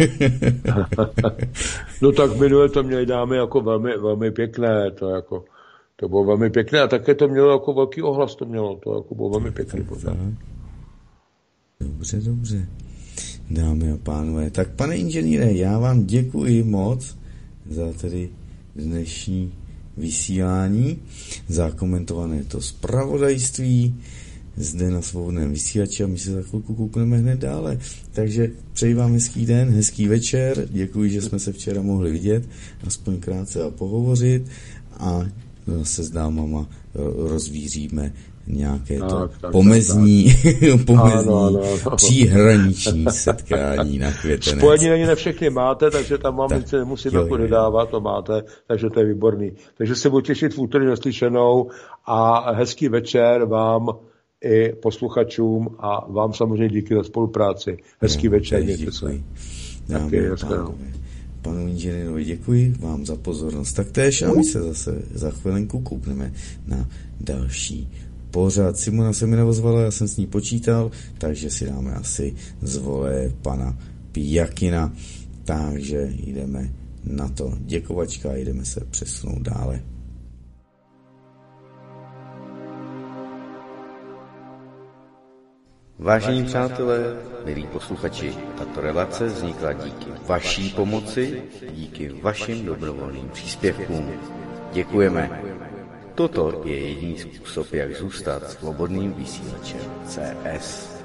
No tak minule to měli dámy jako velmi, velmi pěkné, to jako to bylo velmi pěkné a také to mělo jako velký ohlas, to mělo, to jako bylo velmi pěkný pořád. Dobře, dobře. Dámy a pánové, tak pane inženýre, já vám děkuji moc za tedy dnešní vysílání, za komentované to zpravodajství zde na Svobodném vysílači a my se za chvilku koukneme hned dále. Takže přeji vám hezký den, hezký večer, děkuji, že jsme se včera mohli vidět, aspoň krátce a pohovořit a zase s dámama rozvíříme nějaké tak, to tak, pomezní, tak. pomezní ano, ano, ano. příhraniční setkání na Květenec. Spojení na ně všechny máte, takže tam vám tak, nic nemusím jako dodávat, to máte, takže to je výborný. Takže se budu těšit v úterý naslyšenou a hezký večer vám i posluchačům a vám samozřejmě díky za spolupráci. Hezký no, večer. Děkuji. Dámy a pánové, panu inženýrovi děkuji vám za pozornost taktéž a my se zase za chvilenku koukneme na další pořad. Simona se mi neozvala, já jsem s ní počítal, takže si dáme asi zvole pana Pijakina. Takže jdeme na to. Děkovačka a jdeme se přesunout dále. Vážení přátelé, milí posluchači, tato relace vznikla díky vaší pomoci, díky vašim dobrovolným příspěvkům. Děkujeme. Toto je jediný způsob, jak zůstat svobodným vysílačem C S.